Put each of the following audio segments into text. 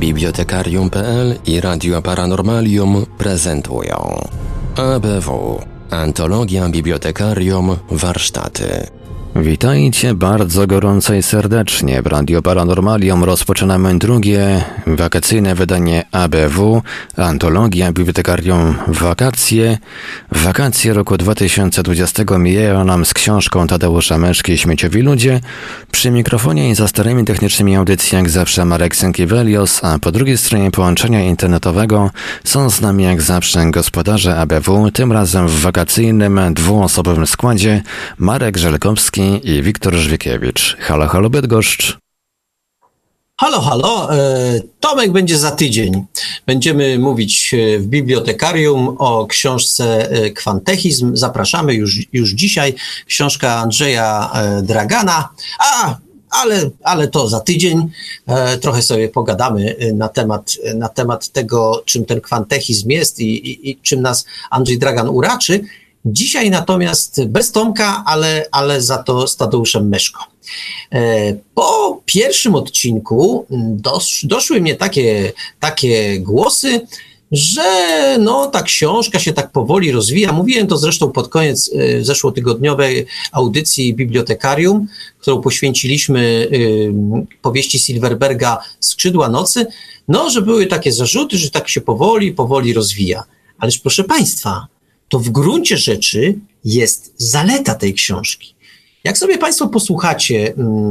Bibliotekarium.pl i Radio Paranormalium prezentują ABW – Antologia Bibliotekarium Warsztaty. Witajcie bardzo gorąco i serdecznie. W Radio Paranormalium rozpoczynamy drugie wakacyjne wydanie ABW, Antologia Bibliotekarium Wakacje. Wakacje roku 2020 mijają nam z książką Tadeusza Meszki Śmieciowi ludzie. Przy mikrofonie i za starymi technicznymi audycji jak zawsze Marek Sękiewelios, a po drugiej stronie połączenia internetowego są z nami jak zawsze gospodarze ABW, tym razem w wakacyjnym, dwuosobowym składzie Marek Żelkowski i Wiktor Żwikiewicz. Halo, halo Bydgoszcz. Halo, halo. Tomek będzie za tydzień. Będziemy mówić w bibliotekarium o książce Kwantechizm. Zapraszamy już dzisiaj. Książka Andrzeja Dragana. Ale to za tydzień. Trochę sobie pogadamy na temat tego, czym ten kwantechizm jest i czym nas Andrzej Dragan uraczy. Dzisiaj natomiast bez Tomka, ale za to z Tadeuszem Meszko. Po pierwszym odcinku doszły mnie takie głosy, że ta książka się tak powoli rozwija. Mówiłem to zresztą pod koniec zeszłotygodniowej audycji Bibliotekarium, którą poświęciliśmy powieści Silverberga Skrzydła nocy, że były takie zarzuty, że tak się powoli rozwija. Ależ proszę Państwa, to w gruncie rzeczy jest zaleta tej książki. Jak sobie Państwo posłuchacie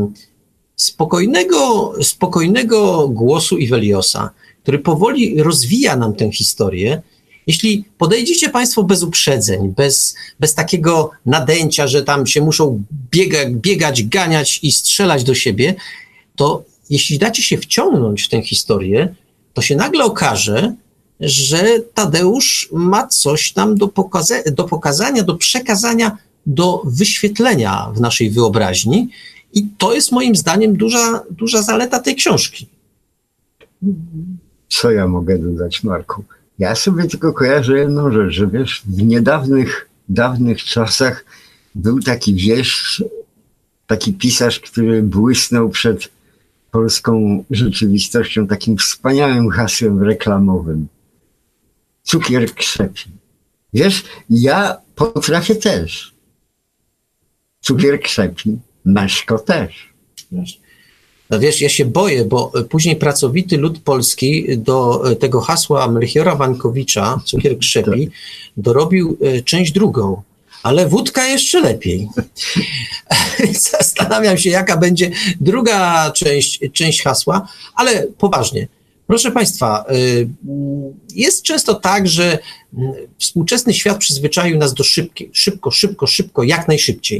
spokojnego głosu Iweliosa, który powoli rozwija nam tę historię, jeśli podejdziecie Państwo bez uprzedzeń, bez takiego nadęcia, że tam się muszą biegać, ganiać i strzelać do siebie, to jeśli dacie się wciągnąć w tę historię, to się nagle okaże, że Tadeusz ma coś tam do pokazania, do przekazania, do wyświetlenia w naszej wyobraźni i to jest moim zdaniem duża zaleta tej książki. Co ja mogę dodać, Marku? Ja sobie tylko kojarzę jedną rzecz, że wiesz, w dawnych czasach był taki wieszcz, taki pisarz, który błysnął przed polską rzeczywistością takim wspaniałym hasłem reklamowym. Cukier krzepi. Wiesz, ja potrafię też. Cukier krzepi, Meszko też. Wiesz, ja się boję, bo później pracowity lud polski do tego hasła Melchiora Wańkowicza, cukier krzepi, dorobił część drugą, ale wódka jeszcze lepiej. Zastanawiam się, jaka będzie druga część hasła, ale poważnie. Proszę Państwa, jest często tak, że współczesny świat przyzwyczaił nas do szybko, jak najszybciej.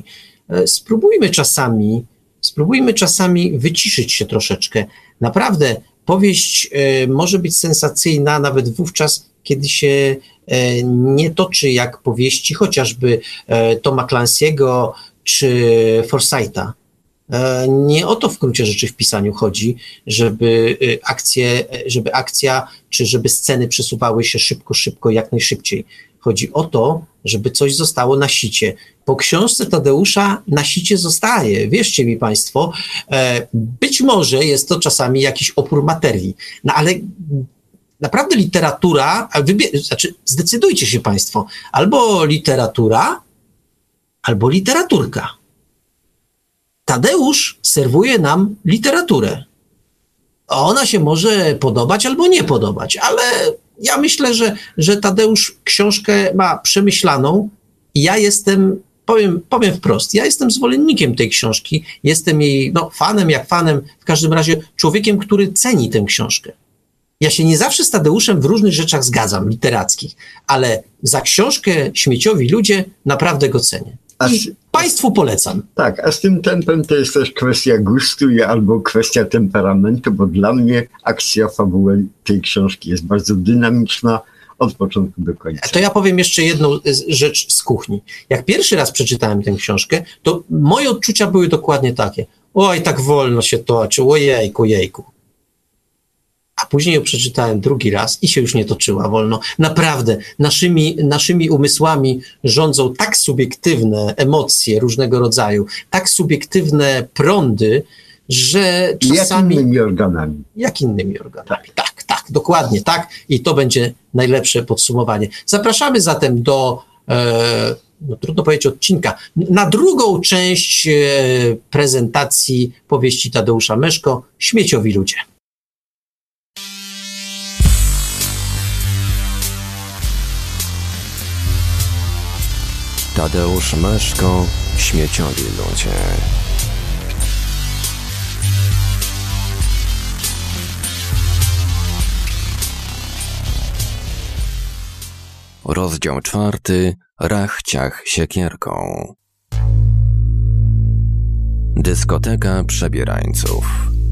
Spróbujmy czasami wyciszyć się troszeczkę. Naprawdę powieść może być sensacyjna nawet wówczas, kiedy się nie toczy jak powieści chociażby Toma Clancy'ego czy Forsytha. Nie o to w gruncie rzeczy w pisaniu chodzi, żeby akcja, czy żeby sceny przesuwały się szybko, jak najszybciej. Chodzi o to, żeby coś zostało na sicie. Po książce Tadeusza na sicie zostaje. Wierzcie mi Państwo, być może jest to czasami jakiś opór materii, ale naprawdę literatura, zdecydujcie się Państwo, albo literatura, albo literaturka. Tadeusz serwuje nam literaturę. Ona się może podobać albo nie podobać, ale ja myślę, że Tadeusz książkę ma przemyślaną i ja powiem wprost, ja jestem zwolennikiem tej książki, jestem jej fanem, w każdym razie człowiekiem, który ceni tę książkę. Ja się nie zawsze z Tadeuszem w różnych rzeczach zgadzam, literackich, ale za książkę Śmieciowi ludzie naprawdę go cenię. Państwu polecam. Tak, a z tym tempem to jest też kwestia gustu albo kwestia temperamentu, bo dla mnie akcja fabuły tej książki jest bardzo dynamiczna od początku do końca. To ja powiem jeszcze jedną rzecz z kuchni. Jak pierwszy raz przeczytałem tę książkę, to moje odczucia były dokładnie takie. Oj, tak wolno się toczy, jejku. A później ją przeczytałem drugi raz i się już nie toczyła wolno. Naprawdę, naszymi umysłami rządzą tak subiektywne emocje różnego rodzaju, tak subiektywne prądy, że czasami... Jak innymi organami. Jak innymi organami, tak. Tak, dokładnie, tak. I to będzie najlepsze podsumowanie. Zapraszamy zatem do, trudno powiedzieć odcinka, na drugą część prezentacji powieści Tadeusza Meszko, Śmieciowi ludzie. Tadeusz Meszko, Śmieciowi ludzie. Rozdział 4. Rachciach siekierką. Dyskoteka przebierańców.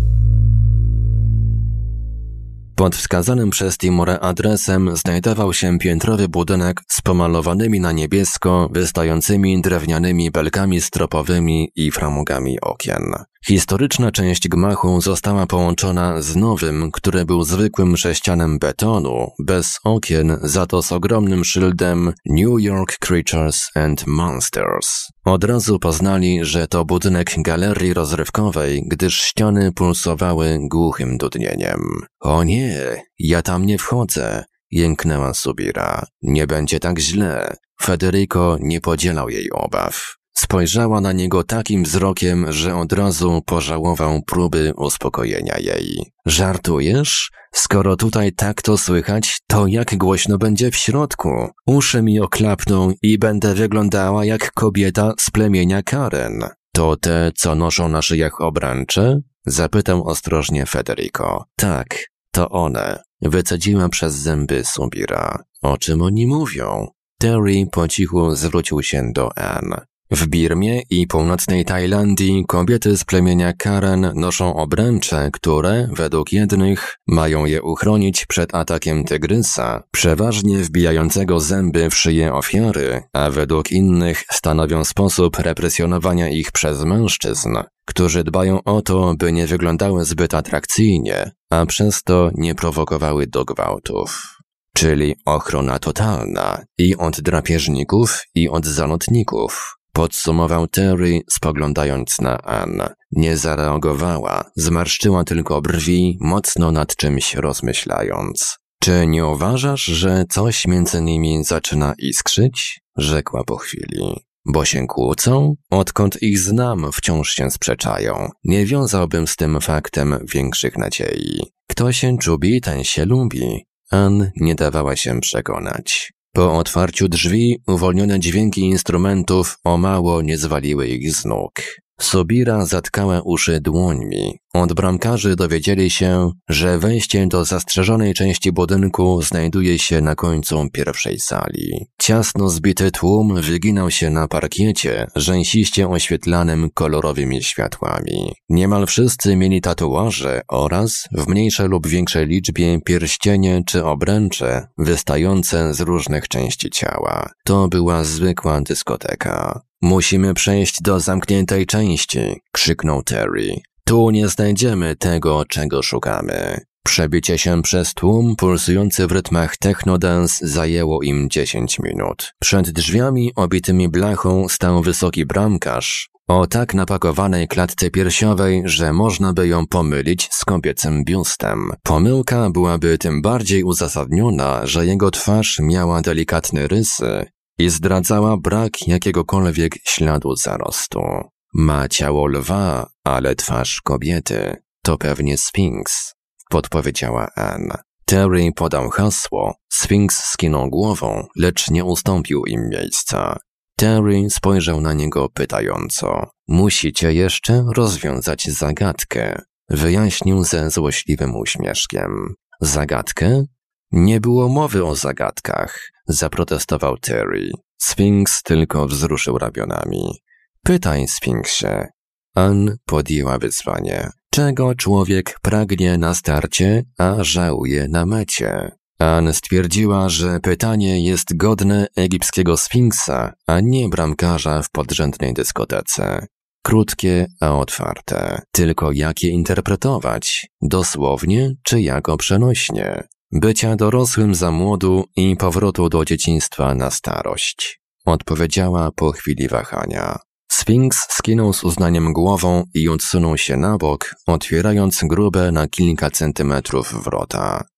Pod wskazanym przez Timurę adresem znajdował się piętrowy budynek z pomalowanymi na niebiesko wystającymi drewnianymi belkami stropowymi i framugami okien. Historyczna część gmachu została połączona z nowym, który był zwykłym sześcianem betonu, bez okien, za to z ogromnym szyldem New York Creatures and Monsters. Od razu poznali, że to budynek galerii rozrywkowej, gdyż ściany pulsowały głuchym dudnieniem. O nie, ja tam nie wchodzę, jęknęła Subira. Nie będzie tak źle. Federico nie podzielał jej obaw. Spojrzała na niego takim wzrokiem, że od razu pożałował próby uspokojenia jej. Żartujesz? Skoro tutaj tak to słychać, to jak głośno będzie w środku? Uszy mi oklapną i będę wyglądała jak kobieta z plemienia Karen. To te, co noszą na szyjach obręcze? Zapytał ostrożnie Federico. Tak, to one. Wycedziła przez zęby Subira. O czym oni mówią? Terry po cichu zwrócił się do Anne. W Birmie i północnej Tajlandii kobiety z plemienia Karen noszą obręcze, które, według jednych, mają je uchronić przed atakiem tygrysa, przeważnie wbijającego zęby w szyję ofiary, a według innych stanowią sposób represjonowania ich przez mężczyzn, którzy dbają o to, by nie wyglądały zbyt atrakcyjnie, a przez to nie prowokowały do gwałtów. Czyli ochrona totalna i od drapieżników, i od zalotników. Podsumował Terry, spoglądając na Anne. Nie zareagowała, zmarszczyła tylko brwi, mocno nad czymś rozmyślając. Czy nie uważasz, że coś między nimi zaczyna iskrzyć? Rzekła po chwili. Bo się kłócą? Odkąd ich znam, wciąż się sprzeczają. Nie wiązałbym z tym faktem większych nadziei. Kto się czubi, ten się lubi. Anne nie dawała się przekonać. Po otwarciu drzwi uwolnione dźwięki instrumentów o mało nie zwaliły ich z nóg. Subira zatkała uszy dłońmi. Od bramkarzy dowiedzieli się, że wejście do zastrzeżonej części budynku znajduje się na końcu pierwszej sali. Ciasno zbity tłum wyginał się na parkiecie, rzęsiście oświetlanym kolorowymi światłami. Niemal wszyscy mieli tatuaże oraz, w mniejszej lub większej liczbie, pierścienie czy obręcze wystające z różnych części ciała. To była zwykła dyskoteka. Musimy przejść do zamkniętej części, krzyknął Terry. Tu nie znajdziemy tego, czego szukamy. Przebicie się przez tłum pulsujący w rytmach technodance zajęło im 10 minut. Przed drzwiami obitymi blachą stał wysoki bramkarz o tak napakowanej klatce piersiowej, że można by ją pomylić z kobiecym biustem. Pomyłka byłaby tym bardziej uzasadniona, że jego twarz miała delikatne rysy i zdradzała brak jakiegokolwiek śladu zarostu. Ma ciało lwa, ale twarz kobiety. To pewnie Sfinks, podpowiedziała Anne. Terry podał hasło. Sfinks skinął głową, lecz nie ustąpił im miejsca. Terry spojrzał na niego pytająco. Musicie jeszcze rozwiązać zagadkę, wyjaśnił ze złośliwym uśmieszkiem. Zagadkę? Nie było mowy o zagadkach, zaprotestował Terry. Sfinks tylko wzruszył ramionami. Pytaj, Sfinksie. Anne podjęła wyzwanie. Czego człowiek pragnie na starcie, a żałuje na mecie? Anne stwierdziła, że pytanie jest godne egipskiego Sfinksa, a nie bramkarza w podrzędnej dyskotece. Krótkie, a otwarte. Tylko jak je interpretować? Dosłownie czy jako przenośnie? Bycia dorosłym za młodu i powrotu do dzieciństwa na starość. Odpowiedziała po chwili wahania. Sfinks skinął z uznaniem głową i odsunął się na bok, otwierając grube na kilka centymetrów wrota.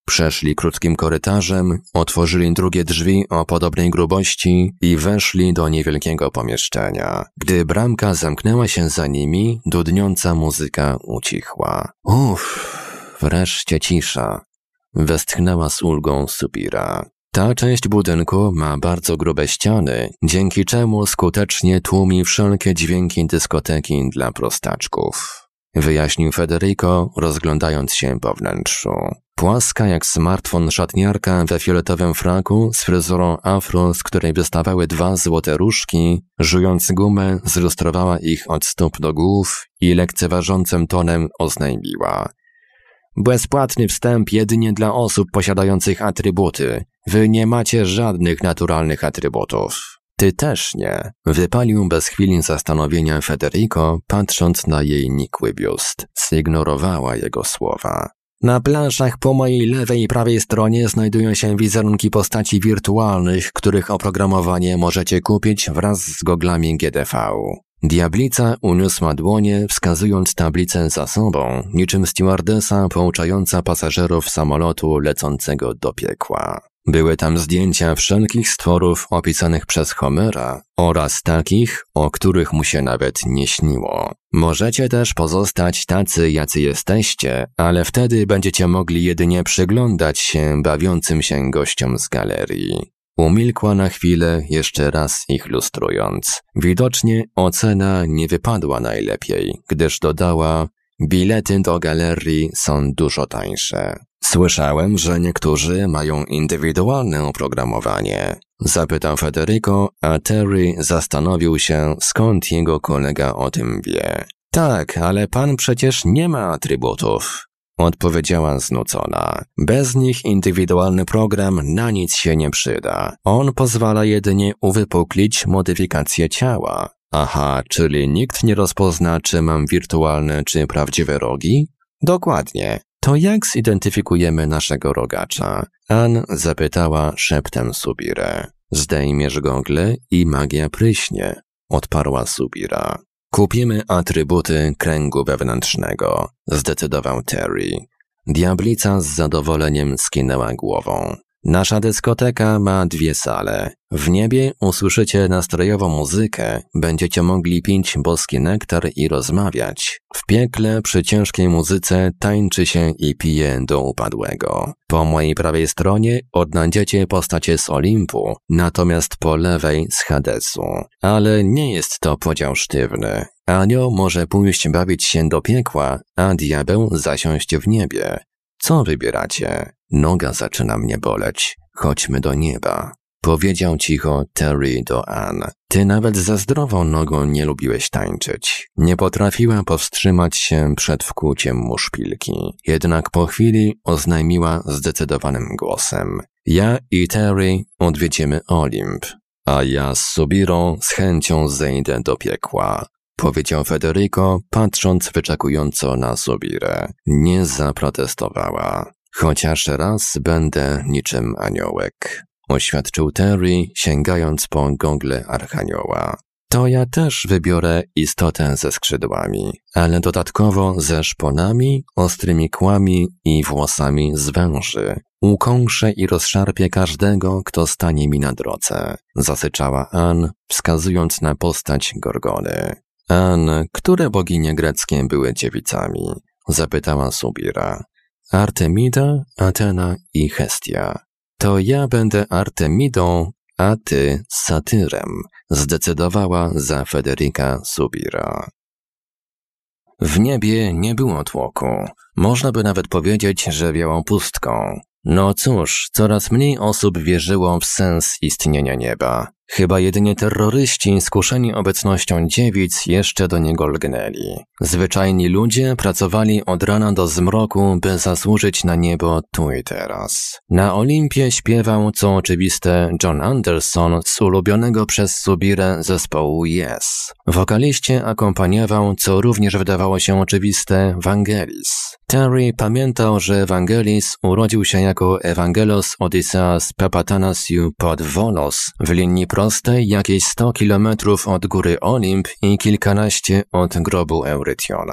Przeszli krótkim korytarzem, otworzyli drugie drzwi o podobnej grubości i weszli do niewielkiego pomieszczenia. Gdy bramka zamknęła się za nimi, dudniąca muzyka ucichła. Wreszcie cisza. Westchnęła z ulgą Subira. Ta część budynku ma bardzo grube ściany, dzięki czemu skutecznie tłumi wszelkie dźwięki dyskoteki dla prostaczków. Wyjaśnił Federico, rozglądając się po wnętrzu. Płaska jak smartfon szatniarka we fioletowym fraku z fryzurą afro, z której wystawały 2 złote różki, żując gumę, zilustrowała ich od stóp do głów i lekceważącym tonem oznajmiła: bezpłatny wstęp jedynie dla osób posiadających atrybuty. Wy nie macie żadnych naturalnych atrybutów. Ty też nie, wypalił bez chwili zastanowienia Federico, patrząc na jej nikły biust. Zignorowała jego słowa. Na planszach po mojej lewej i prawej stronie znajdują się wizerunki postaci wirtualnych, których oprogramowanie możecie kupić wraz z goglami GDV. Diablica uniosła dłonie, wskazując tablicę za sobą, niczym stewardesa pouczająca pasażerów samolotu lecącego do piekła. Były tam zdjęcia wszelkich stworów opisanych przez Homera oraz takich, o których mu się nawet nie śniło. Możecie też pozostać tacy, jacy jesteście, ale wtedy będziecie mogli jedynie przyglądać się bawiącym się gościom z galerii. Umilkła na chwilę, jeszcze raz ich lustrując. Widocznie ocena nie wypadła najlepiej, gdyż dodała: bilety do galerii są dużo tańsze. Słyszałem, że niektórzy mają indywidualne oprogramowanie. Zapytał Federico, a Terry zastanowił się, skąd jego kolega o tym wie. Tak, ale pan przecież nie ma atrybutów. Odpowiedziała znudzona. Bez nich indywidualny program na nic się nie przyda. On pozwala jedynie uwypuklić modyfikację ciała. Aha, czyli nikt nie rozpozna, czy mam wirtualne, czy prawdziwe rogi? Dokładnie. To jak zidentyfikujemy naszego rogacza? Ann zapytała szeptem Subirę. Zdejmiesz gogle i magia pryśnie, odparła Subira. Kupimy atrybuty kręgu wewnętrznego, zdecydował Terry. Diablica z zadowoleniem skinęła głową. Nasza dyskoteka ma 2 sale. W niebie usłyszycie nastrojową muzykę, będziecie mogli pić boski nektar i rozmawiać. W piekle przy ciężkiej muzyce tańczy się i pije do upadłego. Po mojej prawej stronie odnajdziecie postacie z Olimpu, natomiast po lewej z Hadesu. Ale nie jest to podział sztywny. Anioł może pójść bawić się do piekła, a diabeł zasiąść w niebie. Co wybieracie? Noga zaczyna mnie boleć. Chodźmy do nieba. Powiedział cicho Terry do Ann. Ty nawet ze zdrową nogą nie lubiłeś tańczyć. Nie potrafiła powstrzymać się przed wkłuciem mu szpilki. Jednak po chwili oznajmiła zdecydowanym głosem. Ja i Terry odwiedzimy Olimp, a ja z Subirą z chęcią zejdę do piekła. Powiedział Federico, patrząc wyczekująco na Subirę. Nie zaprotestowała. Chociaż raz będę niczym aniołek, oświadczył Terry, sięgając po gogle archanioła. To ja też wybiorę istotę ze skrzydłami, ale dodatkowo ze szponami, ostrymi kłami i włosami z węży. Ukąszę i rozszarpię każdego, kto stanie mi na drodze, zasyczała Ann, wskazując na postać Gorgony. Ann, które boginie greckie były dziewicami? Zapytała Subira. Artemida, Atena i Hestia. To ja będę Artemidą, a ty Satyrem, zdecydowała za Federica Subira. W niebie nie było tłoku. Można by nawet powiedzieć, że wiało pustką. No cóż, coraz mniej osób wierzyło w sens istnienia nieba. Chyba jedynie terroryści skuszeni obecnością dziewic jeszcze do niego lgnęli. Zwyczajni ludzie pracowali od rana do zmroku, by zasłużyć na niebo tu i teraz. Na Olimpie śpiewał, co oczywiste, John Anderson z ulubionego przez Subirę zespołu Yes. Wokaliście akompaniował, co również wydawało się oczywiste, Vangelis. Terry pamiętał, że Vangelis urodził się jako Evangelos Odysseus Papatanasiou pod Volos w linii prostej jakieś 100 kilometrów od góry Olimp i kilkanaście od grobu Eurytiona.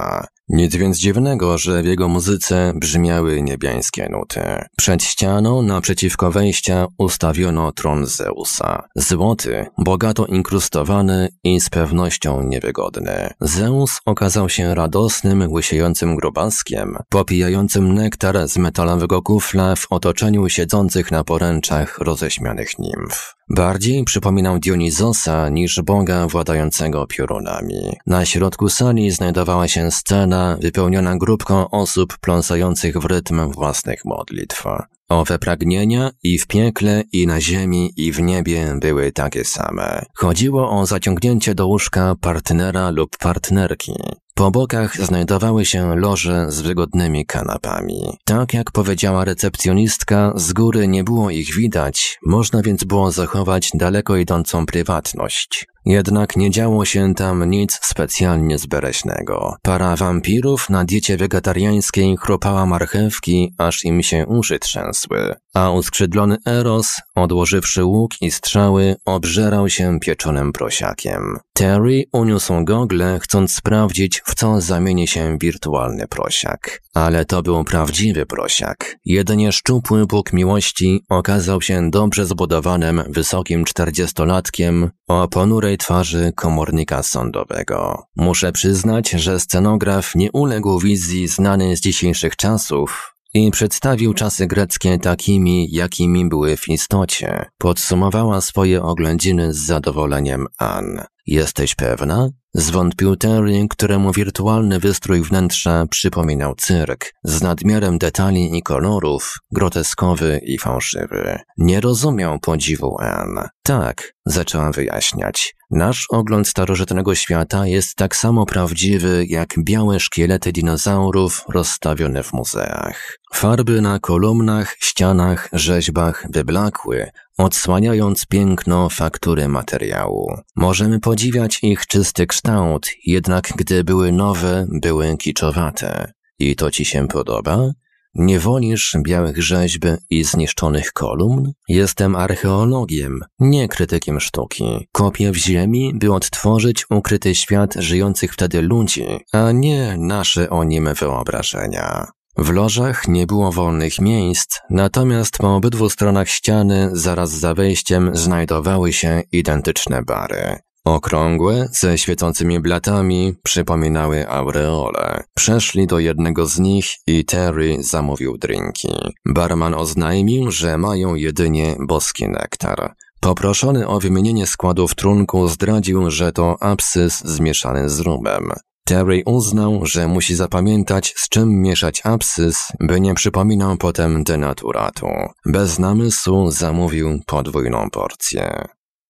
Nic więc dziwnego, że w jego muzyce brzmiały niebiańskie nuty. Przed ścianą naprzeciwko wejścia ustawiono tron Zeusa. Złoty, bogato inkrustowany i z pewnością niewygodny. Zeus okazał się radosnym, łysiejącym grubaskiem, popijającym nektar z metalowego kufla w otoczeniu siedzących na poręczach roześmianych nimf. Bardziej przypominał Dionizosa niż boga władającego piorunami. Na środku sali znajdowała się scena wypełniona grupką osób pląsających w rytm własnych modlitw. Owe pragnienia i w piekle, i na ziemi, i w niebie były takie same. Chodziło o zaciągnięcie do łóżka partnera lub partnerki. Po bokach znajdowały się loże z wygodnymi kanapami. Tak jak powiedziała recepcjonistka, z góry nie było ich widać, można więc było zachować daleko idącą prywatność. Jednak nie działo się tam nic specjalnie zbereśnego. Para wampirów na diecie wegetariańskiej chrupała marchewki, aż im się uszy trzęsły, a uskrzydlony Eros, odłożywszy łuk i strzały, obżerał się pieczonym prosiakiem. Terry uniósł gogle, chcąc sprawdzić, w co zamieni się wirtualny prosiak. Ale to był prawdziwy prosiak. Jedynie szczupły Bóg miłości okazał się dobrze zbudowanym, wysokim 40-latkiem o ponurej twarzy komornika sądowego. Muszę przyznać, że scenograf nie uległ wizji znanej z dzisiejszych czasów i przedstawił czasy greckie takimi, jakimi były w istocie. Podsumowała swoje oględziny z zadowoleniem Anne. Jesteś pewna? Zwątpił Terry, któremu wirtualny wystrój wnętrza przypominał cyrk, z nadmiarem detali i kolorów, groteskowy i fałszywy. Nie rozumiał podziwu Anne. Tak, zaczęła wyjaśniać. Nasz ogląd starożytnego świata jest tak samo prawdziwy, jak białe szkielety dinozaurów rozstawione w muzeach. Farby na kolumnach, ścianach, rzeźbach wyblakły, odsłaniając piękno faktury materiału. Możemy podziwiać ich czysty kształt, jednak gdy były nowe, były kiczowate. I to ci się podoba? Nie wolisz białych rzeźb i zniszczonych kolumn? Jestem archeologiem, nie krytykiem sztuki. Kopię w ziemi, by odtworzyć ukryty świat żyjących wtedy ludzi, a nie nasze o nim wyobrażenia. W lożach nie było wolnych miejsc, natomiast po obydwu stronach ściany, zaraz za wejściem, znajdowały się identyczne bary. Okrągłe, ze świecącymi blatami, przypominały aureole. Przeszli do jednego z nich i Terry zamówił drinki. Barman oznajmił, że mają jedynie boski nektar. Poproszony o wymienienie składów trunku zdradził, że to absys zmieszany z rumem. Terry uznał, że musi zapamiętać, z czym mieszać absys, by nie przypominał potem denaturatu. Bez namysłu zamówił podwójną porcję.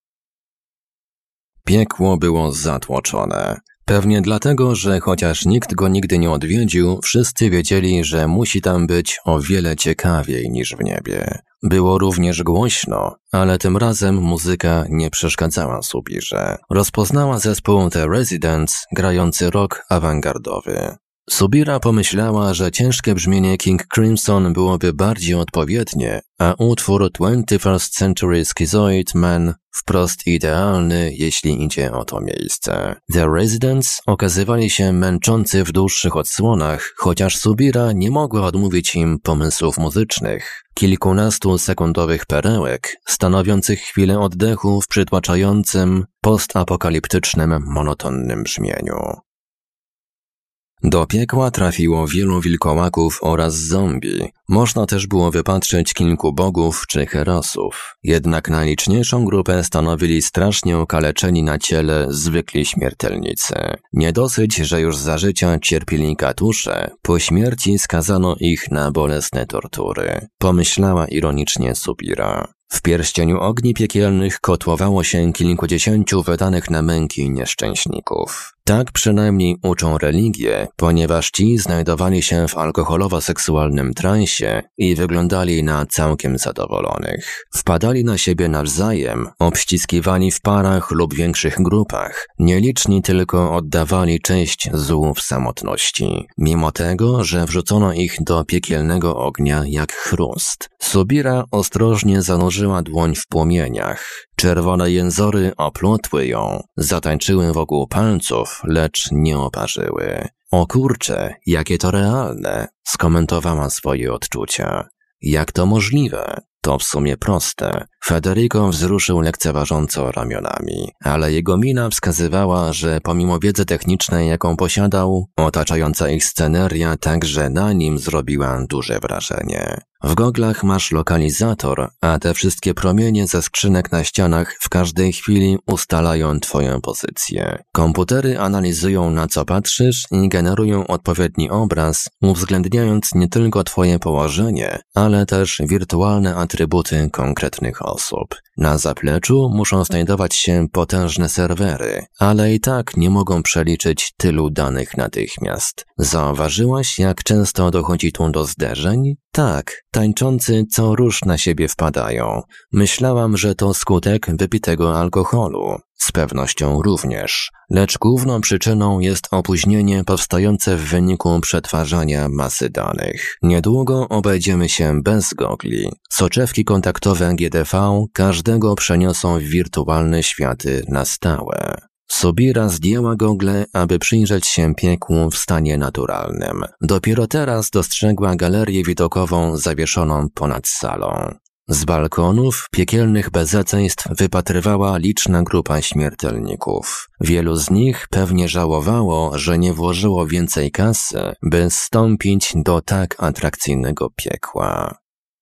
Piekło było zatłoczone. Pewnie dlatego, że chociaż nikt go nigdy nie odwiedził, wszyscy wiedzieli, że musi tam być o wiele ciekawiej niż w niebie. Było również głośno, ale tym razem muzyka nie przeszkadzała Subirze. Rozpoznała zespół The Residents, grający rock awangardowy. Subira pomyślała, że ciężkie brzmienie King Crimson byłoby bardziej odpowiednie, a utwór 21st Century Schizoid Man wprost idealny, jeśli idzie o to miejsce. The Residents okazywali się męczący w dłuższych odsłonach, chociaż Subira nie mogła odmówić im pomysłów muzycznych. Kilkunastu sekundowych perełek, stanowiących chwilę oddechu w przytłaczającym, postapokaliptycznym, monotonnym brzmieniu. Do piekła trafiło wielu wilkołaków oraz zombie. Można też było wypatrzeć kilku bogów czy herosów. Jednak najliczniejszą grupę stanowili strasznie okaleczeni na ciele zwykli śmiertelnicy. Nie dosyć, że już za życia cierpieli katusze, po śmierci skazano ich na bolesne tortury. Pomyślała ironicznie Subira. W pierścieniu ogni piekielnych kotłowało się kilkudziesięciu wydanych na męki nieszczęśników. Tak przynajmniej uczą religie, ponieważ ci znajdowali się w alkoholowo-seksualnym transie i wyglądali na całkiem zadowolonych. Wpadali na siebie nawzajem, obściskiwali w parach lub większych grupach. Nieliczni tylko oddawali cześć złu w samotności, mimo tego, że wrzucono ich do piekielnego ognia jak chrust. Subira ostrożnie zanurzyła dłoń w płomieniach. Czerwone jęzory oplotły ją, zatańczyły wokół palców, lecz nie oparzyły. O kurcze, jakie to realne, skomentowała swoje odczucia. Jak to możliwe? To w sumie proste. Federico wzruszył lekceważąco ramionami, ale jego mina wskazywała, że pomimo wiedzy technicznej, jaką posiadał, otaczająca ich sceneria także na nim zrobiła duże wrażenie. W goglach masz lokalizator, a te wszystkie promienie ze skrzynek na ścianach w każdej chwili ustalają twoją pozycję. Komputery analizują, na co patrzysz i generują odpowiedni obraz, uwzględniając nie tylko twoje położenie, ale też wirtualne atrybuty konkretnych osób. Na zapleczu muszą znajdować się potężne serwery, ale i tak nie mogą przeliczyć tylu danych natychmiast. Zauważyłaś, jak często dochodzi tu do zderzeń? Tak, tańczący co rusz na siebie wpadają. Myślałam, że to skutek wypitego alkoholu. Z pewnością również. Lecz główną przyczyną jest opóźnienie powstające w wyniku przetwarzania masy danych. Niedługo obejdziemy się bez gogli. Soczewki kontaktowe GDV każdego przeniosą w wirtualne światy na stałe. Subira zdjęła gogle, aby przyjrzeć się piekłu w stanie naturalnym. Dopiero teraz dostrzegła galerię widokową zawieszoną ponad salą. Z balkonów piekielnych bezeceństw wypatrywała liczna grupa śmiertelników. Wielu z nich pewnie żałowało, że nie włożyło więcej kasy, by zstąpić do tak atrakcyjnego piekła.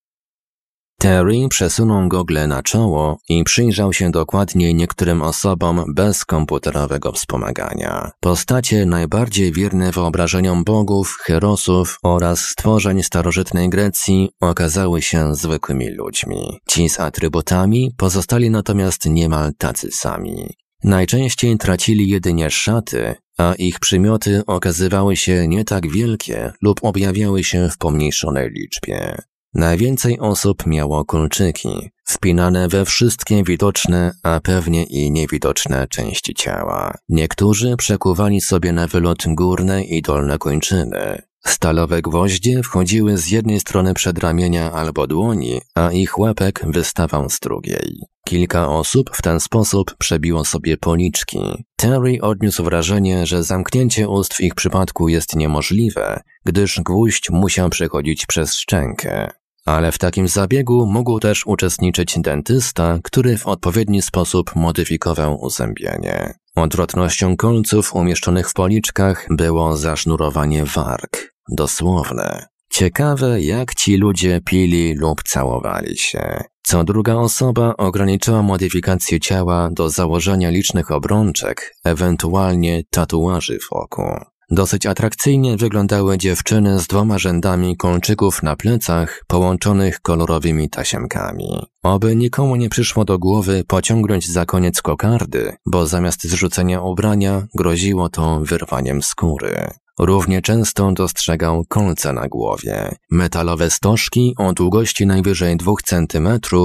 Terry przesunął gogle na czoło i przyjrzał się dokładniej niektórym osobom bez komputerowego wspomagania. Postacie najbardziej wierne wyobrażeniom bogów, herosów oraz stworzeń starożytnej Grecji okazały się zwykłymi ludźmi. Ci z atrybutami pozostali natomiast niemal tacy sami. Najczęściej tracili jedynie szaty, a ich przymioty okazywały się nie tak wielkie lub objawiały się w pomniejszonej liczbie. Najwięcej osób miało kolczyki, wpinane we wszystkie widoczne, a pewnie i niewidoczne części ciała. Niektórzy przekuwali sobie na wylot górne i dolne kończyny. Stalowe gwoździe wchodziły z jednej strony przedramienia albo dłoni, a ich łepek wystawał z drugiej. Kilka osób w ten sposób przebiło sobie policzki. Terry odniósł wrażenie, że zamknięcie ust w ich przypadku jest niemożliwe, gdyż gwóźdź musiał przechodzić przez szczękę. Ale w takim zabiegu mógł też uczestniczyć dentysta, który w odpowiedni sposób modyfikował uzębienie. Odwrotnością kolców umieszczonych w policzkach było zasznurowanie warg. Dosłowne. Ciekawe, jak ci ludzie pili lub całowali się. Co druga osoba ograniczyła modyfikację ciała do założenia licznych obrączek, ewentualnie tatuaży w oku. Dosyć atrakcyjnie wyglądały dziewczyny z 2 rzędami kolczyków na plecach połączonych kolorowymi tasiemkami. Oby nikomu nie przyszło do głowy pociągnąć za koniec kokardy, bo zamiast zrzucenia ubrania groziło to wyrwaniem skóry. Równie często dostrzegał kolce na głowie, metalowe stożki o długości najwyżej 2 cm,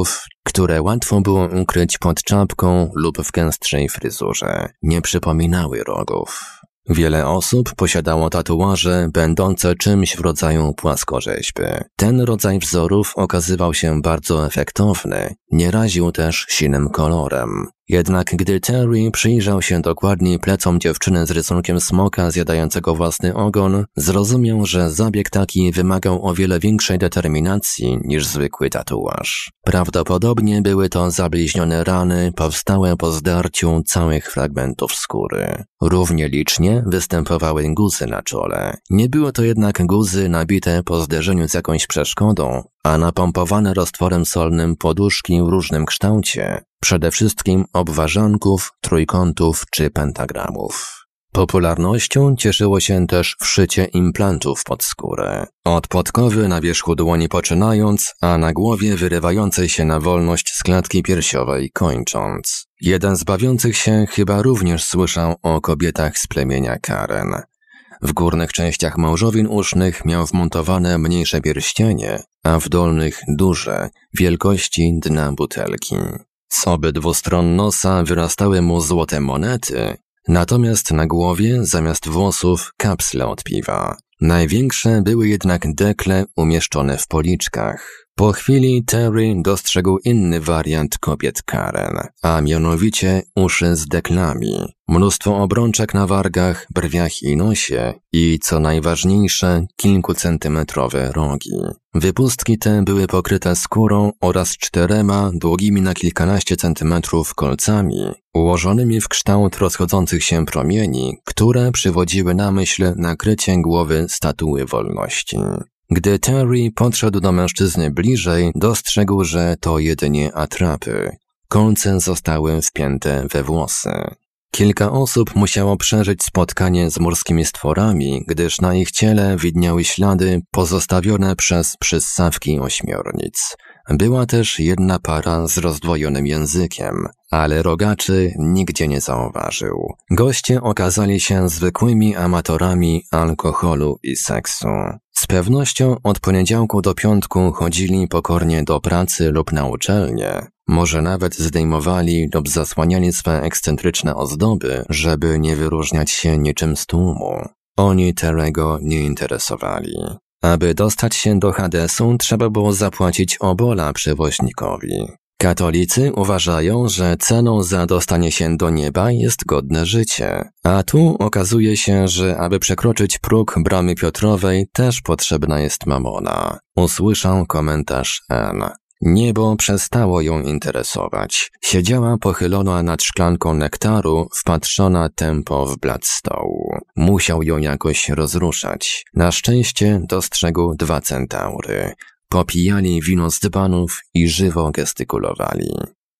które łatwo było ukryć pod czapką lub w gęstszej fryzurze. Nie przypominały rogów. Wiele osób posiadało tatuaże będące czymś w rodzaju płaskorzeźby. Ten rodzaj wzorów okazywał się bardzo efektowny, nie raził też silnym kolorem. Jednak gdy Terry przyjrzał się dokładniej plecom dziewczyny z rysunkiem smoka zjadającego własny ogon, zrozumiał, że zabieg taki wymagał o wiele większej determinacji niż zwykły tatuaż. Prawdopodobnie były to zabliźnione rany powstałe po zdarciu całych fragmentów skóry. Równie licznie występowały guzy na czole. Nie były to jednak guzy nabite po zderzeniu z jakąś przeszkodą, a napompowane roztworem solnym poduszki w różnym kształcie, przede wszystkim obwarzanków, trójkątów czy pentagramów. Popularnością cieszyło się też wszycie implantów pod skórę. Od podkowy na wierzchu dłoni poczynając, a na głowie wyrywającej się na wolność z klatki piersiowej kończąc. Jeden z bawiących się chyba również słyszał o kobietach z plemienia Karen. W górnych częściach małżowin usznych miał wmontowane mniejsze pierścienie, a w dolnych duże, wielkości dna butelki. Z obydwu stron nosa wyrastały mu złote monety, natomiast na głowie zamiast włosów kapsle od piwa. Największe były jednak dekle umieszczone w policzkach. Po chwili Terry dostrzegł inny wariant kobiet Karen, a mianowicie uszy z deklami, mnóstwo obrączek na wargach, brwiach i nosie i, co najważniejsze, kilkucentymetrowe rogi. Wypustki te były pokryte skórą oraz 4 długimi na kilkanaście centymetrów kolcami, ułożonymi w kształt rozchodzących się promieni, które przywodziły na myśl nakrycie głowy statuły wolności. Gdy Terry podszedł do mężczyzny bliżej, dostrzegł, że to jedynie atrapy. Kolce zostały wpięte we włosy. Kilka osób musiało przeżyć spotkanie z morskimi stworami, gdyż na ich ciele widniały ślady pozostawione przez przyssawki ośmiornic. Była też jedna para z rozdwojonym językiem, ale rogaczy nigdzie nie zauważył. Goście okazali się zwykłymi amatorami alkoholu i seksu. Z pewnością od poniedziałku do piątku chodzili pokornie do pracy lub na uczelnię. Może nawet zdejmowali lub zasłaniali swe ekscentryczne ozdoby, żeby nie wyróżniać się niczym z tłumu. Oni Terry'ego nie interesowali. Aby dostać się do Hadesu, trzeba było zapłacić obola przewoźnikowi. Katolicy uważają, że ceną za dostanie się do nieba jest godne życie, a tu okazuje się, że aby przekroczyć próg bramy Piotrowej też potrzebna jest mamona. Usłyszał komentarz Ann. Niebo przestało ją interesować. Siedziała pochylona nad szklanką nektaru, wpatrzona tępo w blat stołu. Musiał ją jakoś rozruszać. Na szczęście dostrzegł 2 centaury. Popijali wino z dywanów i żywo gestykulowali.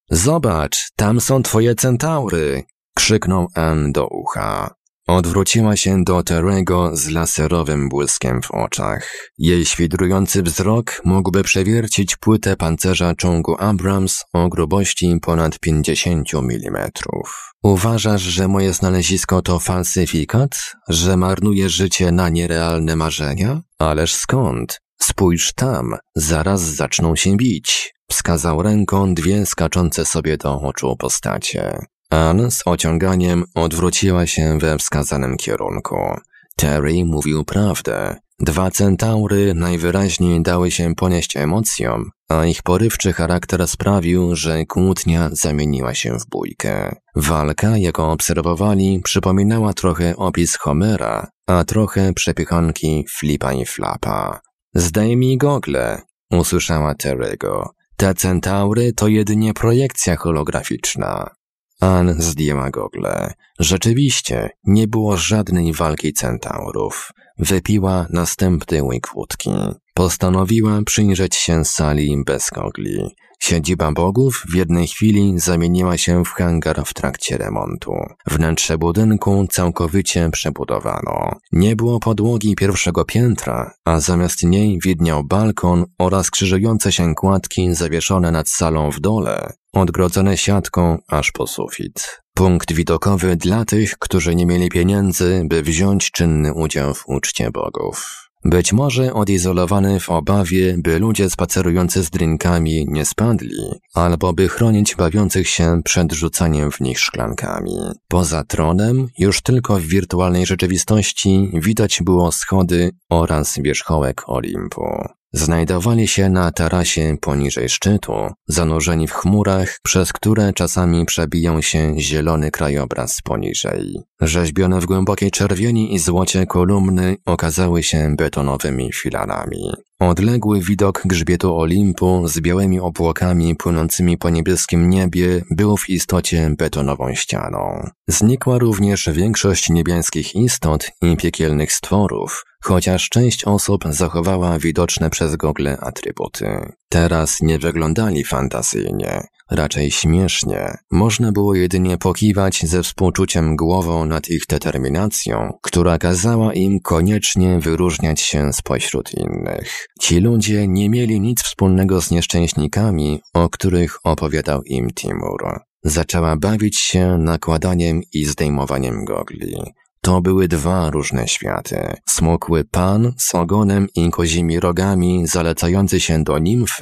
Zobacz, tam są twoje centaury! Krzyknął Ann do ucha. Odwróciła się do Terry'ego z laserowym błyskiem w oczach. Jej świdrujący wzrok mógłby przewiercić płytę pancerza czołgu Abrams o grubości ponad 50 mm. Uważasz, że moje znalezisko to falsyfikat? Że marnuję życie na nierealne marzenia? Ależ skąd? Spójrz tam, zaraz zaczną się bić. Wskazał ręką 2 skaczące sobie do oczu postacie. Ann z ociąganiem odwróciła się we wskazanym kierunku. Terry mówił prawdę. 2 centaury najwyraźniej dały się ponieść emocjom, a ich porywczy charakter sprawił, że kłótnia zamieniła się w bójkę. Walka, jaką obserwowali, przypominała trochę opis Homera, a trochę przepychanki Flipa i Flapa. Zdejmij gogle, usłyszała Terry'ego. Te centaury to jedynie projekcja holograficzna. Ann zdjęła gogle. Rzeczywiście, nie było żadnej walki centaurów. Wypiła następny łyk wódki. Postanowiła przyjrzeć się sali bez gogli. Siedziba bogów w jednej chwili zamieniła się w hangar w trakcie remontu. Wnętrze budynku całkowicie przebudowano. Nie było podłogi pierwszego piętra, a zamiast niej widniał balkon oraz krzyżujące się kładki zawieszone nad salą w dole, odgrodzone siatką aż po sufit. Punkt widokowy dla tych, którzy nie mieli pieniędzy, by wziąć czynny udział w uczcie bogów. Być może odizolowany w obawie, by ludzie spacerujący z drinkami nie spadli, albo by chronić bawiących się przed rzucaniem w nich szklankami. Poza tronem, już tylko w wirtualnej rzeczywistości widać było schody oraz wierzchołek Olimpu. Znajdowali się na tarasie poniżej szczytu, zanurzeni w chmurach, przez które czasami przebijał się zielony krajobraz poniżej. Rzeźbione w głębokiej czerwieni i złocie kolumny okazały się betonowymi filarami. Odległy widok grzbietu Olimpu z białymi obłokami płynącymi po niebieskim niebie był w istocie betonową ścianą. Znikła również większość niebieskich istot i piekielnych stworów, chociaż część osób zachowała widoczne przez gogle atrybuty. Teraz nie wyglądali fantazyjnie, raczej śmiesznie. Można było jedynie pokiwać ze współczuciem głową nad ich determinacją, która kazała im koniecznie wyróżniać się spośród innych. Ci ludzie nie mieli nic wspólnego z nieszczęśnikami, o których opowiadał im Timur. Zaczęła bawić się nakładaniem i zdejmowaniem gogli. To były 2 różne światy. Smukły pan z ogonem i kozimi rogami zalecający się do nimfy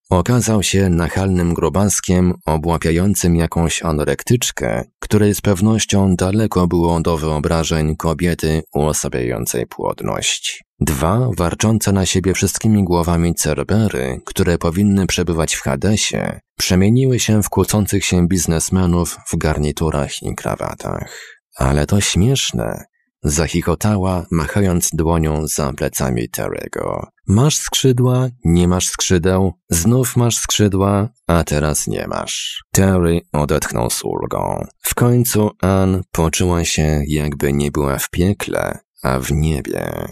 Okazał się nachalnym grubaskiem obłapiającym jakąś anorektyczkę, której z pewnością daleko było do wyobrażeń kobiety uosabiającej płodność. 2 warczące na siebie wszystkimi głowami Cerbery, które powinny przebywać w Hadesie, przemieniły się w kłócących się biznesmenów w garniturach i krawatach. Ale to śmieszne. Zachichotała, machając dłonią za plecami Terry'ego. Masz skrzydła, nie masz skrzydeł, znów masz skrzydła, a teraz nie masz. Terry odetchnął z ulgą. W końcu Ann poczuła się, jakby nie była w piekle, a w niebie.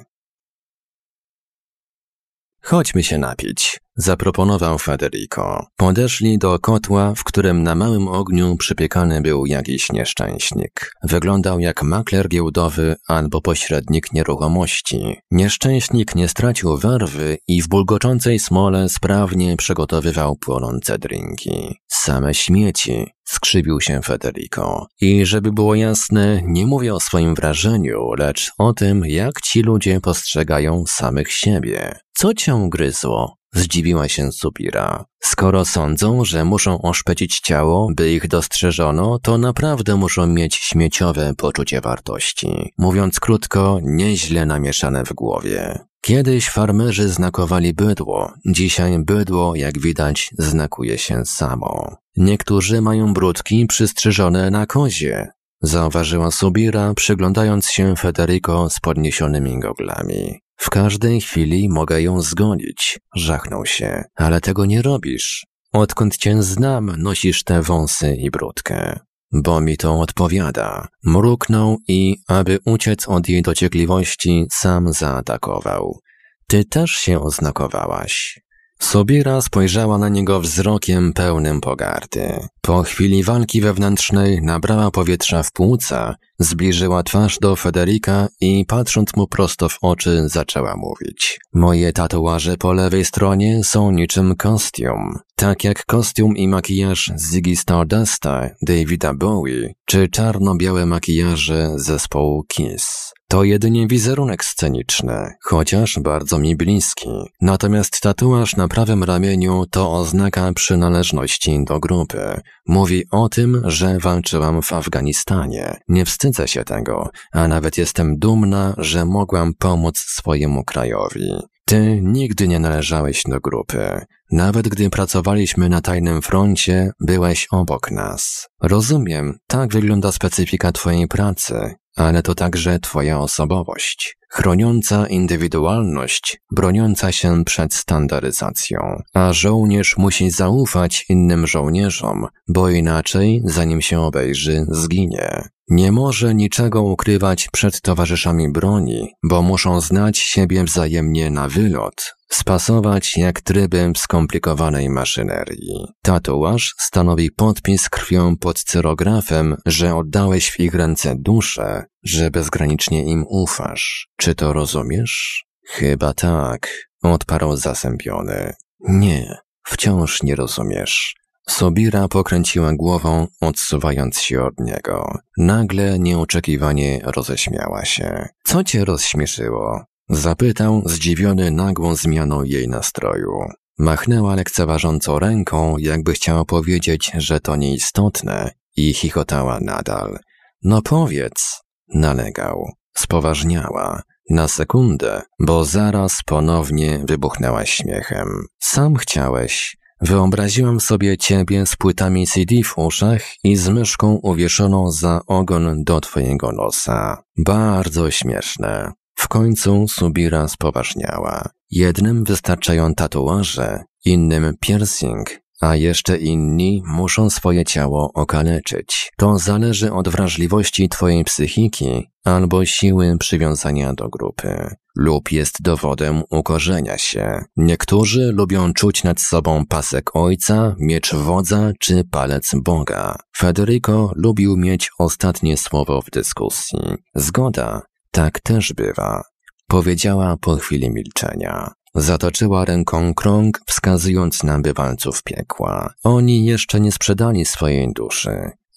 Chodźmy się napić, zaproponował Federico. Podeszli do kotła, w którym na małym ogniu przypiekany był jakiś nieszczęśnik. Wyglądał jak makler giełdowy albo pośrednik nieruchomości. Nieszczęśnik nie stracił werwy i w bulgoczącej smole sprawnie przygotowywał płonące drinki. Same śmieci, skrzywił się Federico. I żeby było jasne, nie mówię o swoim wrażeniu, lecz o tym, jak ci ludzie postrzegają samych siebie. Co cię gryzło? Zdziwiła się Subira. Skoro sądzą, że muszą oszpecić ciało, by ich dostrzeżono, to naprawdę muszą mieć śmieciowe poczucie wartości. Mówiąc krótko, nieźle namieszane w głowie. Kiedyś farmerzy znakowali bydło, dzisiaj bydło, jak widać, znakuje się samo. Niektórzy mają brudki przystrzyżone na kozie, zauważyła Subira, przyglądając się Federico z podniesionymi goglami. W każdej chwili mogę ją zgonić, żachnął się, ale tego nie robisz. Odkąd cię znam, nosisz te wąsy i brudkę. Bo mi to odpowiada. Mruknął i, aby uciec od jej dociekliwości, sam zaatakował. Ty też się oznakowałaś. Subira spojrzała na niego wzrokiem pełnym pogardy. Po chwili walki wewnętrznej nabrała powietrza w płuca, zbliżyła twarz do Federica i patrząc mu prosto w oczy zaczęła mówić. Moje tatuaże po lewej stronie są niczym kostium. Tak jak kostium i makijaż Ziggy Stardusta, Davida Bowie, czy czarno-białe makijaże zespołu Kiss. To jedynie wizerunek sceniczny, chociaż bardzo mi bliski. Natomiast tatuaż na prawym ramieniu to oznaka przynależności do grupy. Mówi o tym, że walczyłam w Afganistanie. Nie wstydzę się tego, a nawet jestem dumna, że mogłam pomóc swojemu krajowi. Ty nigdy nie należałeś do grupy. Nawet gdy pracowaliśmy na tajnym froncie, byłeś obok nas. Rozumiem, tak wygląda specyfika twojej pracy, ale to także twoja osobowość. Chroniąca indywidualność, broniąca się przed standaryzacją. A żołnierz musi zaufać innym żołnierzom, bo inaczej, zanim się obejrzy, zginie. Nie może niczego ukrywać przed towarzyszami broni, bo muszą znać siebie wzajemnie na wylot, spasować jak tryby w skomplikowanej maszynerii. Tatuaż stanowi podpis krwią pod cyrografem, że oddałeś w ich ręce duszę, że bezgranicznie im ufasz. Czy to rozumiesz? Chyba tak, odparł zasępiony. Nie, wciąż nie rozumiesz. Subira pokręciła głową, odsuwając się od niego. Nagle nieoczekiwanie roześmiała się. Co cię rozśmieszyło? Zapytał, zdziwiony nagłą zmianą jej nastroju. Machnęła lekceważąco ręką, jakby chciała powiedzieć, że to nieistotne i chichotała nadal. No powiedz, nalegał. Spoważniała. Na sekundę, bo zaraz ponownie wybuchnęła śmiechem. Sam chciałeś. Wyobraziłam sobie ciebie z płytami CD w uszach i z myszką uwieszoną za ogon do twojego nosa. Bardzo śmieszne. W końcu Subira spoważniała. Jednym wystarczają tatuaże, innym piercing, a jeszcze inni muszą swoje ciało okaleczyć. To zależy od wrażliwości twojej psychiki albo siły przywiązania do grupy. Lub jest dowodem ukorzenia się. Niektórzy lubią czuć nad sobą pasek ojca, miecz wodza czy palec Boga. Federico lubił mieć ostatnie słowo w dyskusji. Zgoda, tak też bywa, powiedziała po chwili milczenia. Zatoczyła ręką krąg, wskazując na bywalców piekła. Oni jeszcze nie sprzedali swojej duszy,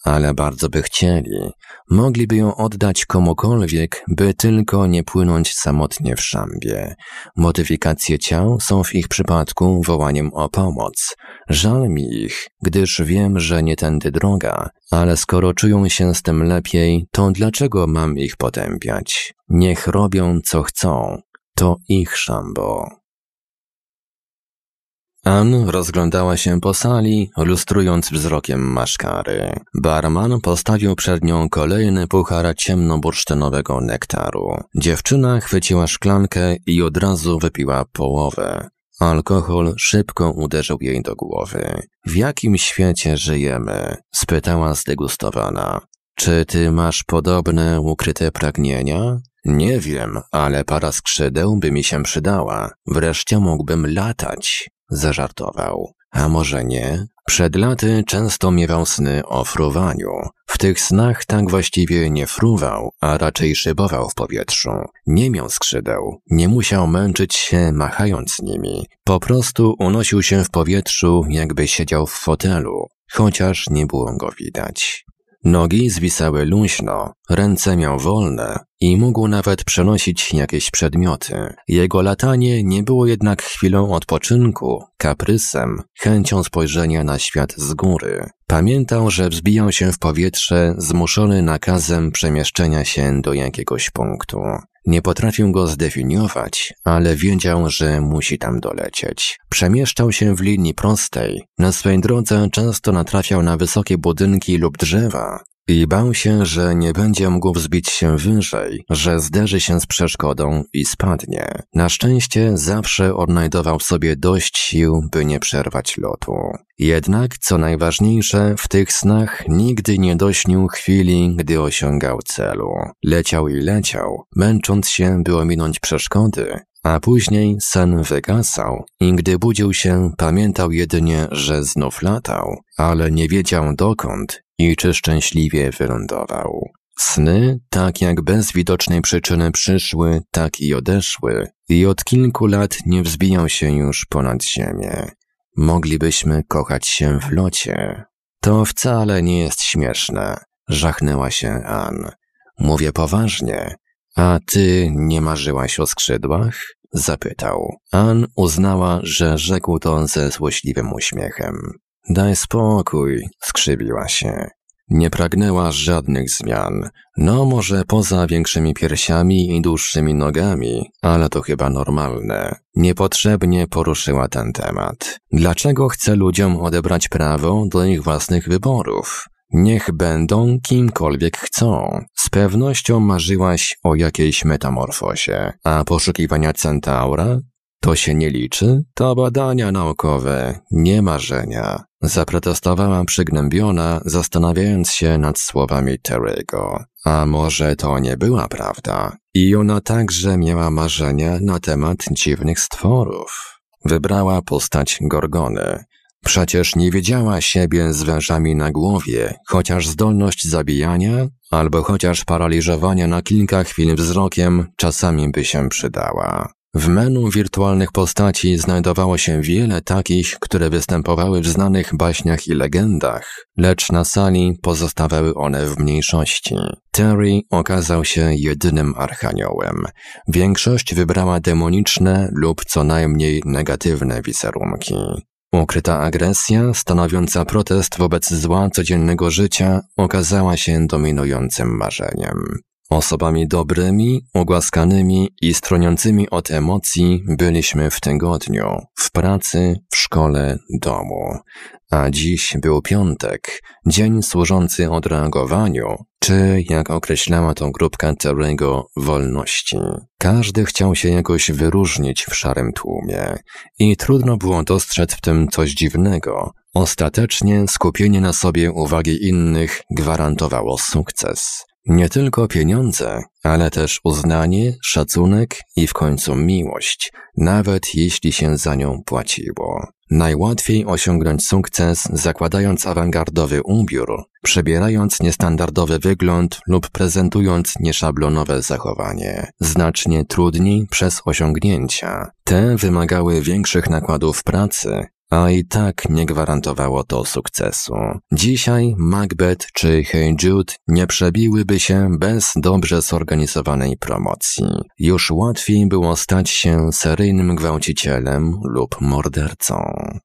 ale bardzo by chcieli. Mogliby ją oddać komukolwiek, by tylko nie płynąć samotnie w szambie. Modyfikacje ciał są w ich przypadku wołaniem o pomoc. Żal mi ich, gdyż wiem, że nie tędy droga, ale skoro czują się z tym lepiej, to dlaczego mam ich potępiać? Niech robią co chcą. To ich szambo. Ann rozglądała się po sali, lustrując wzrokiem maszkary. Barman postawił przed nią kolejny puchar ciemnobursztynowego nektaru. Dziewczyna chwyciła szklankę i od razu wypiła połowę. Alkohol szybko uderzył jej do głowy. W jakim świecie żyjemy? Spytała zdegustowana. Czy ty masz podobne ukryte pragnienia? Nie wiem, ale para skrzydeł by mi się przydała. Wreszcie mógłbym latać. Zażartował. A może nie? Przed laty często miewał sny o fruwaniu. W tych snach tak właściwie nie fruwał, a raczej szybował w powietrzu. Nie miał skrzydeł, nie musiał męczyć się machając nimi. Po prostu unosił się w powietrzu, jakby siedział w fotelu, chociaż nie było go widać. Nogi zwisały luźno, ręce miał wolne i mógł nawet przenosić jakieś przedmioty. Jego latanie nie było jednak chwilą odpoczynku, kaprysem, chęcią spojrzenia na świat z góry. Pamiętał, że wzbijał się w powietrze, zmuszony nakazem przemieszczenia się do jakiegoś punktu. Nie potrafił go zdefiniować, ale wiedział, że musi tam dolecieć. Przemieszczał się w linii prostej. Na swej drodze często natrafiał na wysokie budynki lub drzewa i bał się, że nie będzie mógł wzbić się wyżej, że zderzy się z przeszkodą i spadnie. Na szczęście zawsze odnajdował w sobie dość sił, by nie przerwać lotu. Jednak, co najważniejsze, w tych snach nigdy nie dośnił chwili, gdy osiągał celu. Leciał i leciał, męcząc się, by ominąć przeszkody, a później sen wygasał i gdy budził się, pamiętał jedynie, że znów latał, ale nie wiedział dokąd i czy szczęśliwie wylądował. Sny, tak jak bez widocznej przyczyny przyszły, tak i odeszły i od kilku lat nie wzbijał się już ponad ziemię. Moglibyśmy kochać się w locie. To wcale nie jest śmieszne, żachnęła się Ann. Mówię poważnie. A ty nie marzyłaś o skrzydłach? Zapytał. Ann uznała, że rzekł to ze złośliwym uśmiechem. Daj spokój, skrzywiła się. Nie pragnęła żadnych zmian. No może poza większymi piersiami i dłuższymi nogami, ale to chyba normalne. Niepotrzebnie poruszyła ten temat. Dlaczego chce ludziom odebrać prawo do ich własnych wyborów? Niech będą kimkolwiek chcą. Z pewnością marzyłaś o jakiejś metamorfozie, a poszukiwania centaura? To się nie liczy? To badania naukowe, nie marzenia. Zaprotestowała przygnębiona, zastanawiając się nad słowami Terry'ego. A może to nie była prawda? I ona także miała marzenia na temat dziwnych stworów. Wybrała postać Gorgony. Przecież nie wiedziała siebie z wężami na głowie, chociaż zdolność zabijania albo chociaż paraliżowania na kilka chwil wzrokiem czasami by się przydała. W menu wirtualnych postaci znajdowało się wiele takich, które występowały w znanych baśniach i legendach, lecz na sali pozostawały one w mniejszości. Terry okazał się jedynym archaniołem. Większość wybrała demoniczne lub co najmniej negatywne wizerunki. Ukryta agresja, stanowiąca protest wobec zła codziennego życia, okazała się dominującym marzeniem. Osobami dobrymi, ugłaskanymi i stroniącymi od emocji byliśmy w tygodniu, w pracy, w szkole, domu. A dziś był piątek, dzień służący odreagowaniu, czy, jak określała to grupka Terry'ego, wolności. Każdy chciał się jakoś wyróżnić w szarym tłumie i trudno było dostrzec w tym coś dziwnego. Ostatecznie skupienie na sobie uwagi innych gwarantowało sukces. Nie tylko pieniądze, ale też uznanie, szacunek i w końcu miłość, nawet jeśli się za nią płaciło. Najłatwiej osiągnąć sukces zakładając awangardowy ubiór, przybierając niestandardowy wygląd lub prezentując nieszablonowe zachowanie. Znacznie trudniej przez osiągnięcia. Te wymagały większych nakładów pracy, a i tak nie gwarantowało to sukcesu. Dzisiaj Macbeth czy Hey Jude nie przebiłyby się bez dobrze zorganizowanej promocji. Już łatwiej było stać się seryjnym gwałcicielem lub mordercą.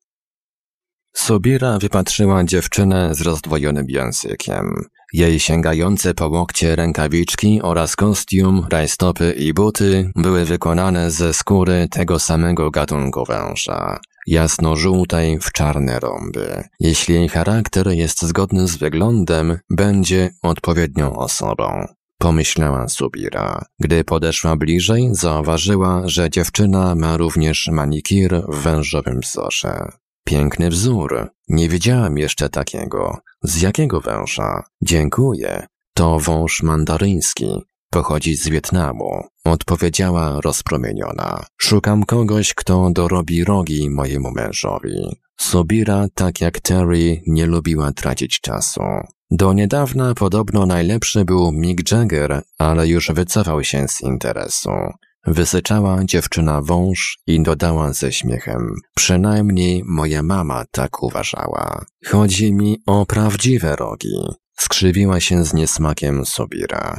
Subira wypatrzyła dziewczynę z rozdwojonym językiem. Jej sięgające po łokcie rękawiczki oraz kostium, rajstopy i buty były wykonane ze skóry tego samego gatunku węża. Jasno-żółtej w czarne rąby. Jeśli jej charakter jest zgodny z wyglądem, będzie odpowiednią osobą, pomyślała Subira. Gdy podeszła bliżej, zauważyła, że dziewczyna ma również manikir w wężowym wzorze. Piękny wzór. Nie widziałam jeszcze takiego. Z jakiego węża? Dziękuję. To wąż mandaryński. Pochodzi z Wietnamu, odpowiedziała rozpromieniona. Szukam kogoś, kto dorobi rogi mojemu mężowi. Subira, tak jak Terry, nie lubiła tracić czasu. Do niedawna podobno najlepszy był Mick Jagger, ale już wycofał się z interesu. Wysyczała dziewczyna wąż i dodała ze śmiechem. Przynajmniej moja mama tak uważała. Chodzi mi o prawdziwe rogi. Skrzywiła się z niesmakiem Subira.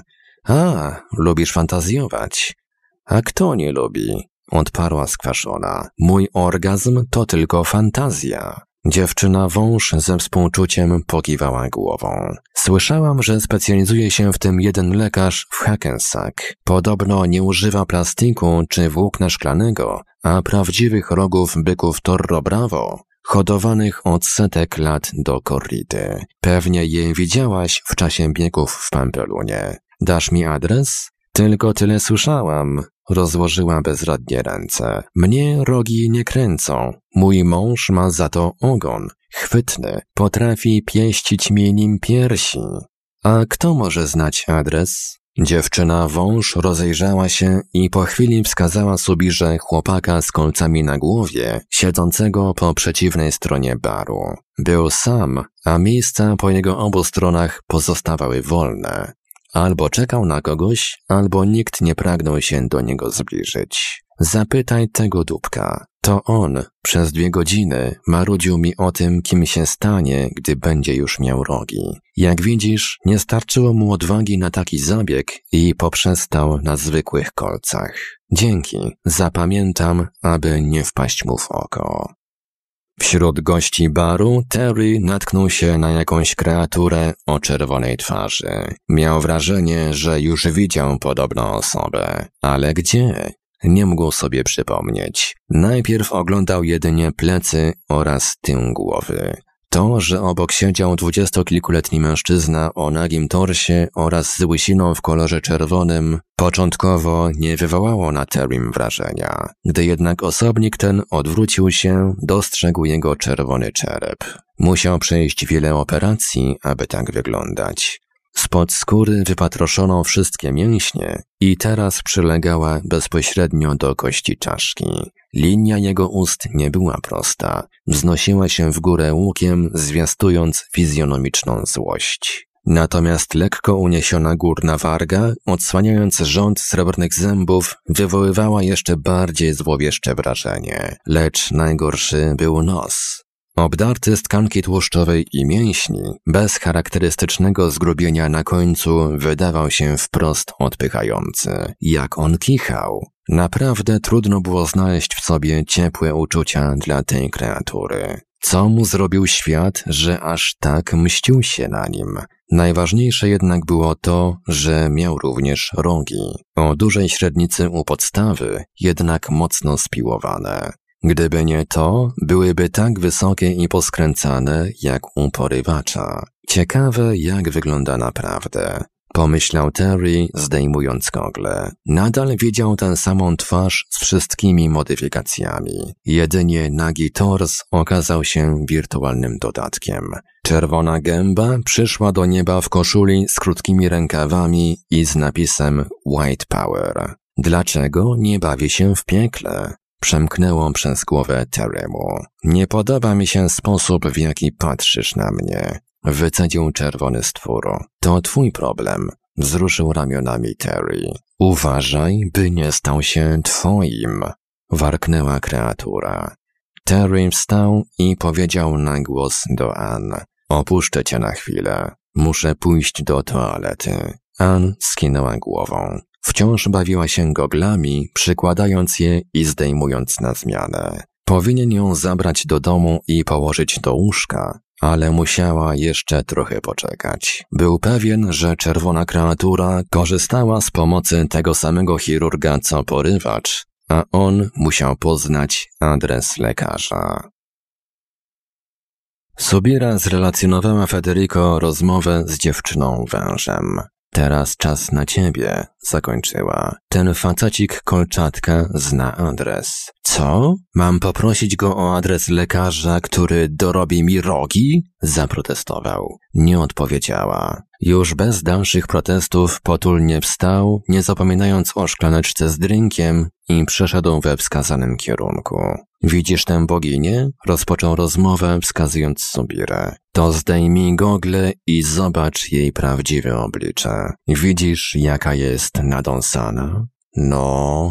A, lubisz fantazjować. A kto nie lubi? Odparła skwaszona. Mój orgazm to tylko fantazja. Dziewczyna wąż ze współczuciem pokiwała głową. Słyszałam, że specjalizuje się w tym jeden lekarz w Hackensack. Podobno nie używa plastiku czy włókna szklanego, a prawdziwych rogów byków Toro Bravo, hodowanych od setek lat do korridy. Pewnie je widziałaś w czasie biegów w Pampelunie. Dasz mi adres? Tylko tyle słyszałam. Rozłożyła bezradnie ręce. Mnie rogi nie kręcą. Mój mąż ma za to ogon. Chwytny. Potrafi pieścić mi nim piersi. A kto może znać adres? Dziewczyna wąż rozejrzała się i po chwili wskazała Subirze chłopaka z kolcami na głowie, siedzącego po przeciwnej stronie baru. Był sam, a miejsca po jego obu stronach pozostawały wolne. Albo czekał na kogoś, albo nikt nie pragnął się do niego zbliżyć. Zapytaj tego dupka. To on przez 2 godziny marudził mi o tym, kim się stanie, gdy będzie już miał rogi. Jak widzisz, nie starczyło mu odwagi na taki zabieg i poprzestał na zwykłych kolcach. Dzięki, zapamiętam, aby nie wpaść mu w oko. Wśród gości baru Terry natknął się na jakąś kreaturę o czerwonej twarzy. Miał wrażenie, że już widział podobną osobę. Ale gdzie? Nie mógł sobie przypomnieć. Najpierw oglądał jedynie plecy oraz tył głowy. To, że obok siedział 20-kilkuletni mężczyzna o nagim torsie oraz z łysiną w kolorze czerwonym, początkowo nie wywołało na Terrym wrażenia. Gdy jednak osobnik ten odwrócił się, dostrzegł jego czerwony czerep. Musiał przejść wiele operacji, aby tak wyglądać. Spod skóry wypatroszono wszystkie mięśnie i teraz przylegała bezpośrednio do kości czaszki. Linia jego ust nie była prosta, wznosiła się w górę łukiem, zwiastując fizjonomiczną złość. Natomiast lekko uniesiona górna warga, odsłaniając rząd srebrnych zębów, wywoływała jeszcze bardziej złowieszcze wrażenie. Lecz najgorszy był nos. Obdarty z tkanki tłuszczowej i mięśni, bez charakterystycznego zgrubienia na końcu, wydawał się wprost odpychający. Jak on kichał! Naprawdę trudno było znaleźć w sobie ciepłe uczucia dla tej kreatury. Co mu zrobił świat, że aż tak mścił się na nim? Najważniejsze jednak było to, że miał również rogi. O dużej średnicy u podstawy, jednak mocno spiłowane. Gdyby nie to, byłyby tak wysokie i poskręcane jak u porywacza. Ciekawe, jak wygląda naprawdę. Pomyślał Terry, zdejmując gogle. Nadal widział tę samą twarz z wszystkimi modyfikacjami. Jedynie nagi tors okazał się wirtualnym dodatkiem. Czerwona gęba przyszła do nieba w koszuli z krótkimi rękawami i z napisem White Power. Dlaczego nie bawi się w piekle? Przemknęło przez głowę Terrymu. Nie podoba mi się sposób, w jaki patrzysz na mnie. Wycedził czerwony stwór. To twój problem. Wzruszył ramionami Terry. Uważaj, by nie stał się twoim. Warknęła kreatura. Terry wstał i powiedział na głos do Ann: opuszczę cię na chwilę. Muszę pójść do toalety. Ann skinęła głową. Wciąż bawiła się goglami, przykładając je i zdejmując na zmianę. Powinien ją zabrać do domu i położyć do łóżka, ale musiała jeszcze trochę poczekać. Był pewien, że czerwona kreatura korzystała z pomocy tego samego chirurga co porywacz, a on musiał poznać adres lekarza. Subira zrelacjonowała Federico rozmowę z dziewczyną wężem. Teraz czas na ciebie, zakończyła. Ten facecik kolczatka zna adres. Co? Mam poprosić go o adres lekarza, który dorobi mi rogi? Zaprotestował. Nie odpowiedziała. Już bez dalszych protestów potulnie wstał, nie zapominając o szklaneczce z drinkiem i przeszedł we wskazanym kierunku. Widzisz tę boginię? Rozpoczął rozmowę, wskazując Subirę. To zdejmij gogle i zobacz jej prawdziwe oblicze. Widzisz, jaka jest nadąsana? No...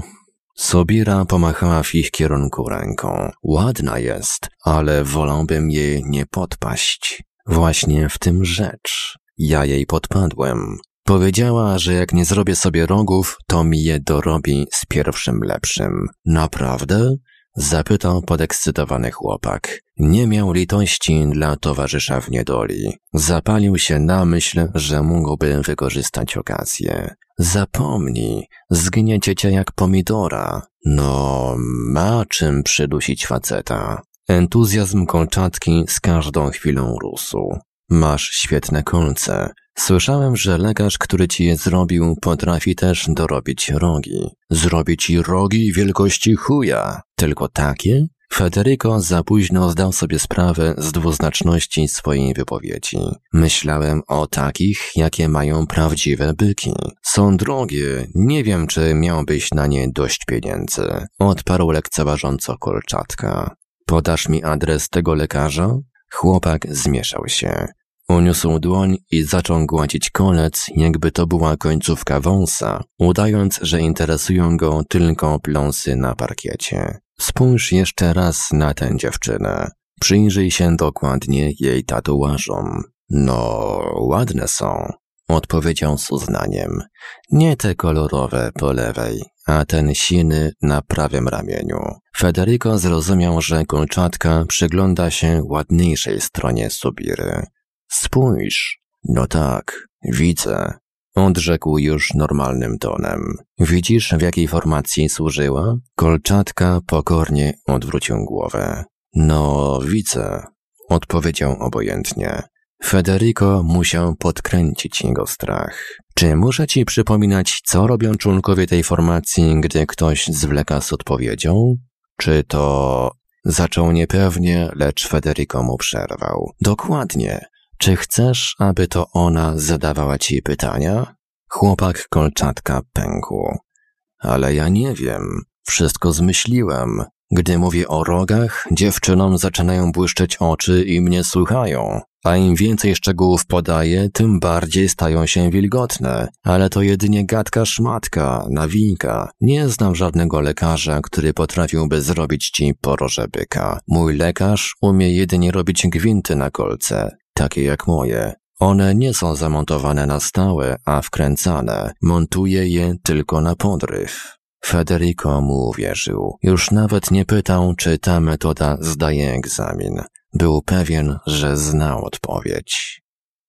Subira pomachała w ich kierunku ręką. Ładna jest, ale wolałbym jej nie podpaść. Właśnie w tym rzecz. Ja jej podpadłem. Powiedziała, że jak nie zrobię sobie rogów, to mi je dorobi z pierwszym lepszym. Naprawdę? Zapytał podekscytowany chłopak. Nie miał litości dla towarzysza w niedoli. Zapalił się na myśl, że mógłby wykorzystać okazję. Zapomnij, zgniecie cię jak pomidora. No, ma czym przydusić faceta. Entuzjazm kolczatki z każdą chwilą rósł. Masz świetne kolce. Słyszałem, że lekarz, który ci je zrobił, potrafi też dorobić rogi. Zrobić ci rogi wielkości chuja. Tylko takie? Federico za późno zdał sobie sprawę z dwuznaczności swojej wypowiedzi. Myślałem o takich, jakie mają prawdziwe byki. Są drogie, nie wiem, czy miałbyś na nie dość pieniędzy. Odparł lekceważąco kolczatka. Podasz mi adres tego lekarza? Chłopak zmieszał się. Uniósł dłoń i zaczął gładzić kolec, jakby to była końcówka wąsa, udając, że interesują go tylko pląsy na parkiecie. Spójrz jeszcze raz na tę dziewczynę. Przyjrzyj się dokładnie jej tatuażom. No, ładne są, odpowiedział z uznaniem. Nie te kolorowe po lewej, a ten siny na prawym ramieniu. Federico zrozumiał, że kolczatka przygląda się ładniejszej stronie Subiry. Spójrz. No tak, widzę. Odrzekł już normalnym tonem. Widzisz, w jakiej formacji służyła? Kolczatka pokornie odwrócił głowę. No, widzę. Odpowiedział obojętnie. Federico musiał podkręcić jego strach. Czy muszę ci przypominać, co robią członkowie tej formacji, gdy ktoś zwleka z odpowiedzią? Czy to... Zaczął niepewnie, lecz Federico mu przerwał. Dokładnie. Czy chcesz, aby to ona zadawała ci pytania? Chłopak kolczatka pękł. Ale ja nie wiem. Wszystko zmyśliłem. Gdy mówię o rogach, dziewczynom zaczynają błyszczeć oczy i mnie słuchają. A im więcej szczegółów podaję, tym bardziej stają się wilgotne. Ale to jedynie gadka szmatka, nawijka. Nie znam żadnego lekarza, który potrafiłby zrobić ci poroże byka. Mój lekarz umie jedynie robić gwinty na kolce, takie jak moje. One nie są zamontowane na stałe, a wkręcane. Montuję je tylko na podryw. Federico mu uwierzył. Już nawet nie pytał, czy ta metoda zdaje egzamin. Był pewien, że znał odpowiedź.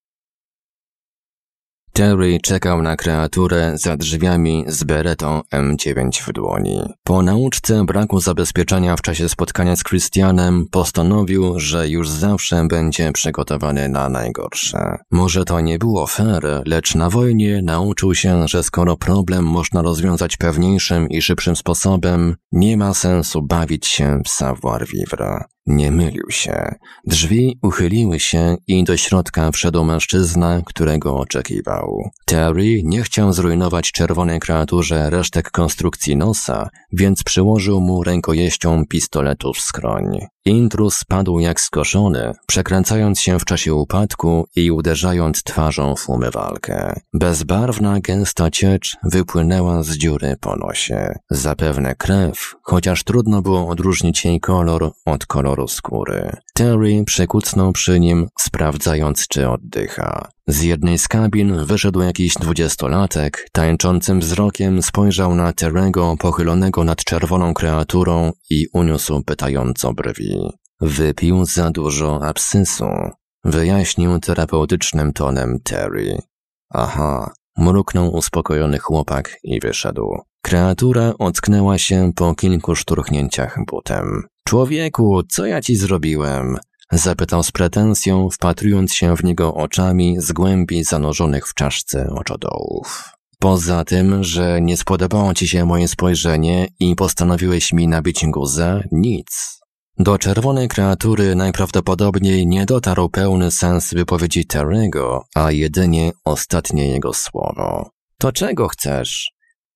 Terry czekał na kreaturę za drzwiami z beretą M9 w dłoni. Po nauczce braku zabezpieczenia w czasie spotkania z Christianem postanowił, że już zawsze będzie przygotowany na najgorsze. Może to nie było fair, lecz na wojnie nauczył się, że skoro problem można rozwiązać pewniejszym i szybszym sposobem, nie ma sensu bawić się w savoir vivre. Nie mylił się. Drzwi uchyliły się i do środka wszedł mężczyzna, którego oczekiwał. Terry nie chciał zrujnować czerwonej kreaturze resztek konstrukcji nosa, więc przyłożył mu rękojeścią pistoletu w skroń. Intruz padł jak skoszony, przekręcając się w czasie upadku i uderzając twarzą w umywalkę. Bezbarwna, gęsta ciecz wypłynęła z dziury po nosie. Zapewne krew, chociaż trudno było odróżnić jej kolor od koloru skóry. Terry przykucnął przy nim, sprawdzając, czy oddycha. Z jednej z kabin wyszedł jakiś 20-latek, tańczącym wzrokiem spojrzał na Terry'ego pochylonego nad czerwoną kreaturą i uniósł pytająco brwi. Wypił za dużo absysu, wyjaśnił terapeutycznym tonem Terry. Aha, mruknął uspokojony chłopak i wyszedł. Kreatura ocknęła się po kilku szturchnięciach butem. Człowieku, co ja ci zrobiłem? Zapytał z pretensją, wpatrując się w niego oczami z głębi zanurzonych w czaszce oczodołów. Poza tym, że nie spodobało ci się moje spojrzenie i postanowiłeś mi nabić guzę, nic. Do czerwonej kreatury najprawdopodobniej nie dotarł pełny sens wypowiedzi Terry'ego, a jedynie ostatnie jego słowo. To czego chcesz?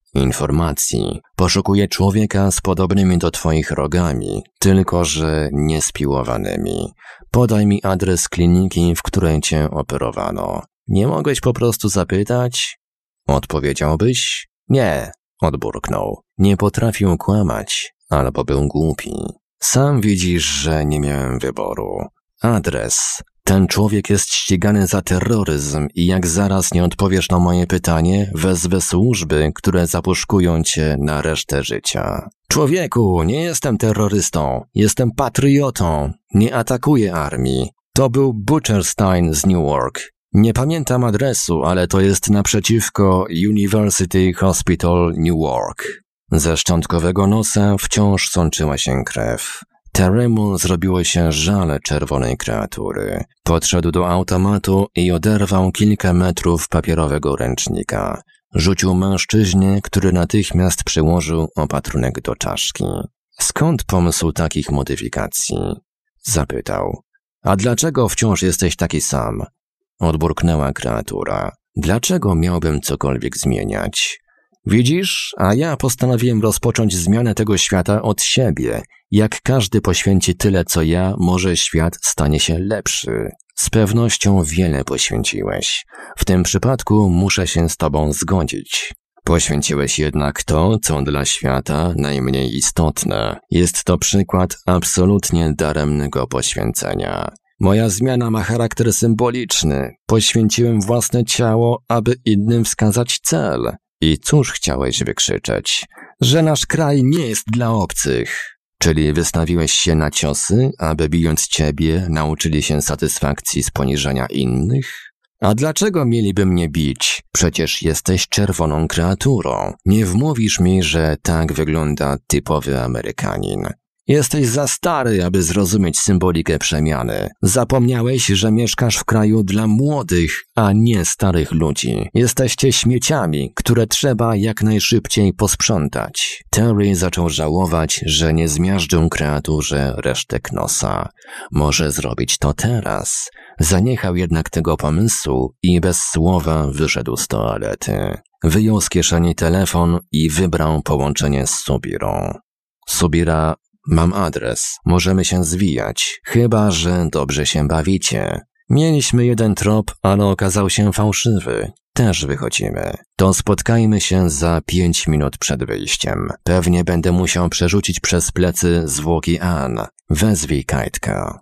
Informacji. Poszukuję człowieka z podobnymi do twoich rogami, tylko że niespiłowanymi. Podaj mi adres kliniki, w której cię operowano. Nie mogłeś po prostu zapytać? Odpowiedziałbyś? Nie, odburknął. Nie potrafił kłamać, albo był głupi. Sam widzisz, że nie miałem wyboru. Adres. Ten człowiek jest ścigany za terroryzm i jak zaraz nie odpowiesz na moje pytanie, wezwę służby, które zapuszkują cię na resztę życia. Człowieku, nie jestem terrorystą, jestem patriotą, nie atakuję armii. To był Butcherstein z Newark. Nie pamiętam adresu, ale to jest naprzeciwko University Hospital Newark. Ze szczątkowego nosa wciąż sączyła się krew. Terry'emu zrobiło się żal czerwonej kreatury. Podszedł do automatu i oderwał kilka metrów papierowego ręcznika. Rzucił mężczyźnie, który natychmiast przyłożył opatrunek do czaszki. Skąd pomysł takich modyfikacji? Zapytał. A dlaczego wciąż jesteś taki sam? Odburknęła kreatura. Dlaczego miałbym cokolwiek zmieniać? Widzisz, a ja postanowiłem rozpocząć zmianę tego świata od siebie. Jak każdy poświęci tyle, co ja, może świat stanie się lepszy. Z pewnością wiele poświęciłeś. W tym przypadku muszę się z tobą zgodzić. Poświęciłeś jednak to, co dla świata najmniej istotne. Jest to przykład absolutnie daremnego poświęcenia. Moja zmiana ma charakter symboliczny. Poświęciłem własne ciało, aby innym wskazać cel. I cóż chciałeś wykrzyczeć? Że nasz kraj nie jest dla obcych. Czyli wystawiłeś się na ciosy, aby bijąc ciebie nauczyli się satysfakcji z poniżania innych? A dlaczego mieliby mnie bić? Przecież jesteś czerwoną kreaturą. Nie wmówisz mi, że tak wygląda typowy Amerykanin. Jesteś za stary, aby zrozumieć symbolikę przemiany. Zapomniałeś, że mieszkasz w kraju dla młodych, a nie starych ludzi. Jesteście śmieciami, które trzeba jak najszybciej posprzątać. Terry zaczął żałować, że nie zmiażdżył kreaturze resztek nosa. Może zrobić to teraz. Zaniechał jednak tego pomysłu i bez słowa wyszedł z toalety. Wyjął z kieszeni telefon i wybrał połączenie z Subirą. Subira, mam adres. Możemy się zwijać. Chyba że dobrze się bawicie. Mieliśmy jeden trop, ale okazał się fałszywy. Też wychodzimy. To spotkajmy się za 5 minut przed wyjściem. Pewnie będę musiał przerzucić przez plecy zwłoki Ann. Wezwij Kajtka.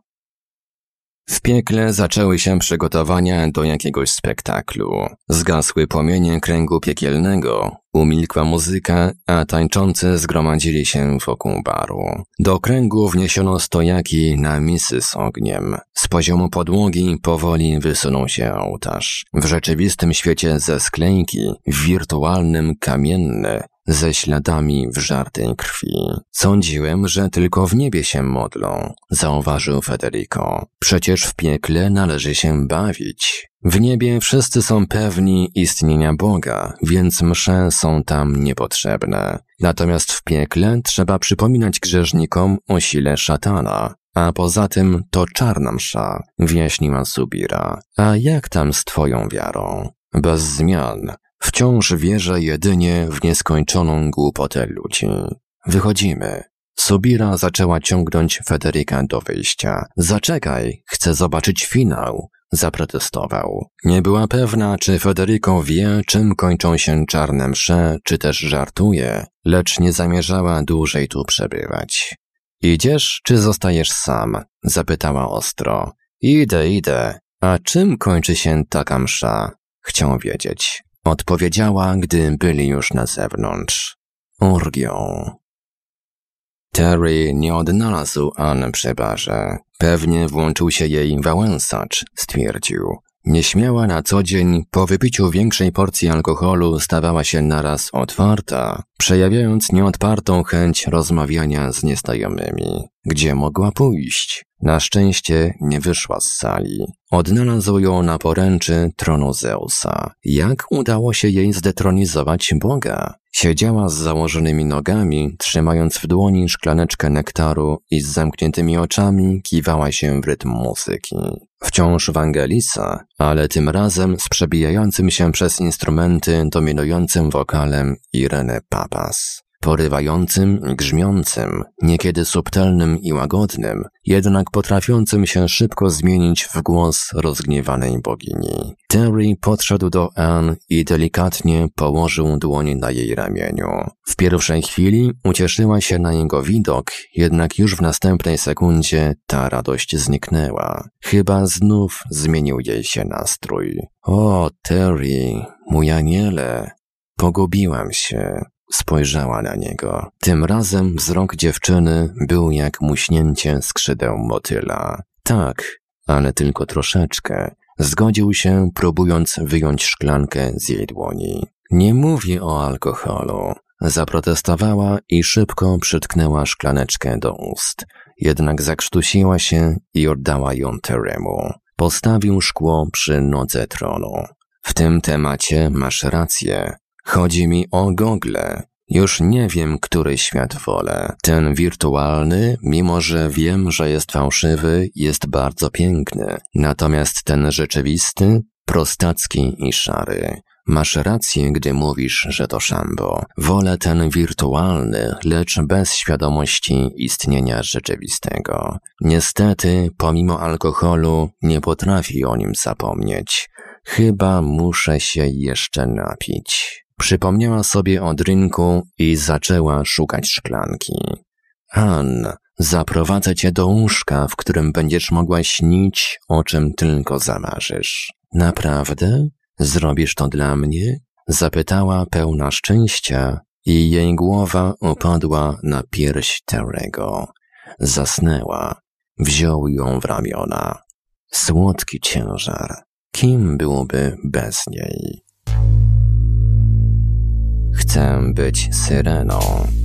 W piekle zaczęły się przygotowania do jakiegoś spektaklu. Zgasły płomienie kręgu piekielnego, umilkła muzyka, a tańczący zgromadzili się wokół baru. Do kręgu wniesiono stojaki na misy z ogniem. Z poziomu podłogi powoli wysunął się ołtarz. W rzeczywistym świecie ze sklejki, w wirtualnym kamienny, ze śladami wżartej krwi. Sądziłem, że tylko w niebie się modlą, zauważył Federico. Przecież w piekle należy się bawić. W niebie wszyscy są pewni istnienia Boga, więc msze są tam niepotrzebne. Natomiast w piekle trzeba przypominać grzesznikom o sile szatana. A poza tym to czarna msza, wyjaśniła Subira. A jak tam z twoją wiarą? Bez zmian. Wciąż wierzę jedynie w nieskończoną głupotę ludzi. Wychodzimy. Subira zaczęła ciągnąć Federica do wyjścia. Zaczekaj, chcę zobaczyć finał. Zaprotestował. Nie była pewna, czy Federico wie, czym kończą się czarne msze, czy też żartuje, lecz nie zamierzała dłużej tu przebywać. Idziesz, czy zostajesz sam? Zapytała ostro. Idę. A czym kończy się taka msza? Chciał wiedzieć. Odpowiedziała, gdy byli już na zewnątrz. Orgią. Terry nie odnalazł Ann przy barze. Pewnie włączył się jej wałęsacz, stwierdził. Nieśmiała na co dzień, po wypiciu większej porcji alkoholu stawała się naraz otwarta, przejawiając nieodpartą chęć rozmawiania z nieznajomymi. Gdzie mogła pójść? Na szczęście nie wyszła z sali. Odnalazł ją na poręczy tronu Zeusa. Jak udało się jej zdetronizować Boga? Siedziała z założonymi nogami, trzymając w dłoni szklaneczkę nektaru i z zamkniętymi oczami kiwała się w rytm muzyki. Wciąż Wangelisa, ale tym razem z przebijającym się przez instrumenty dominującym wokalem Irene Papas. Porywającym i grzmiącym, niekiedy subtelnym i łagodnym, jednak potrafiącym się szybko zmienić w głos rozgniewanej bogini. Terry podszedł do Ann i delikatnie położył dłoń na jej ramieniu. W pierwszej chwili ucieszyła się na jego widok, jednak już w następnej sekundzie ta radość zniknęła. Chyba znów zmienił jej się nastrój. O, Terry, mój aniele, pogubiłam się. Spojrzała na niego. Tym razem wzrok dziewczyny był jak muśnięcie skrzydeł motyla. Tak, ale tylko troszeczkę. Zgodził się, próbując wyjąć szklankę z jej dłoni. Nie mówię o alkoholu. Zaprotestowała i szybko przytknęła szklaneczkę do ust. Jednak zakrztusiła się i oddała ją Terrymu. Postawił szkło przy nodze tronu. W tym temacie masz rację. Chodzi mi o gogle. Już nie wiem, który świat wolę. Ten wirtualny, mimo że wiem, że jest fałszywy, jest bardzo piękny. Natomiast ten rzeczywisty, prostacki i szary. Masz rację, gdy mówisz, że to szambo. Wolę ten wirtualny, lecz bez świadomości istnienia rzeczywistego. Niestety, pomimo alkoholu, nie potrafię o nim zapomnieć. Chyba muszę się jeszcze napić. Przypomniała sobie o drinku i zaczęła szukać szklanki. Ann, zaprowadzę cię do łóżka, w którym będziesz mogła śnić, o czym tylko zamarzysz. Naprawdę? Zrobisz to dla mnie? Zapytała pełna szczęścia i jej głowa opadła na pierś Terry'ego. Zasnęła. Wziął ją w ramiona. Słodki ciężar. Kim byłoby bez niej? Chcę być syreną.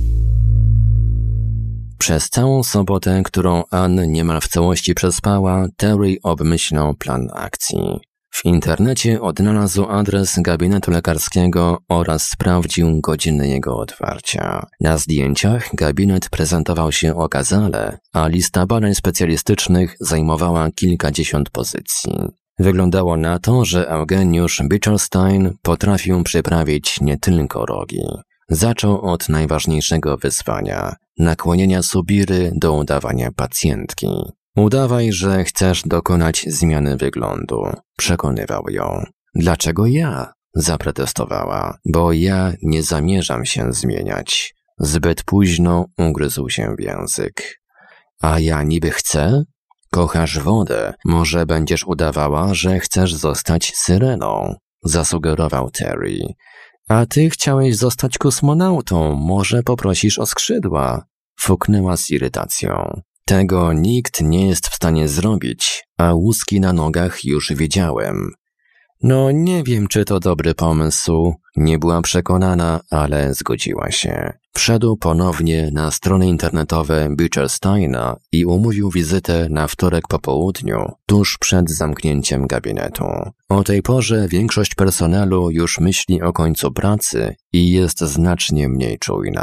Przez całą sobotę, którą Ann niemal w całości przespała, Terry obmyślał plan akcji. W internecie odnalazł adres gabinetu lekarskiego oraz sprawdził godziny jego otwarcia. Na zdjęciach gabinet prezentował się okazale, a lista badań specjalistycznych zajmowała kilkadziesiąt pozycji. Wyglądało na to, że Eugeniusz Bichelstein potrafił przyprawić nie tylko rogi. Zaczął od najważniejszego wyzwania – nakłonienia Subiry do udawania pacjentki. Udawaj, że chcesz dokonać zmiany wyglądu. Przekonywał ją. Dlaczego ja? Zaprotestowała. Bo ja nie zamierzam się zmieniać. Zbyt późno ugryzł się w język. A ja niby chcę? Kochasz wodę. Może będziesz udawała, że chcesz zostać syreną. Zasugerował Terry. A ty chciałeś zostać kosmonautą. Może poprosisz o skrzydła. Fuknęła z irytacją. Tego nikt nie jest w stanie zrobić, a łuski na nogach już widziałem. No nie wiem, czy to dobry pomysł. Nie była przekonana, ale zgodziła się. Wszedł ponownie na strony internetowe Bichelsteina i umówił wizytę na wtorek po południu, tuż przed zamknięciem gabinetu. O tej porze większość personelu już myśli o końcu pracy i jest znacznie mniej czujna.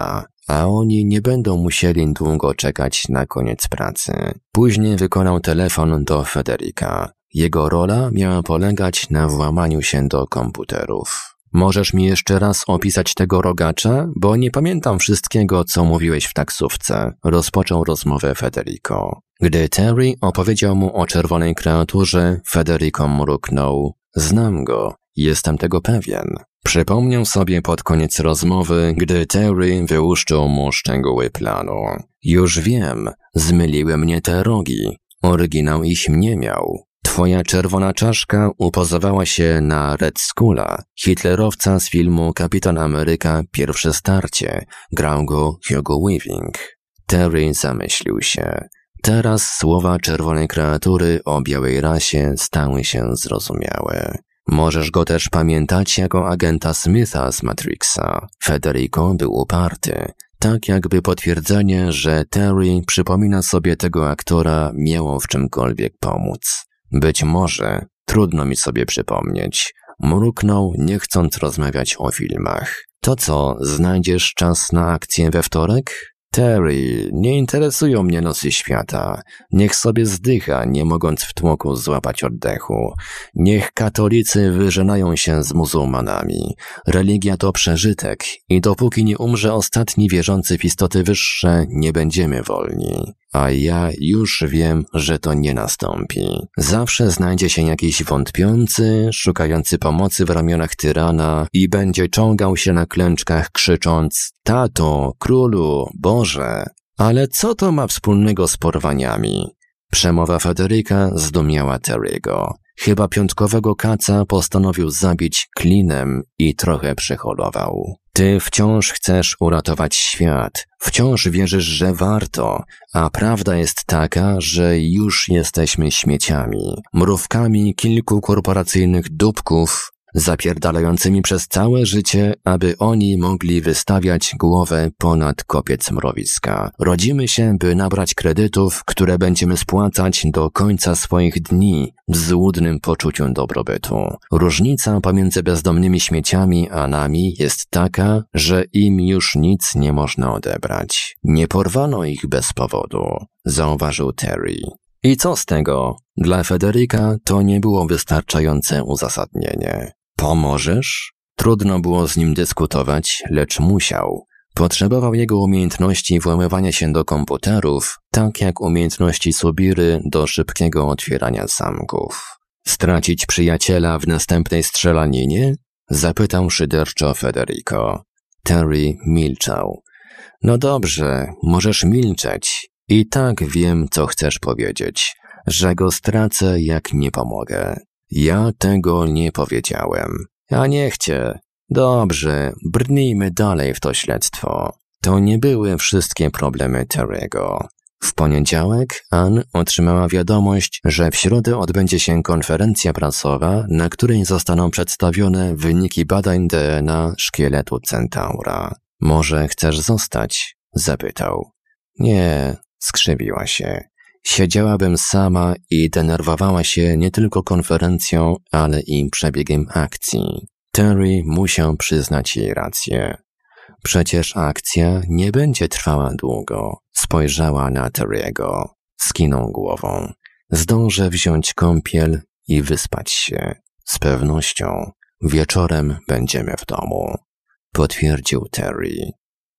a oni nie będą musieli długo czekać na koniec pracy. Później wykonał telefon do Federica. Jego rola miała polegać na włamaniu się do komputerów. Możesz mi jeszcze raz opisać tego rogacza? Bo nie pamiętam wszystkiego, co mówiłeś w taksówce. Rozpoczął rozmowę Federico. Gdy Terry opowiedział mu o czerwonej kreaturze, Federico mruknął. Znam go. Jestem tego pewien. Przypomniał sobie pod koniec rozmowy, gdy Terry wyłuszczył mu szczegóły planu. Już wiem, zmyliły mnie te rogi. Oryginał ich nie miał. Twoja czerwona czaszka upozowała się na Red Skulla, hitlerowca z filmu Kapitan Ameryka Pierwsze starcie. Grał go Hugo Weaving. Terry zamyślił się. Teraz słowa czerwonej kreatury o białej rasie stały się zrozumiałe. Możesz go też pamiętać jako agenta Smitha z Matrixa. Federico był uparty. Tak jakby potwierdzenie, że Terry przypomina sobie tego aktora, miało w czymkolwiek pomóc. Być może, trudno mi sobie przypomnieć. Mruknął, nie chcąc rozmawiać o filmach. To co, znajdziesz czas na akcję we wtorek? Terry, nie interesują mnie losy świata. Niech sobie zdycha, nie mogąc w tłoku złapać oddechu. Niech katolicy wyżenają się z muzułmanami. Religia to przeżytek i dopóki nie umrze ostatni wierzący w istoty wyższe, nie będziemy wolni. A ja już wiem, że to nie nastąpi. Zawsze znajdzie się jakiś wątpiący, szukający pomocy w ramionach tyrana i będzie ciągał się na klęczkach krzycząc: tato, królu, Boże. Ale co to ma wspólnego z porwaniami? Przemowa Federica zdumiała Terry'ego. Chyba piątkowego kaca postanowił zabić klinem i trochę przeholował. Ty wciąż chcesz uratować świat, wciąż wierzysz, że warto, a prawda jest taka, że już jesteśmy śmieciami, mrówkami kilku korporacyjnych dupków, zapierdalającymi przez całe życie, aby oni mogli wystawiać głowę ponad kopiec mrowiska. Rodzimy się, by nabrać kredytów, które będziemy spłacać do końca swoich dni w złudnym poczuciu dobrobytu. Różnica pomiędzy bezdomnymi śmieciami a nami jest taka, że im już nic nie można odebrać. Nie porwano ich bez powodu, zauważył Terry. I co z tego? Dla Federica to nie było wystarczające uzasadnienie. Pomożesz? Trudno było z nim dyskutować, lecz musiał. Potrzebował jego umiejętności włamywania się do komputerów, tak jak umiejętności Subiry do szybkiego otwierania zamków. Stracić przyjaciela w następnej strzelaninie? Zapytał szyderczo Federico. Terry milczał. No dobrze, możesz milczeć. I tak wiem, co chcesz powiedzieć, że go stracę, jak nie pomogę. Ja tego nie powiedziałem. A niech cię. Dobrze, brnijmy dalej w to śledztwo. To nie były wszystkie problemy Terry'ego. W poniedziałek Ann otrzymała wiadomość, że w środę odbędzie się konferencja prasowa, na której zostaną przedstawione wyniki badań DNA szkieletu Centaura. Może chcesz zostać? Zapytał. Nie, skrzywiła się. Siedziałabym sama i denerwowała się nie tylko konferencją, ale i przebiegiem akcji. Terry musiał przyznać jej rację. Przecież akcja nie będzie trwała długo. Spojrzała na Terry'ego. Skinął głową. Zdążę wziąć kąpiel i wyspać się. Z pewnością. Wieczorem będziemy w domu. Potwierdził Terry.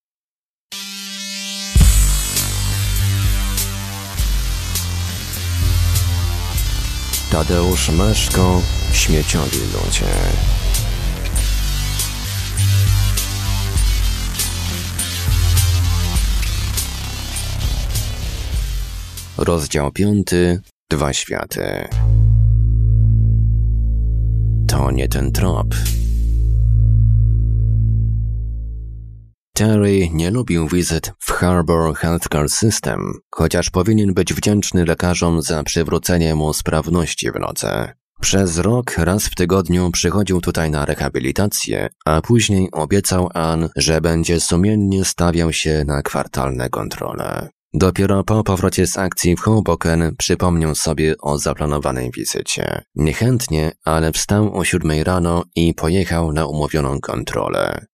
Tadeusz Meszko, Śmieciowi ludzie. Rozdział 5. 2 światy. To nie ten trop. Terry nie lubił wizyt w Harbor Healthcare System, chociaż powinien być wdzięczny lekarzom za przywrócenie mu sprawności w nodze. Przez rok raz w tygodniu przychodził tutaj na rehabilitację, a później obiecał Ann, że będzie sumiennie stawiał się na kwartalne kontrole. Dopiero po powrocie z akcji w Hoboken przypomniał sobie o zaplanowanej wizycie. Niechętnie, ale wstał o 7 rano i pojechał na umówioną kontrolę.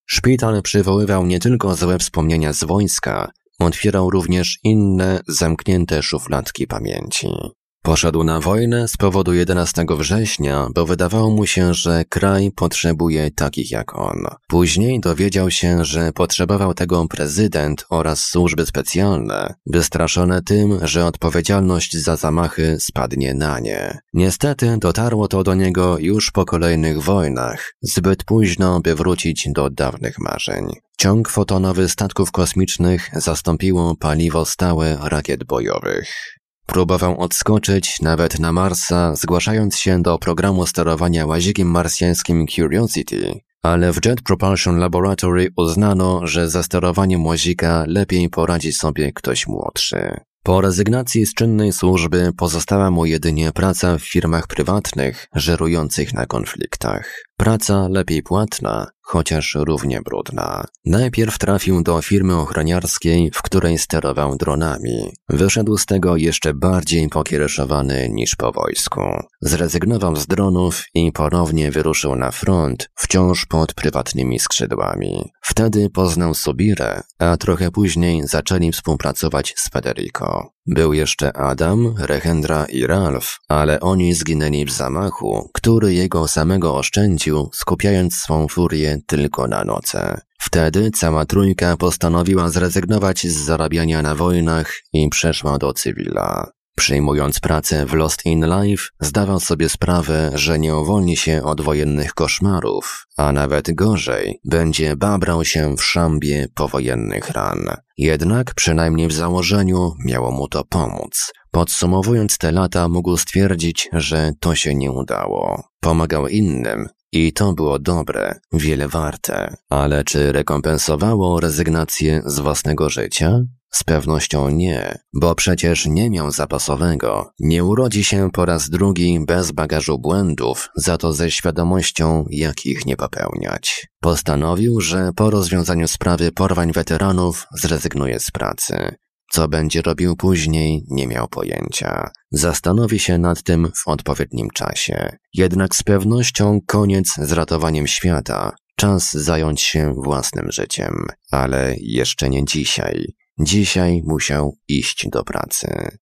Szpital przywoływał nie tylko złe wspomnienia z wojska, otwierał również inne, zamknięte szufladki pamięci. Poszedł na wojnę z powodu 11 września, bo wydawało mu się, że kraj potrzebuje takich jak on. Później dowiedział się, że potrzebował tego prezydent oraz służby specjalne, wystraszone tym, że odpowiedzialność za zamachy spadnie na nie. Niestety dotarło to do niego już po kolejnych wojnach, zbyt późno, by wrócić do dawnych marzeń. Ciąg fotonowy statków kosmicznych zastąpiło paliwo stałe rakiet bojowych. Próbował odskoczyć nawet na Marsa, zgłaszając się do programu sterowania łazikiem marsjańskim Curiosity, ale w Jet Propulsion Laboratory uznano, że za sterowaniem łazika lepiej poradzi sobie ktoś młodszy. Po rezygnacji z czynnej służby pozostała mu jedynie praca w firmach prywatnych, żerujących na konfliktach. Praca lepiej płatna, chociaż równie brudna. Najpierw trafił do firmy ochroniarskiej, w której sterował dronami. Wyszedł z tego jeszcze bardziej pokiereszowany niż po wojsku. Zrezygnował z dronów i ponownie wyruszył na front, wciąż pod prywatnymi skrzydłami. Wtedy poznał Subirę, a trochę później zaczęli współpracować z Federico. Był jeszcze Adam, Rehendra i Ralph, ale oni zginęli w zamachu, który jego samego oszczędził, skupiając swą furię tylko na noce. Wtedy cała trójka postanowiła zrezygnować z zarabiania na wojnach i przeszła do cywila. Przyjmując pracę w Lost in Life, zdawał sobie sprawę, że nie uwolni się od wojennych koszmarów, a nawet gorzej, będzie babrał się w szambie powojennych ran. Jednak, przynajmniej w założeniu, miało mu to pomóc. Podsumowując te lata, mógł stwierdzić, że to się nie udało. Pomagał innym i to było dobre, wiele warte. Ale czy rekompensowało rezygnację z własnego życia? Z pewnością nie, bo przecież nie miał zapasowego. Nie urodzi się po raz drugi bez bagażu błędów, za to ze świadomością, jak ich nie popełniać. Postanowił, że po rozwiązaniu sprawy porwań weteranów zrezygnuje z pracy. Co będzie robił później, nie miał pojęcia. Zastanowi się nad tym w odpowiednim czasie. Jednak z pewnością koniec z ratowaniem świata. Czas zająć się własnym życiem. Ale jeszcze nie dzisiaj. Dzisiaj musiał iść do pracy.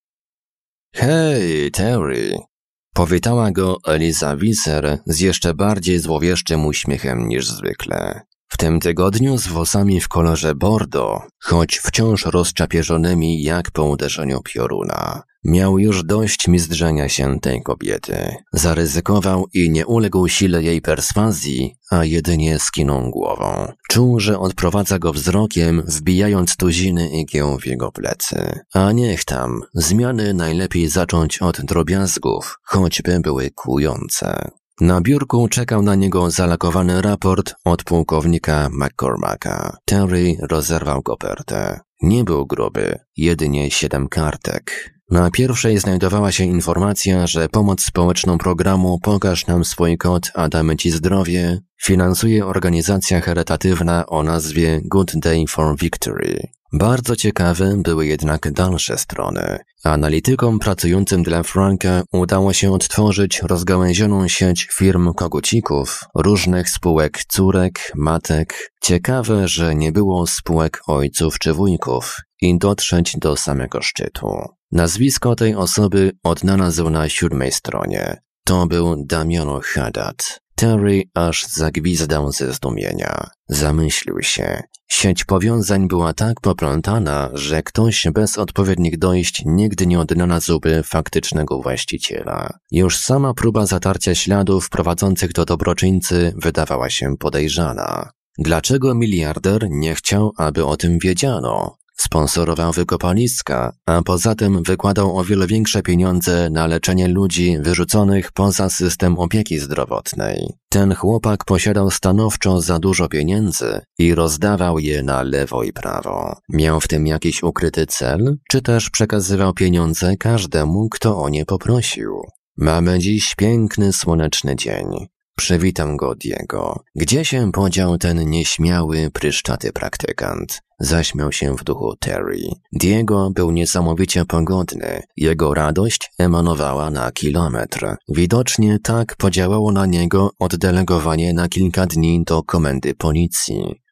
Hej, Terry! Powitała go Eliza Visser z jeszcze bardziej złowieszczym uśmiechem niż zwykle. W tym tygodniu z włosami w kolorze bordo, choć wciąż rozczapieżonymi jak po uderzeniu pioruna. Miał już dość mizdrzenia się tej kobiety. Zaryzykował i nie uległ sile jej perswazji, a jedynie skinął głową. Czuł, że odprowadza go wzrokiem, wbijając tuziny igieł w jego plecy. A niech tam, zmiany najlepiej zacząć od drobiazgów, choćby były kłujące. Na biurku czekał na niego zalakowany raport od pułkownika McCormacka. Terry rozerwał kopertę. Nie był gruby, jedynie 7 kartek. Na pierwszej znajdowała się informacja, że pomoc społeczną programu Pokaż nam swój kod, a damy ci zdrowie finansuje organizacja charytatywna o nazwie Good Day for Victory. Bardzo ciekawe były jednak dalsze strony. Analitykom pracującym dla Franka udało się odtworzyć rozgałęzioną sieć firm kogucików, różnych spółek córek, matek. Ciekawe, że nie było spółek ojców czy wujków i dotrzeć do samego szczytu. Nazwisko tej osoby odnalazł na 7. stronie. To był Damiano Haddad. Terry aż zagwizdał ze zdumienia. Zamyślił się. Sieć powiązań była tak poplątana, że ktoś bez odpowiednich dojść nigdy nie odnalazłby faktycznego właściciela. Już sama próba zatarcia śladów prowadzących do dobroczyńcy wydawała się podejrzana. Dlaczego miliarder nie chciał, aby o tym wiedziano? Sponsorował wykopaliska, a poza tym wykładał o wiele większe pieniądze na leczenie ludzi wyrzuconych poza system opieki zdrowotnej. Ten chłopak posiadał stanowczo za dużo pieniędzy i rozdawał je na lewo i prawo. Miał w tym jakiś ukryty cel, czy też przekazywał pieniądze każdemu, kto o nie poprosił? Mamy dziś piękny, słoneczny dzień. Przywitam go Diego. Gdzie się podział ten nieśmiały, pryszczaty praktykant? Zaśmiał się w duchu Terry. Diego był niesamowicie pogodny. Jego radość emanowała na kilometr. Widocznie tak podziałało na niego oddelegowanie na kilka dni do komendy policji.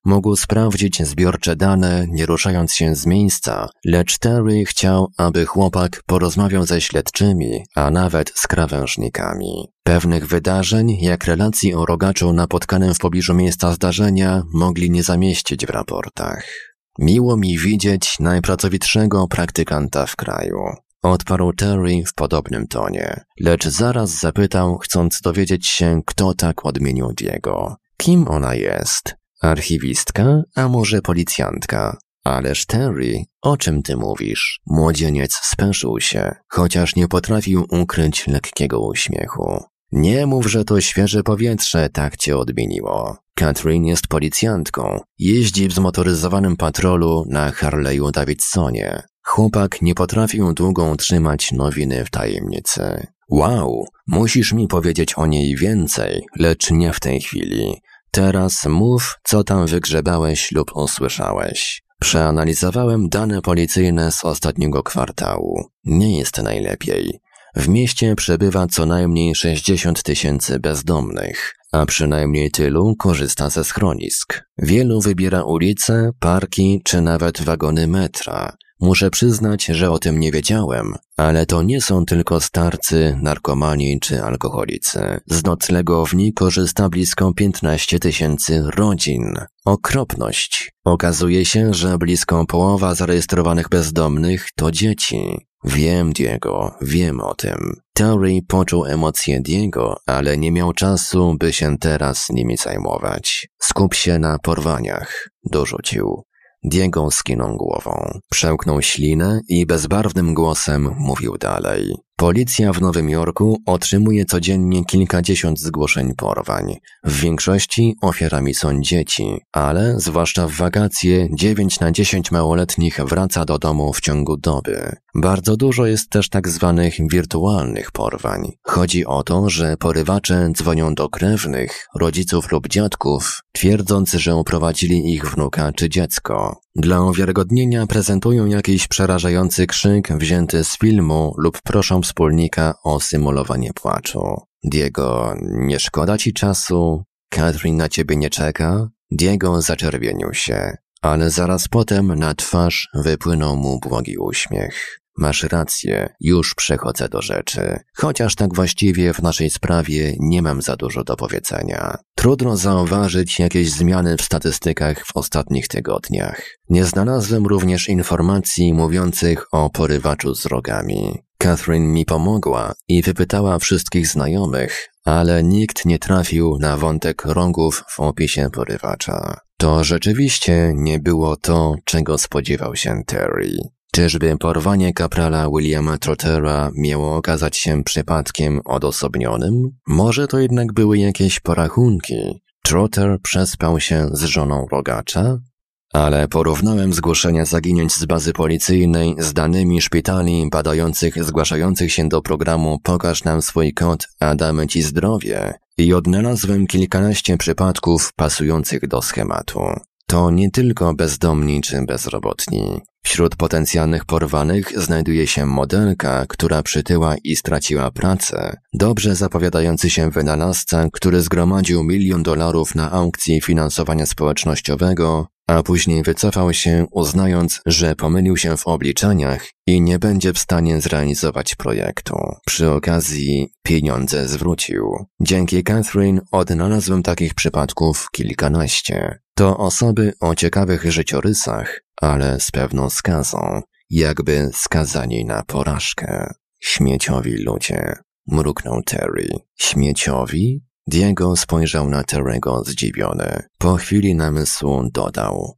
Mógł sprawdzić zbiorcze dane, nie ruszając się z miejsca, lecz Terry chciał, aby chłopak porozmawiał ze śledczymi, a nawet z krawężnikami. Pewnych wydarzeń, jak relacji o rogaczu napotkanym w pobliżu miejsca zdarzenia, mogli nie zamieścić w raportach. Miło mi widzieć najpracowitszego praktykanta w kraju. Odparł Terry w podobnym tonie, lecz zaraz zapytał, chcąc dowiedzieć się, kto tak odmienił Diego. Kim ona jest? Archiwistka, a może policjantka? Ależ Terry, o czym ty mówisz? Młodzieniec spęszył się, chociaż nie potrafił ukryć lekkiego uśmiechu. Nie mów, że to świeże powietrze tak cię odmieniło. Catherine jest policjantką. Jeździ w zmotoryzowanym patrolu na Harley'u Davidsonie. Chłopak nie potrafił długo utrzymać nowiny w tajemnicy. Wow, musisz mi powiedzieć o niej więcej, lecz nie w tej chwili. Teraz mów, co tam wygrzebałeś lub usłyszałeś. Przeanalizowałem dane policyjne z ostatniego kwartału. Nie jest najlepiej. W mieście przebywa co najmniej 60 000 bezdomnych, a przynajmniej tylu korzysta ze schronisk. Wielu wybiera ulice, parki czy nawet wagony metra. Muszę przyznać, że o tym nie wiedziałem, ale to nie są tylko starcy, narkomani czy alkoholicy. Z noclegowni korzysta blisko 15 000 rodzin. Okropność. Okazuje się, że blisko połowa zarejestrowanych bezdomnych to dzieci. Wiem, Diego, wiem o tym. Terry poczuł emocje Diego, ale nie miał czasu, by się teraz nimi zajmować. Skup się na porwaniach, dorzucił. Diego skinął głową, przełknął ślinę i bezbarwnym głosem mówił dalej. Policja w Nowym Jorku otrzymuje codziennie kilkadziesiąt zgłoszeń porwań. W większości ofiarami są dzieci, ale zwłaszcza w wakacje 9 na 10 małoletnich wraca do domu w ciągu doby. Bardzo dużo jest też tak zwanych wirtualnych porwań. Chodzi o to, że porywacze dzwonią do krewnych, rodziców lub dziadków, twierdząc, że uprowadzili ich wnuka czy dziecko. Dla uwiarygodnienia prezentują jakiś przerażający krzyk wzięty z filmu lub proszą wspólnika o symulowanie płaczu. Diego, nie szkoda ci czasu? Catherine na ciebie nie czeka? Diego zaczerwienił się, ale zaraz potem na twarz wypłynął mu błogi uśmiech. Masz rację, już przechodzę do rzeczy. Chociaż tak właściwie w naszej sprawie nie mam za dużo do powiedzenia. Trudno zauważyć jakieś zmiany w statystykach w ostatnich tygodniach. Nie znalazłem również informacji mówiących o porywaczu z rogami. Catherine mi pomogła i wypytała wszystkich znajomych, ale nikt nie trafił na wątek rogów w opisie porywacza. To rzeczywiście nie było to, czego spodziewał się Terry. Czyżby porwanie kaprala Williama Trottera miało okazać się przypadkiem odosobnionym? Może to jednak były jakieś porachunki. Trotter przespał się z żoną rogacza? Ale porównałem zgłoszenia zaginięć z bazy policyjnej z danymi szpitali zgłaszających się do programu Pokaż nam swój kod, a damy ci zdrowie i odnalazłem kilkanaście przypadków pasujących do schematu. To nie tylko bezdomni czy bezrobotni. Wśród potencjalnych porwanych znajduje się modelka, która przytyła i straciła pracę, dobrze zapowiadający się wynalazca, który zgromadził $1 milion na aukcji finansowania społecznościowego, a później wycofał się, uznając, że pomylił się w obliczeniach i nie będzie w stanie zrealizować projektu. Przy okazji pieniądze zwrócił. Dzięki Catherine odnalazłem takich przypadków kilkanaście. To osoby o ciekawych życiorysach, ale z pewną skazą, jakby skazani na porażkę. Śmieciowi ludzie, mruknął Terry. Śmieciowi? Diego spojrzał na Terry'ego zdziwiony. Po chwili namysłu dodał.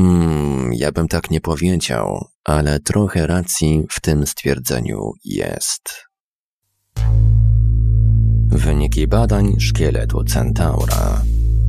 Ja bym tak nie powiedział, ale trochę racji w tym stwierdzeniu jest. Wyniki badań szkieletu centaura.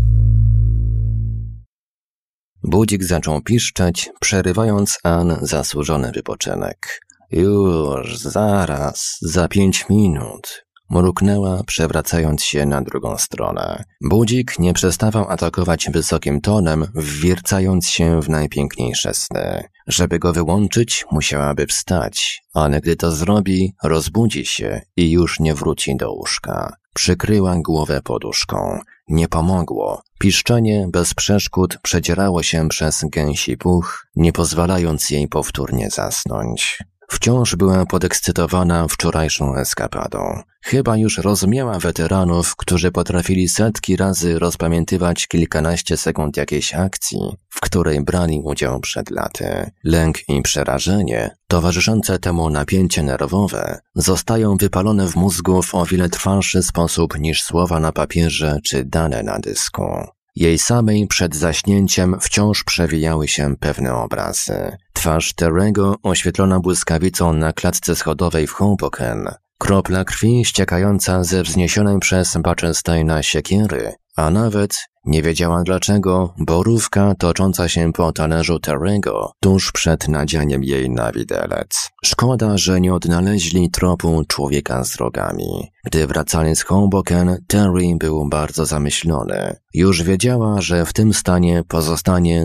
Budzik zaczął piszczeć, przerywając Ann zasłużony wypoczynek. Już, zaraz, za 5 minut. mruknęła, przewracając się na drugą stronę. Budzik nie przestawał atakować wysokim tonem, wwiercając się w najpiękniejsze sny. Żeby go wyłączyć, musiałaby wstać, ale gdy to zrobi, rozbudzi się i już nie wróci do łóżka. Przykryła głowę poduszką. Nie pomogło. Piszczenie bez przeszkód przedzierało się przez gęsi puch, nie pozwalając jej powtórnie zasnąć. Wciąż była podekscytowana wczorajszą eskapadą. Chyba już rozumiała weteranów, którzy potrafili setki razy rozpamiętywać kilkanaście sekund jakiejś akcji, w której brali udział przed laty. Lęk i przerażenie, towarzyszące temu napięcie nerwowe, zostają wypalone w mózgu w o wiele trwalszy sposób niż słowa na papierze czy dane na dysku. Jej samej przed zaśnięciem wciąż przewijały się pewne obrazy. Twarz Terry'ego oświetlona błyskawicą na klatce schodowej w Hoboken, kropla krwi ściekająca ze wzniesionej przez Butchersteina siekiery, a nawet, nie wiedziała dlaczego, borówka tocząca się po talerzu Terry'ego tuż przed nadzianiem jej na widelec. Szkoda, że nie odnaleźli tropu człowieka z rogami. Gdy wracali z Hoboken, Terry był bardzo zamyślony. Już wiedziała, że w tym stanie pozostanie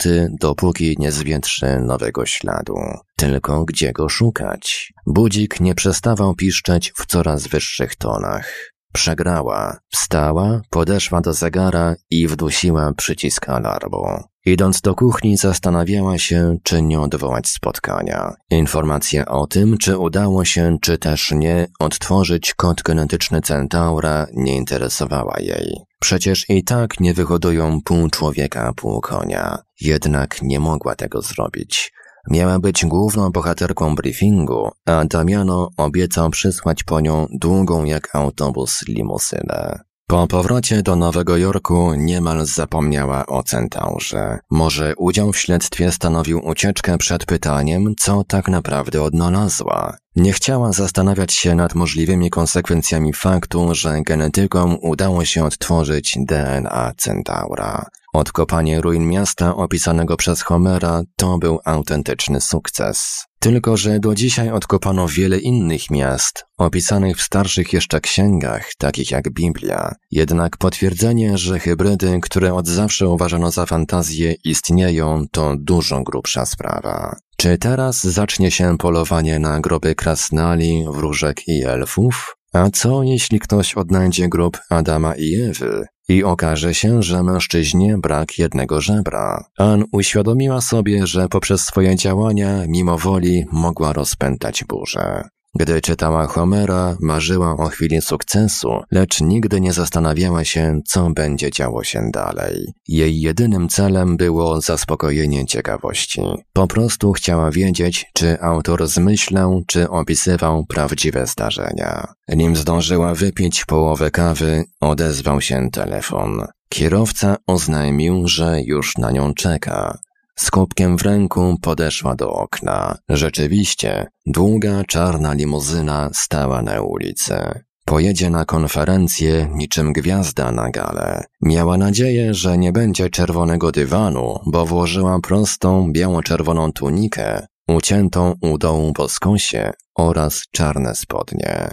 dopóki nie zwietrzy nowego śladu. Tylko gdzie go szukać? Budzik nie przestawał piszczeć w coraz wyższych tonach. Przegrała, wstała, podeszła do zegara i wdusiła przycisk alarmu. Idąc do kuchni zastanawiała się, czy nie odwołać spotkania. Informacja o tym, czy udało się, czy też nie, odtworzyć kod genetyczny Centaura nie interesowała jej. Przecież i tak nie wyhodują pół człowieka, pół konia. Jednak nie mogła tego zrobić. Miała być główną bohaterką briefingu, a Damiano obiecał przysłać po nią długą jak autobus limuzynę. Po powrocie do Nowego Jorku niemal zapomniała o Centaurze. Może udział w śledztwie stanowił ucieczkę przed pytaniem, co tak naprawdę odnalazła. Nie chciała zastanawiać się nad możliwymi konsekwencjami faktu, że genetykom udało się odtworzyć DNA Centaura. Odkopanie ruin miasta opisanego przez Homera to był autentyczny sukces. Tylko że do dzisiaj odkopano wiele innych miast, opisanych w starszych jeszcze księgach, takich jak Biblia. Jednak potwierdzenie, że hybrydy, które od zawsze uważano za fantazję, istnieją, to dużo grubsza sprawa. Czy teraz zacznie się polowanie na groby krasnali, wróżek i elfów? A co jeśli ktoś odnajdzie grób Adama i Ewy i okaże się, że mężczyźnie brak jednego żebra? Ann uświadomiła sobie, że poprzez swoje działania mimo woli mogła rozpętać burzę. Gdy czytała Homera, marzyła o chwili sukcesu, lecz nigdy nie zastanawiała się, co będzie działo się dalej. Jej jedynym celem było zaspokojenie ciekawości. Po prostu chciała wiedzieć, czy autor zmyślał, czy opisywał prawdziwe zdarzenia. Nim zdążyła wypić połowę kawy, odezwał się telefon. Kierowca oznajmił, że już na nią czeka. Z kubkiem w ręku podeszła do okna. Rzeczywiście, długa, czarna limuzyna stała na ulicy. Pojedzie na konferencję niczym gwiazda na galę. Miała nadzieję, że nie będzie czerwonego dywanu, bo włożyła prostą, biało-czerwoną tunikę, uciętą u dołu po skosie oraz czarne spodnie.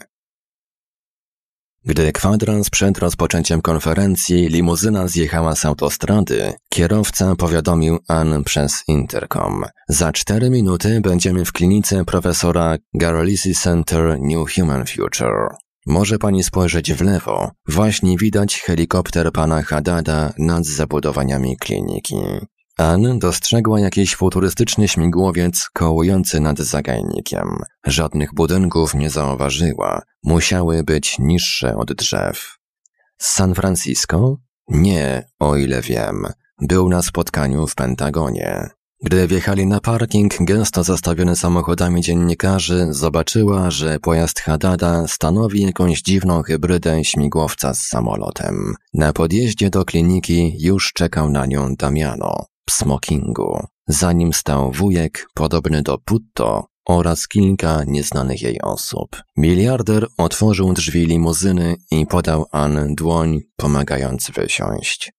Gdy kwadrans przed rozpoczęciem konferencji limuzyna zjechała z autostrady, kierowca powiadomił Ann przez intercom. Za 4 minuty będziemy w klinice profesora Garalisi Center New Human Future. Może pani spojrzeć w lewo. Właśnie widać helikopter pana Haddada nad zabudowaniami kliniki. Ann dostrzegła jakiś futurystyczny śmigłowiec kołujący nad zagajnikiem. Żadnych budynków nie zauważyła. Musiały być niższe od drzew. Z San Francisco? Nie, o ile wiem. Był na spotkaniu w Pentagonie. Gdy wjechali na parking gęsto zastawiony samochodami dziennikarzy, zobaczyła, że pojazd Haddada stanowi jakąś dziwną hybrydę śmigłowca z samolotem. Na podjeździe do kliniki już czekał na nią Damiano w smokingu. Za nim stał wujek podobny do Putto oraz kilka nieznanych jej osób. Miliarder otworzył drzwi limuzyny i podał Ann dłoń, pomagając wysiąść.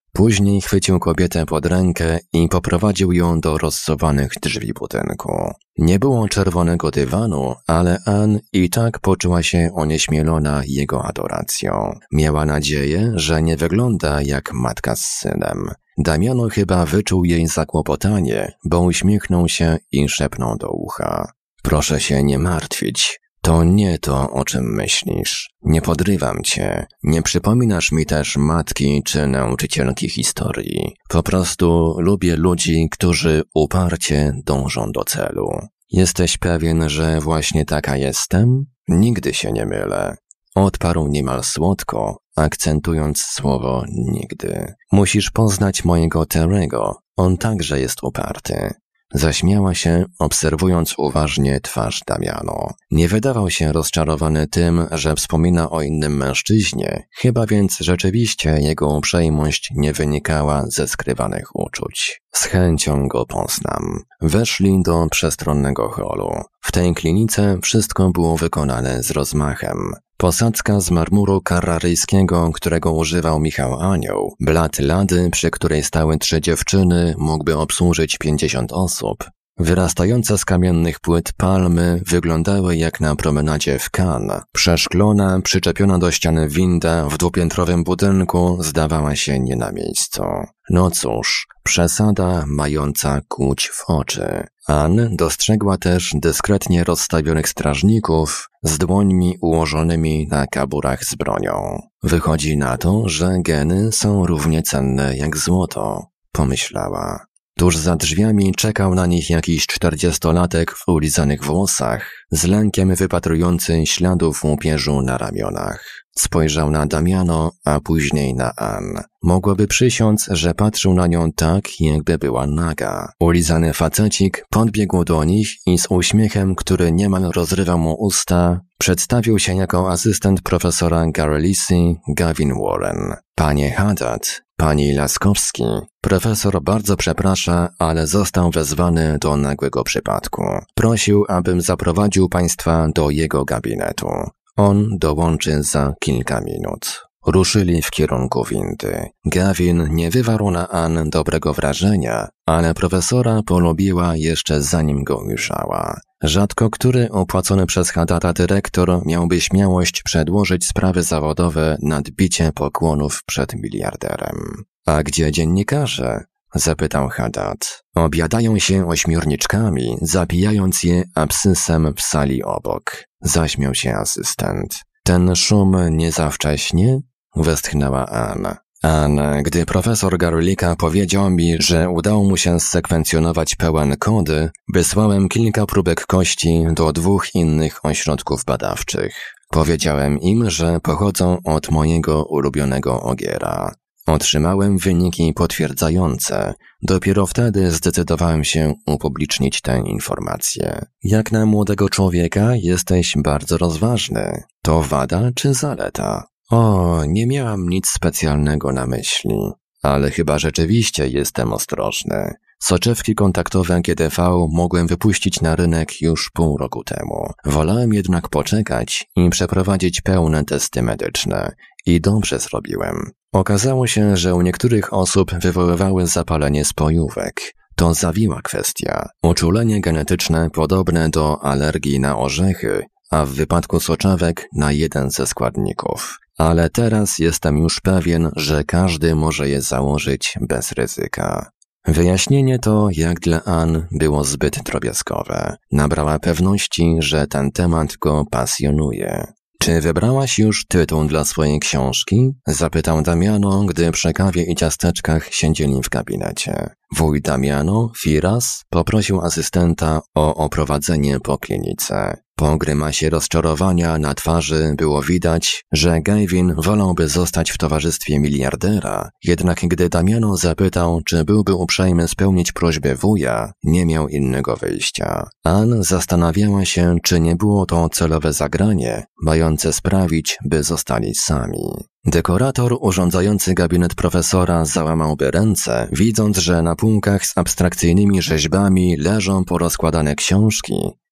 Później chwycił kobietę pod rękę i poprowadził ją do rozsuwanych drzwi budynku. Nie było czerwonego dywanu, ale Ann i tak poczuła się onieśmielona jego adoracją. Miała nadzieję, że nie wygląda jak matka z synem. Damiano chyba wyczuł jej zakłopotanie, bo uśmiechnął się i szepnął do ucha. Proszę się nie martwić. To nie to, o czym myślisz. Nie podrywam cię. Nie przypominasz mi też matki czy nauczycielki historii. Po prostu lubię ludzi, którzy uparcie dążą do celu. Jesteś pewien, że właśnie taka jestem? Nigdy się nie mylę. Odparł niemal słodko, akcentując słowo nigdy. Musisz poznać mojego Terry'ego. On także jest uparty. Zaśmiała się, obserwując uważnie twarz Damiano. Nie wydawał się rozczarowany tym, że wspomina o innym mężczyźnie, chyba więc rzeczywiście jego uprzejmość nie wynikała ze skrywanych uczuć. Z chęcią go poznam. Weszli do przestronnego holu. W tej klinice wszystko było wykonane z rozmachem. Posadzka z marmuru carraryjskiego, którego używał Michał Anioł, blat lady, przy której stały 3 dziewczyny, mógłby obsłużyć 50 osób. Wyrastające z kamiennych płyt palmy wyglądały jak na promenadzie w Cannes. Przeszklona, przyczepiona do ściany winda w dwupiętrowym budynku zdawała się nie na miejscu. No cóż, przesada mająca kłuć w oczy. Ann dostrzegła też dyskretnie rozstawionych strażników z dłońmi ułożonymi na kaburach z bronią. Wychodzi na to, że geny są równie cenne jak złoto, pomyślała. Tuż za drzwiami czekał na nich jakiś 40-latek w ulizanych włosach, z lękiem wypatrujący śladów łupieżu na ramionach. Spojrzał na Damiano, a później na Ann. Mogłoby przysiąc, że patrzył na nią tak, jakby była naga. Ulizany facecik podbiegł do nich i z uśmiechem, który niemal rozrywał mu usta, przedstawił się jako asystent profesora Garrelisi, Gavin Warren. Panie Haddad, pani Laskowski, profesor bardzo przeprasza, ale został wezwany do nagłego przypadku. Prosił, abym zaprowadził państwa do jego gabinetu. On dołączy za kilka minut. Ruszyli w kierunku windy. Gavin nie wywarł na Ann dobrego wrażenia, ale profesora polubiła jeszcze zanim go ujrzała. Rzadko który opłacony przez Haddada dyrektor miałby śmiałość przedłożyć sprawy zawodowe nad bicie pokłonów przed miliarderem. A gdzie dziennikarze? Zapytał Haddad. Obiadają się ośmiorniczkami, zapijając je absysem w sali obok. Zaśmiał się asystent. Ten szum nie za wcześnie? Westchnęła Ann. Ann, gdy profesor Garulika powiedział mi, że udało mu się zsekwencjonować pełen kody, wysłałem kilka próbek kości do 2 innych ośrodków badawczych. Powiedziałem im, że pochodzą od mojego ulubionego ogiera. Otrzymałem wyniki potwierdzające. Dopiero wtedy zdecydowałem się upublicznić tę informację. Jak na młodego człowieka jesteś bardzo rozważny. To wada czy zaleta? O, nie miałam nic specjalnego na myśli. Ale chyba rzeczywiście jestem ostrożny. Soczewki kontaktowe GDV mogłem wypuścić na rynek już pół roku temu. Wolałem jednak poczekać i przeprowadzić pełne testy medyczne. I dobrze zrobiłem. Okazało się, że u niektórych osób wywoływały zapalenie spojówek. To zawiła kwestia. Uczulenie genetyczne podobne do alergii na orzechy, a w wypadku soczewek na jeden ze składników. Ale teraz jestem już pewien, że każdy może je założyć bez ryzyka. Wyjaśnienie to, jak dla Ann, było zbyt drobiazgowe. Nabrała pewności, że ten temat go pasjonuje. Czy wybrałaś już tytuł dla swojej książki? Zapytał Damiano, gdy przy kawie i ciasteczkach siedzieli w gabinecie. Wuj Damiano, Firas, poprosił asystenta o oprowadzenie po klinice. Po grymasie rozczarowania na twarzy było widać, że Gavin wolałby zostać w towarzystwie miliardera, jednak gdy Damiano zapytał, czy byłby uprzejmy spełnić prośbę wuja, nie miał innego wyjścia. Ann zastanawiała się, czy nie było to celowe zagranie, mające sprawić, by zostali sami. Dekorator urządzający gabinet profesora załamałby ręce, widząc, że na półkach z abstrakcyjnymi rzeźbami leżą porozkładane książki,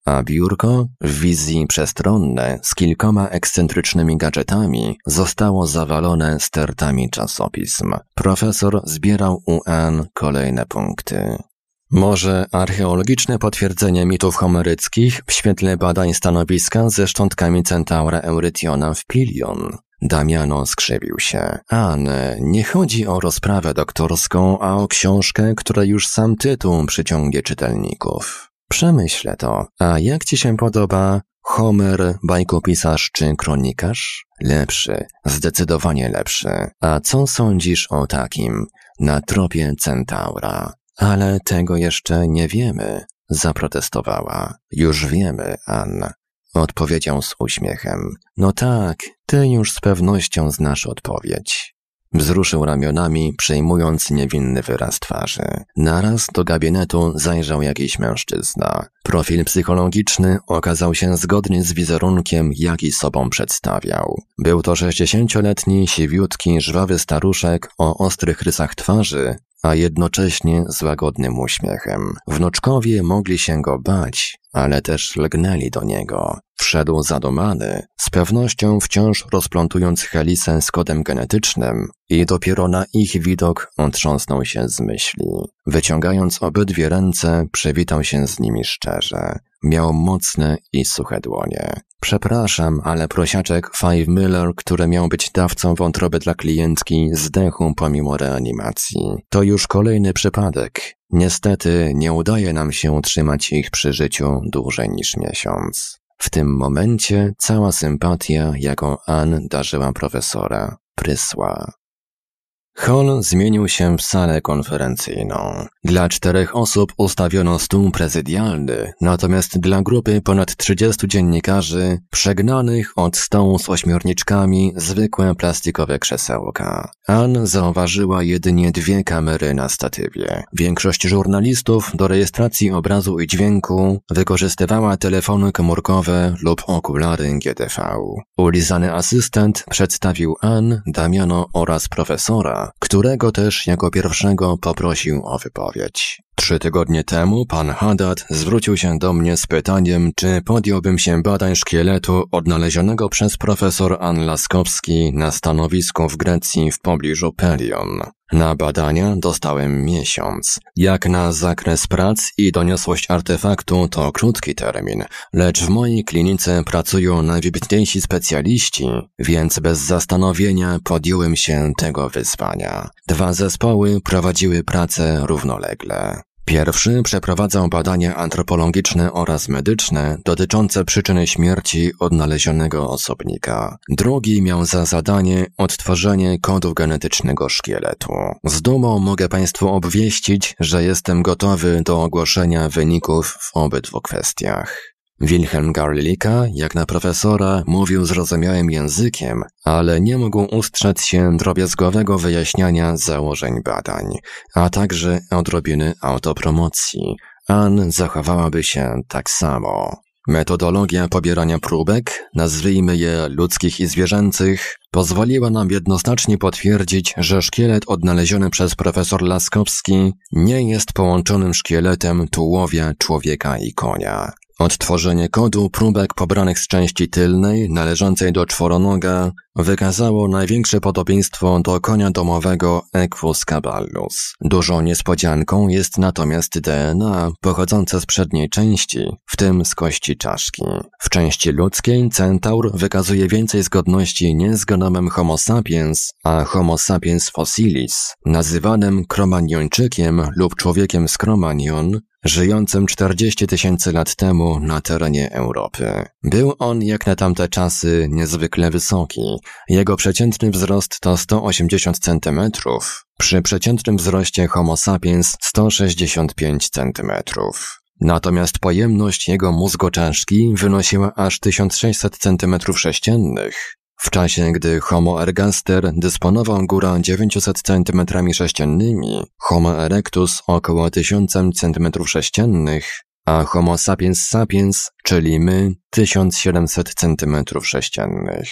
a biurko w wizji przestronne z kilkoma ekscentrycznymi gadżetami zostało zawalone stertami czasopism. Profesor zbierał u Anne kolejne punkty. Może archeologiczne potwierdzenie mitów homeryckich w świetle badań stanowiska ze szczątkami centaura Eurytiona w Pilion? Damiano skrzywił się. Anne, nie chodzi o rozprawę doktorską, a o książkę, której już sam tytuł przyciągnie czytelników. Przemyślę to. A jak ci się podoba Homer, bajkopisarz czy kronikarz? Lepszy, zdecydowanie lepszy. A co sądzisz o takim? Na tropie centaura. Ale tego jeszcze nie wiemy, zaprotestowała. Już wiemy, Anne. Odpowiedział z uśmiechem. No tak, ty już z pewnością znasz odpowiedź. Wzruszył ramionami, przyjmując niewinny wyraz twarzy. Naraz do gabinetu zajrzał jakiś mężczyzna. Profil psychologiczny okazał się zgodny z wizerunkiem, jaki sobą przedstawiał. Był to 60-letni, siwiutki, żwawy staruszek o ostrych rysach twarzy, a jednocześnie z łagodnym uśmiechem. Wnuczkowie mogli się go bać, ale też lgnęli do niego. Wszedł zadumany, z pewnością wciąż rozplątując helisę z kodem genetycznym i dopiero na ich widok otrząsnął się z myśli. Wyciągając obydwie ręce, przywitał się z nimi szczerze. Miał mocne i suche dłonie. Przepraszam, ale prosiaczek Five Miller, który miał być dawcą wątroby dla klientki, zdechł pomimo reanimacji. To już kolejny przypadek. Niestety nie udaje nam się utrzymać ich przy życiu dłużej niż miesiąc. W tym momencie cała sympatia, jaką Anne darzyła profesora, prysła. Hall zmienił się w salę konferencyjną. Dla 4 osób ustawiono stół prezydialny, natomiast dla grupy ponad 30 dziennikarzy przegnanych od stołu z ośmiorniczkami zwykłe plastikowe krzesełka. Anne zauważyła jedynie 2 kamery na statywie. Większość żurnalistów do rejestracji obrazu i dźwięku wykorzystywała telefony komórkowe lub okulary GDV. Ulizany asystent przedstawił Anne, Damiano oraz profesora, którego też jako pierwszego poprosił o wypowiedź. 3 tygodnie temu pan Haddad zwrócił się do mnie z pytaniem, czy podjąłbym się badań szkieletu odnalezionego przez profesor Ann Laskowski na stanowisku w Grecji w pobliżu Pelion. Na badania dostałem miesiąc. Jak na zakres prac i doniosłość artefaktu to krótki termin, lecz w mojej klinice pracują najwybitniejsi specjaliści, więc bez zastanowienia podjąłem się tego wyzwania. 2 zespoły prowadziły pracę równolegle. Pierwszy przeprowadzał badania antropologiczne oraz medyczne dotyczące przyczyny śmierci odnalezionego osobnika. Drugi miał za zadanie odtworzenie kodu genetycznego szkieletu. Z dumą mogę Państwu obwieścić, że jestem gotowy do ogłoszenia wyników w obydwu kwestiach. Wilhelm Garlika, jak na profesora, mówił zrozumiałym językiem, ale nie mógł ustrzec się drobiazgowego wyjaśniania założeń badań, a także odrobiny autopromocji. Anne zachowałaby się tak samo. Metodologia pobierania próbek, nazwijmy je ludzkich i zwierzęcych, pozwoliła nam jednoznacznie potwierdzić, że szkielet odnaleziony przez profesor Laskowski nie jest połączonym szkieletem tułowia człowieka i konia. Odtworzenie kodu próbek pobranych z części tylnej, należącej do czworonoga, wykazało największe podobieństwo do konia domowego Equus caballus. Dużą niespodzianką jest natomiast DNA pochodzące z przedniej części, w tym z kości czaszki. W części ludzkiej centaur wykazuje więcej zgodności nie z genomem Homo sapiens, a Homo sapiens fossilis, nazywanym Kromaniończykiem lub człowiekiem z Cro-Magnon, żyjącym 40 000 lat temu na terenie Europy. Był on jak na tamte czasy niezwykle wysoki. Jego przeciętny wzrost to 180 cm, przy przeciętnym wzroście Homo sapiens 165 cm. Natomiast pojemność jego mózgoczaszki wynosiła aż 1600 cm3, w czasie gdy Homo ergaster dysponował góra 900 cm3, Homo erectus około 1000 cm3, a Homo sapiens sapiens, czyli my, 1700 cm3.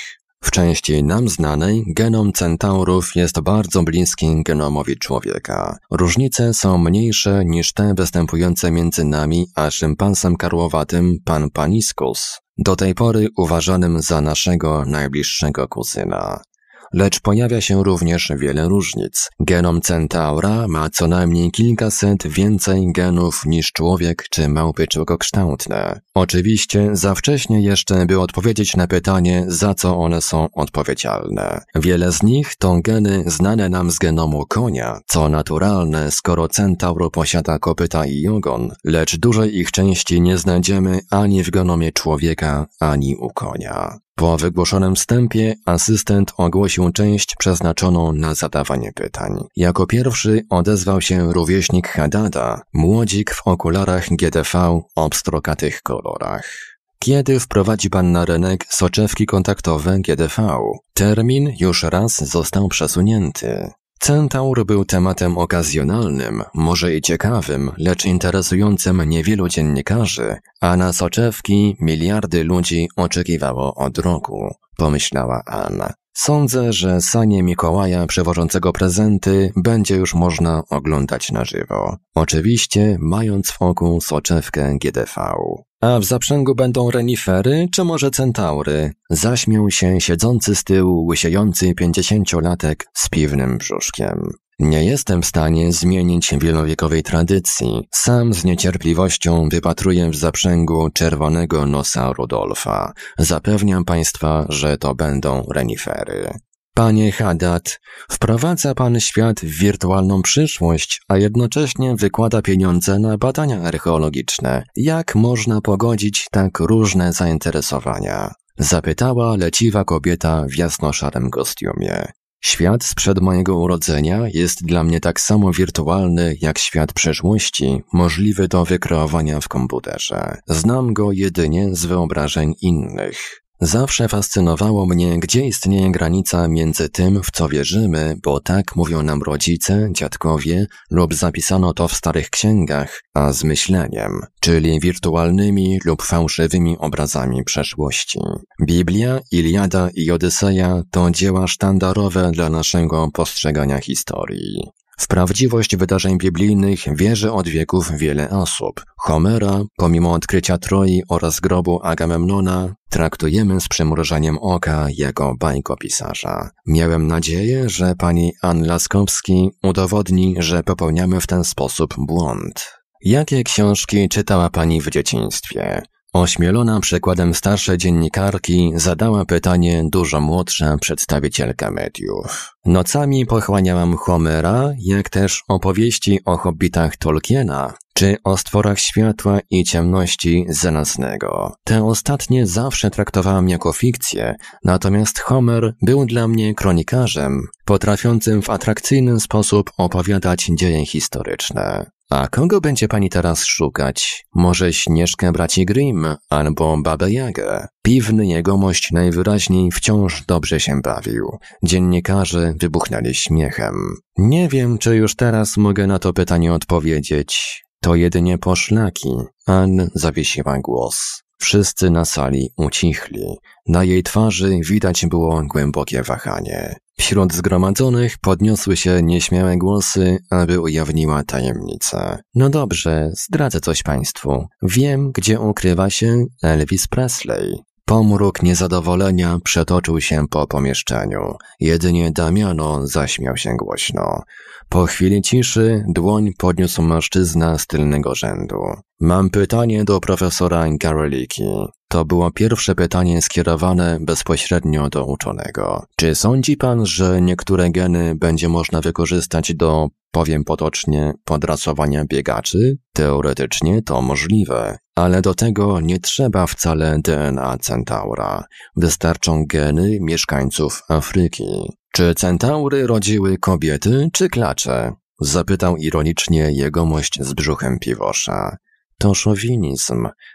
W części nam znanej genom centaurów jest bardzo bliski genomowi człowieka. Różnice są mniejsze niż te występujące między nami a szympansem karłowatym pan Paniscus, do tej pory uważanym za naszego najbliższego kuzyna. Lecz pojawia się również wiele różnic. Genom centaura ma co najmniej kilkaset więcej genów niż człowiek czy małpy człowiekokształtne. Oczywiście za wcześnie jeszcze, by odpowiedzieć na pytanie, za co one są odpowiedzialne. Wiele z nich to geny znane nam z genomu konia, co naturalne, skoro centaur posiada kopyta i ogon, lecz dużej ich części nie znajdziemy ani w genomie człowieka, ani u konia. Po wygłoszonym wstępie asystent ogłosił część przeznaczoną na zadawanie pytań. Jako pierwszy odezwał się rówieśnik Haddada, młodzik w okularach GDV o pstrokatych kolorach. Kiedy wprowadzi pan na rynek soczewki kontaktowe GDV? Termin już raz został przesunięty. Centaur był tematem okazjonalnym, może i ciekawym, lecz interesującym niewielu dziennikarzy, a na soczewki miliardy ludzi oczekiwało od roku, pomyślała Anna. Sądzę, że sanie Mikołaja przywożącego prezenty będzie już można oglądać na żywo. Oczywiście mając w oku soczewkę GDV. A w zaprzęgu będą renifery, czy może centaury? Zaśmiał się siedzący z tyłu łysiejący 50-latek z piwnym brzuszkiem. Nie jestem w stanie zmienić wielowiekowej tradycji. Sam z niecierpliwością wypatruję w zaprzęgu czerwonego nosa Rudolfa. Zapewniam państwa, że to będą renifery. Panie Haddad, wprowadza pan świat w wirtualną przyszłość, a jednocześnie wykłada pieniądze na badania archeologiczne. Jak można pogodzić tak różne zainteresowania? Zapytała leciwa kobieta w jasno-szarym kostiumie. Świat sprzed mojego urodzenia jest dla mnie tak samo wirtualny jak świat przyszłości, możliwy do wykreowania w komputerze. Znam go jedynie z wyobrażeń innych. Zawsze fascynowało mnie, gdzie istnieje granica między tym, w co wierzymy, bo tak mówią nam rodzice, dziadkowie lub zapisano to w starych księgach, a z myśleniem, czyli wirtualnymi lub fałszywymi obrazami przeszłości. Biblia, Iliada i Odyseja to dzieła sztandarowe dla naszego postrzegania historii. W prawdziwość wydarzeń biblijnych wierzy od wieków wiele osób. Homera, pomimo odkrycia Troi oraz grobu Agamemnona, traktujemy z przymrużeniem oka jako bajkopisarza. Miałem nadzieję, że pani Ann Laskowski udowodni, że popełniamy w ten sposób błąd. Jakie książki czytała pani w dzieciństwie? Ośmielona przykładem starszej dziennikarki zadała pytanie dużo młodsza przedstawicielka mediów. Nocami pochłaniałam Homera, jak też opowieści o hobbitach Tolkiena, czy o stworach światła i ciemności Zenasnego. Te ostatnie zawsze traktowałam jako fikcję, natomiast Homer był dla mnie kronikarzem, potrafiącym w atrakcyjny sposób opowiadać dzieje historyczne. A kogo będzie pani teraz szukać? Może Śnieżkę braci Grimm albo Babę Jagę? Piwny jegomość najwyraźniej wciąż dobrze się bawił. Dziennikarze wybuchnęli śmiechem. Nie wiem, czy już teraz mogę na to pytanie odpowiedzieć. To jedynie poszlaki. Ann zawiesiła głos. Wszyscy na sali ucichli. Na jej twarzy widać było głębokie wahanie. Wśród zgromadzonych podniosły się nieśmiałe głosy, aby ujawniła tajemnicę. No dobrze, zdradzę coś państwu. Wiem, gdzie ukrywa się Elvis Presley. Pomruk niezadowolenia przetoczył się po pomieszczeniu. Jedynie Damiano zaśmiał się głośno. Po chwili ciszy dłoń podniósł mężczyzna z tylnego rzędu. Mam pytanie do profesora Gareliki. To było pierwsze pytanie skierowane bezpośrednio do uczonego. Czy sądzi pan, że niektóre geny będzie można wykorzystać do, powiem potocznie, podrasowania biegaczy? Teoretycznie to możliwe, ale do tego nie trzeba wcale DNA centaura. Wystarczą geny mieszkańców Afryki. Czy centaury rodziły kobiety czy klacze? Zapytał ironicznie jegomość z brzuchem piwosza. To szowinizm.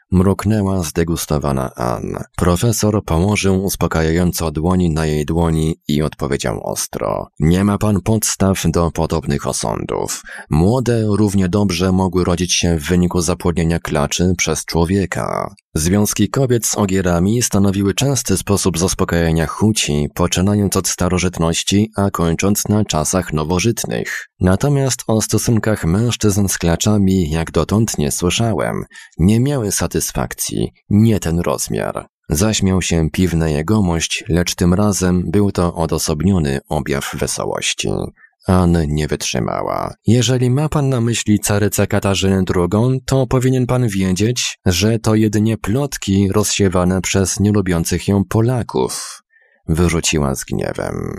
Mruknęła zdegustowana Ann. Profesor położył uspokajająco dłoni na jej dłoni i odpowiedział ostro. Nie ma pan podstaw do podobnych osądów. Młode równie dobrze mogły rodzić się w wyniku zapłodnienia klaczy przez człowieka. Związki kobiet z ogierami stanowiły częsty sposób zaspokajania chuci, poczynając od starożytności, a kończąc na czasach nowożytnych. Natomiast o stosunkach mężczyzn z klaczami jak dotąd nie słyszałem. Nie miały satysfakcji, nie ten rozmiar. Zaśmiał się piwny jegomość, lecz tym razem był to odosobniony objaw wesołości. Ann nie wytrzymała. Jeżeli ma pan na myśli carycę Katarzynę II, to powinien pan wiedzieć, że to jedynie plotki rozsiewane przez nielubiących ją Polaków. Wyrzuciła z gniewem.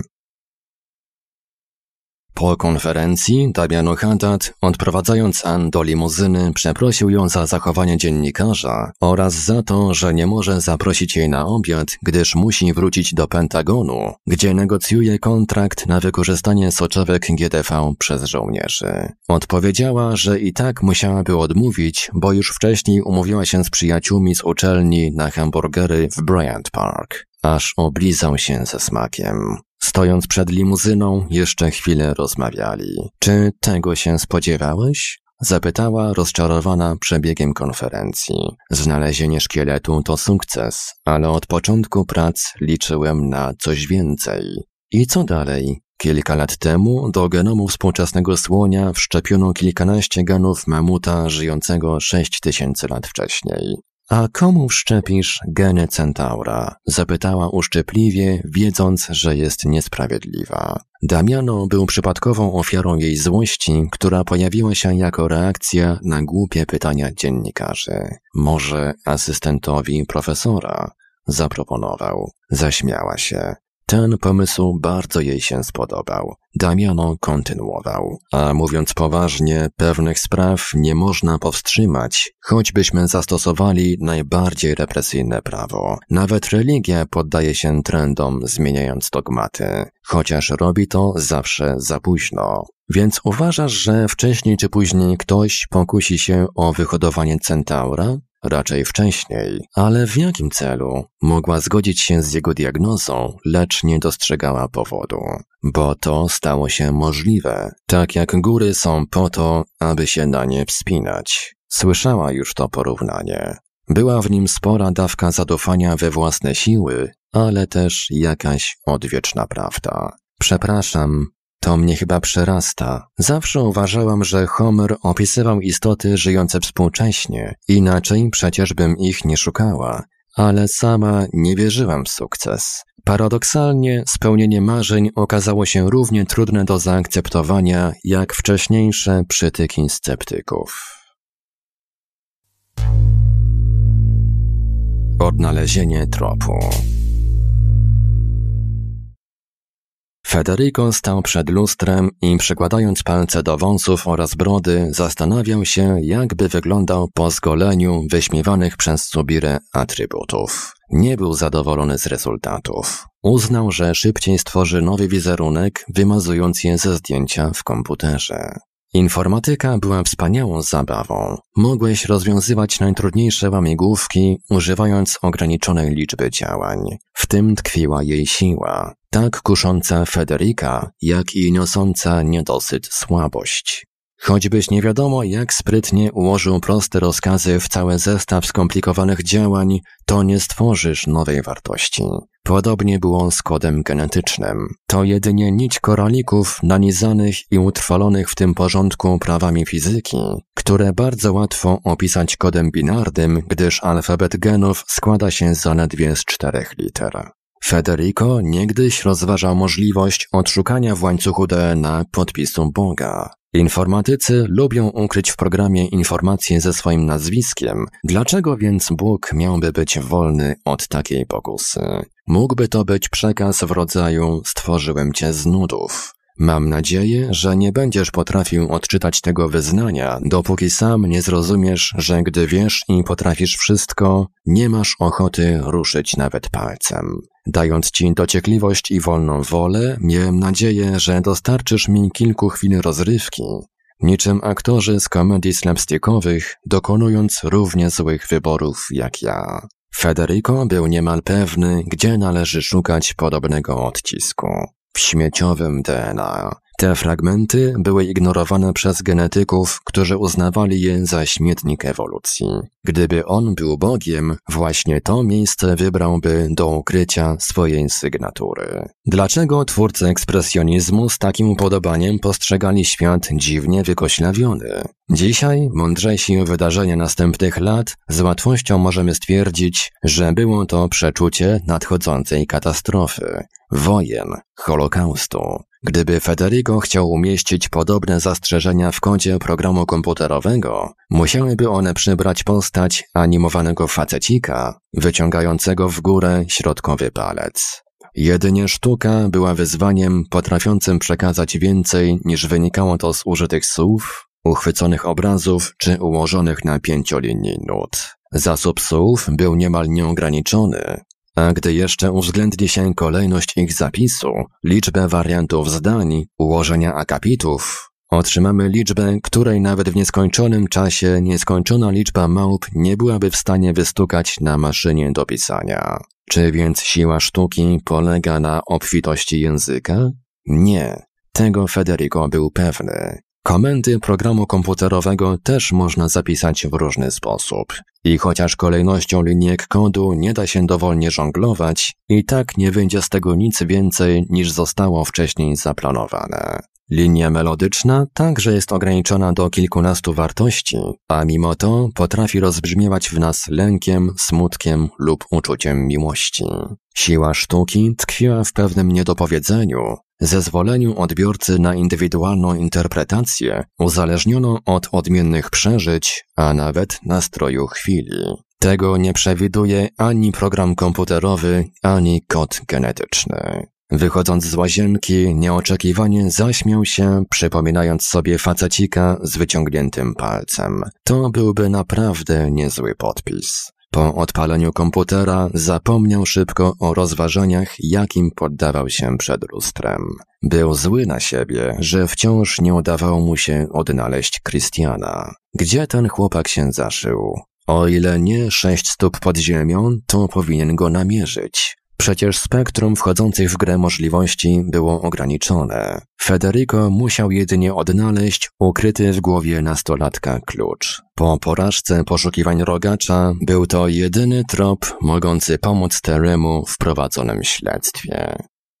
Po konferencji Damiano Haddad, odprowadzając Ann do limuzyny, przeprosił ją za zachowanie dziennikarza oraz za to, że nie może zaprosić jej na obiad, gdyż musi wrócić do Pentagonu, gdzie negocjuje kontrakt na wykorzystanie soczewek GDV przez żołnierzy. Odpowiedziała, że i tak musiałaby odmówić, bo już wcześniej umówiła się z przyjaciółmi z uczelni na hamburgery w Bryant Park. Aż oblizał się ze smakiem. Stojąc przed limuzyną, jeszcze chwilę rozmawiali. Czy tego się spodziewałeś? Zapytała rozczarowana przebiegiem konferencji. Znalezienie szkieletu to sukces, ale od początku prac liczyłem na coś więcej. I co dalej? Kilka lat temu do genomu współczesnego słonia wszczepiono kilkanaście genów mamuta żyjącego 6000 lat wcześniej. A komu wszczepisz geny centaura? Zapytała uszczypliwie, wiedząc, że jest niesprawiedliwa. Damiano był przypadkową ofiarą jej złości, która pojawiła się jako reakcja na głupie pytania dziennikarzy. Może asystentowi profesora? Zaproponował. Zaśmiała się. Ten pomysł bardzo jej się spodobał. Damiano kontynuował. A mówiąc poważnie, pewnych spraw nie można powstrzymać, choćbyśmy zastosowali najbardziej represyjne prawo. Nawet religia poddaje się trendom, zmieniając dogmaty, chociaż robi to zawsze za późno. Więc uważasz, że wcześniej czy później ktoś pokusi się o wyhodowanie centaura? Raczej wcześniej, ale w jakim celu? Mogła zgodzić się z jego diagnozą, lecz nie dostrzegała powodu. Bo to stało się możliwe, tak jak góry są po to, aby się na nie wspinać. Słyszała już to porównanie. Była w nim spora dawka zaufania we własne siły, ale też jakaś odwieczna prawda. Przepraszam, to mnie chyba przerasta. Zawsze uważałam, że Homer opisywał istoty żyjące współcześnie, inaczej przecież bym ich nie szukała, ale sama nie wierzyłam w sukces. Paradoksalnie spełnienie marzeń okazało się równie trudne do zaakceptowania, jak wcześniejsze przytyki sceptyków. Odnalezienie tropu. Federico stał przed lustrem i przykładając palce do wąsów oraz brody, zastanawiał się, jakby wyglądał po zgoleniu wyśmiewanych przez Subirę atrybutów. Nie był zadowolony z rezultatów. Uznał, że szybciej stworzy nowy wizerunek, wymazując je ze zdjęcia w komputerze. Informatyka była wspaniałą zabawą. Mogłeś rozwiązywać najtrudniejsze łamigłówki, używając ograniczonej liczby działań. W tym tkwiła jej siła, tak kusząca Federica, jak i niosąca niedosyt słabość. Choćbyś nie wiadomo jak sprytnie ułożył proste rozkazy w cały zestaw skomplikowanych działań, to nie stworzysz nowej wartości. Podobnie było z kodem genetycznym. To jedynie nić koralików nanizanych i utrwalonych w tym porządku prawami fizyki, które bardzo łatwo opisać kodem binarnym, gdyż alfabet genów składa się zaledwie z 4 liter. Federico niegdyś rozważał możliwość odszukania w łańcuchu DNA podpisu Boga. Informatycy lubią ukryć w programie informacje ze swoim nazwiskiem, dlaczego więc Bóg miałby być wolny od takiej pokusy? Mógłby to być przekaz w rodzaju stworzyłem cię z nudów. Mam nadzieję, że nie będziesz potrafił odczytać tego wyznania, dopóki sam nie zrozumiesz, że gdy wiesz i potrafisz wszystko, nie masz ochoty ruszyć nawet palcem. Dając ci dociekliwość i wolną wolę, miałem nadzieję, że dostarczysz mi kilku chwil rozrywki. niczym aktorzy z komedii slapstickowych, dokonując równie złych wyborów jak ja. Federico był niemal pewny, gdzie należy szukać podobnego odcisku. W śmieciowym DNA. Te fragmenty były ignorowane przez genetyków, którzy uznawali je za śmietnik ewolucji. Gdyby on był Bogiem, właśnie to miejsce wybrałby do ukrycia swojej sygnatury. Dlaczego twórcy ekspresjonizmu z takim upodobaniem postrzegali świat dziwnie wykoślawiony? Dzisiaj, mądrzejsi o wydarzenia następnych lat, z łatwością możemy stwierdzić, że było to przeczucie nadchodzącej katastrofy, wojen, Holokaustu. Gdyby Federico chciał umieścić podobne zastrzeżenia w kodzie programu komputerowego, musiałyby one przybrać postać animowanego facecika, wyciągającego w górę środkowy palec. Jedynie sztuka była wyzwaniem potrafiącym przekazać więcej niż wynikało to z użytych słów, uchwyconych obrazów czy ułożonych na 5-linii nut. Zasób słów był niemal nieograniczony, a gdy jeszcze uwzględni się kolejność ich zapisu, liczbę wariantów zdań, ułożenia akapitów, otrzymamy liczbę, której nawet w nieskończonym czasie nieskończona liczba małp nie byłaby w stanie wystukać na maszynie do pisania. Czy więc siła sztuki polega na obfitości języka? Nie. Tego Federico był pewny. Komendy programu komputerowego też można zapisać w różny sposób. I chociaż kolejnością linijek kodu nie da się dowolnie żonglować, i tak nie wyjdzie z tego nic więcej niż zostało wcześniej zaplanowane. Linia melodyczna także jest ograniczona do kilkunastu wartości, a mimo to potrafi rozbrzmiewać w nas lękiem, smutkiem lub uczuciem miłości. Siła sztuki tkwiła w pewnym niedopowiedzeniu, zezwoleniu odbiorcy na indywidualną interpretację uzależnioną od odmiennych przeżyć, a nawet nastroju chwili. Tego nie przewiduje ani program komputerowy, ani kod genetyczny. Wychodząc z łazienki, nieoczekiwanie zaśmiał się, przypominając sobie facecika z wyciągniętym palcem. To byłby naprawdę niezły podpis. Po odpaleniu komputera zapomniał szybko o rozważaniach, jakim poddawał się przed lustrem. Był zły na siebie, że wciąż nie udawało mu się odnaleźć Christiana. Gdzie ten chłopak się zaszył? O ile nie 6 stóp pod ziemią, to powinien go namierzyć. Przecież spektrum wchodzących w grę możliwości było ograniczone. Federico musiał jedynie odnaleźć ukryty w głowie nastolatka klucz. Po porażce poszukiwań rogacza był to jedyny trop mogący pomóc Terry'emu w prowadzonym śledztwie.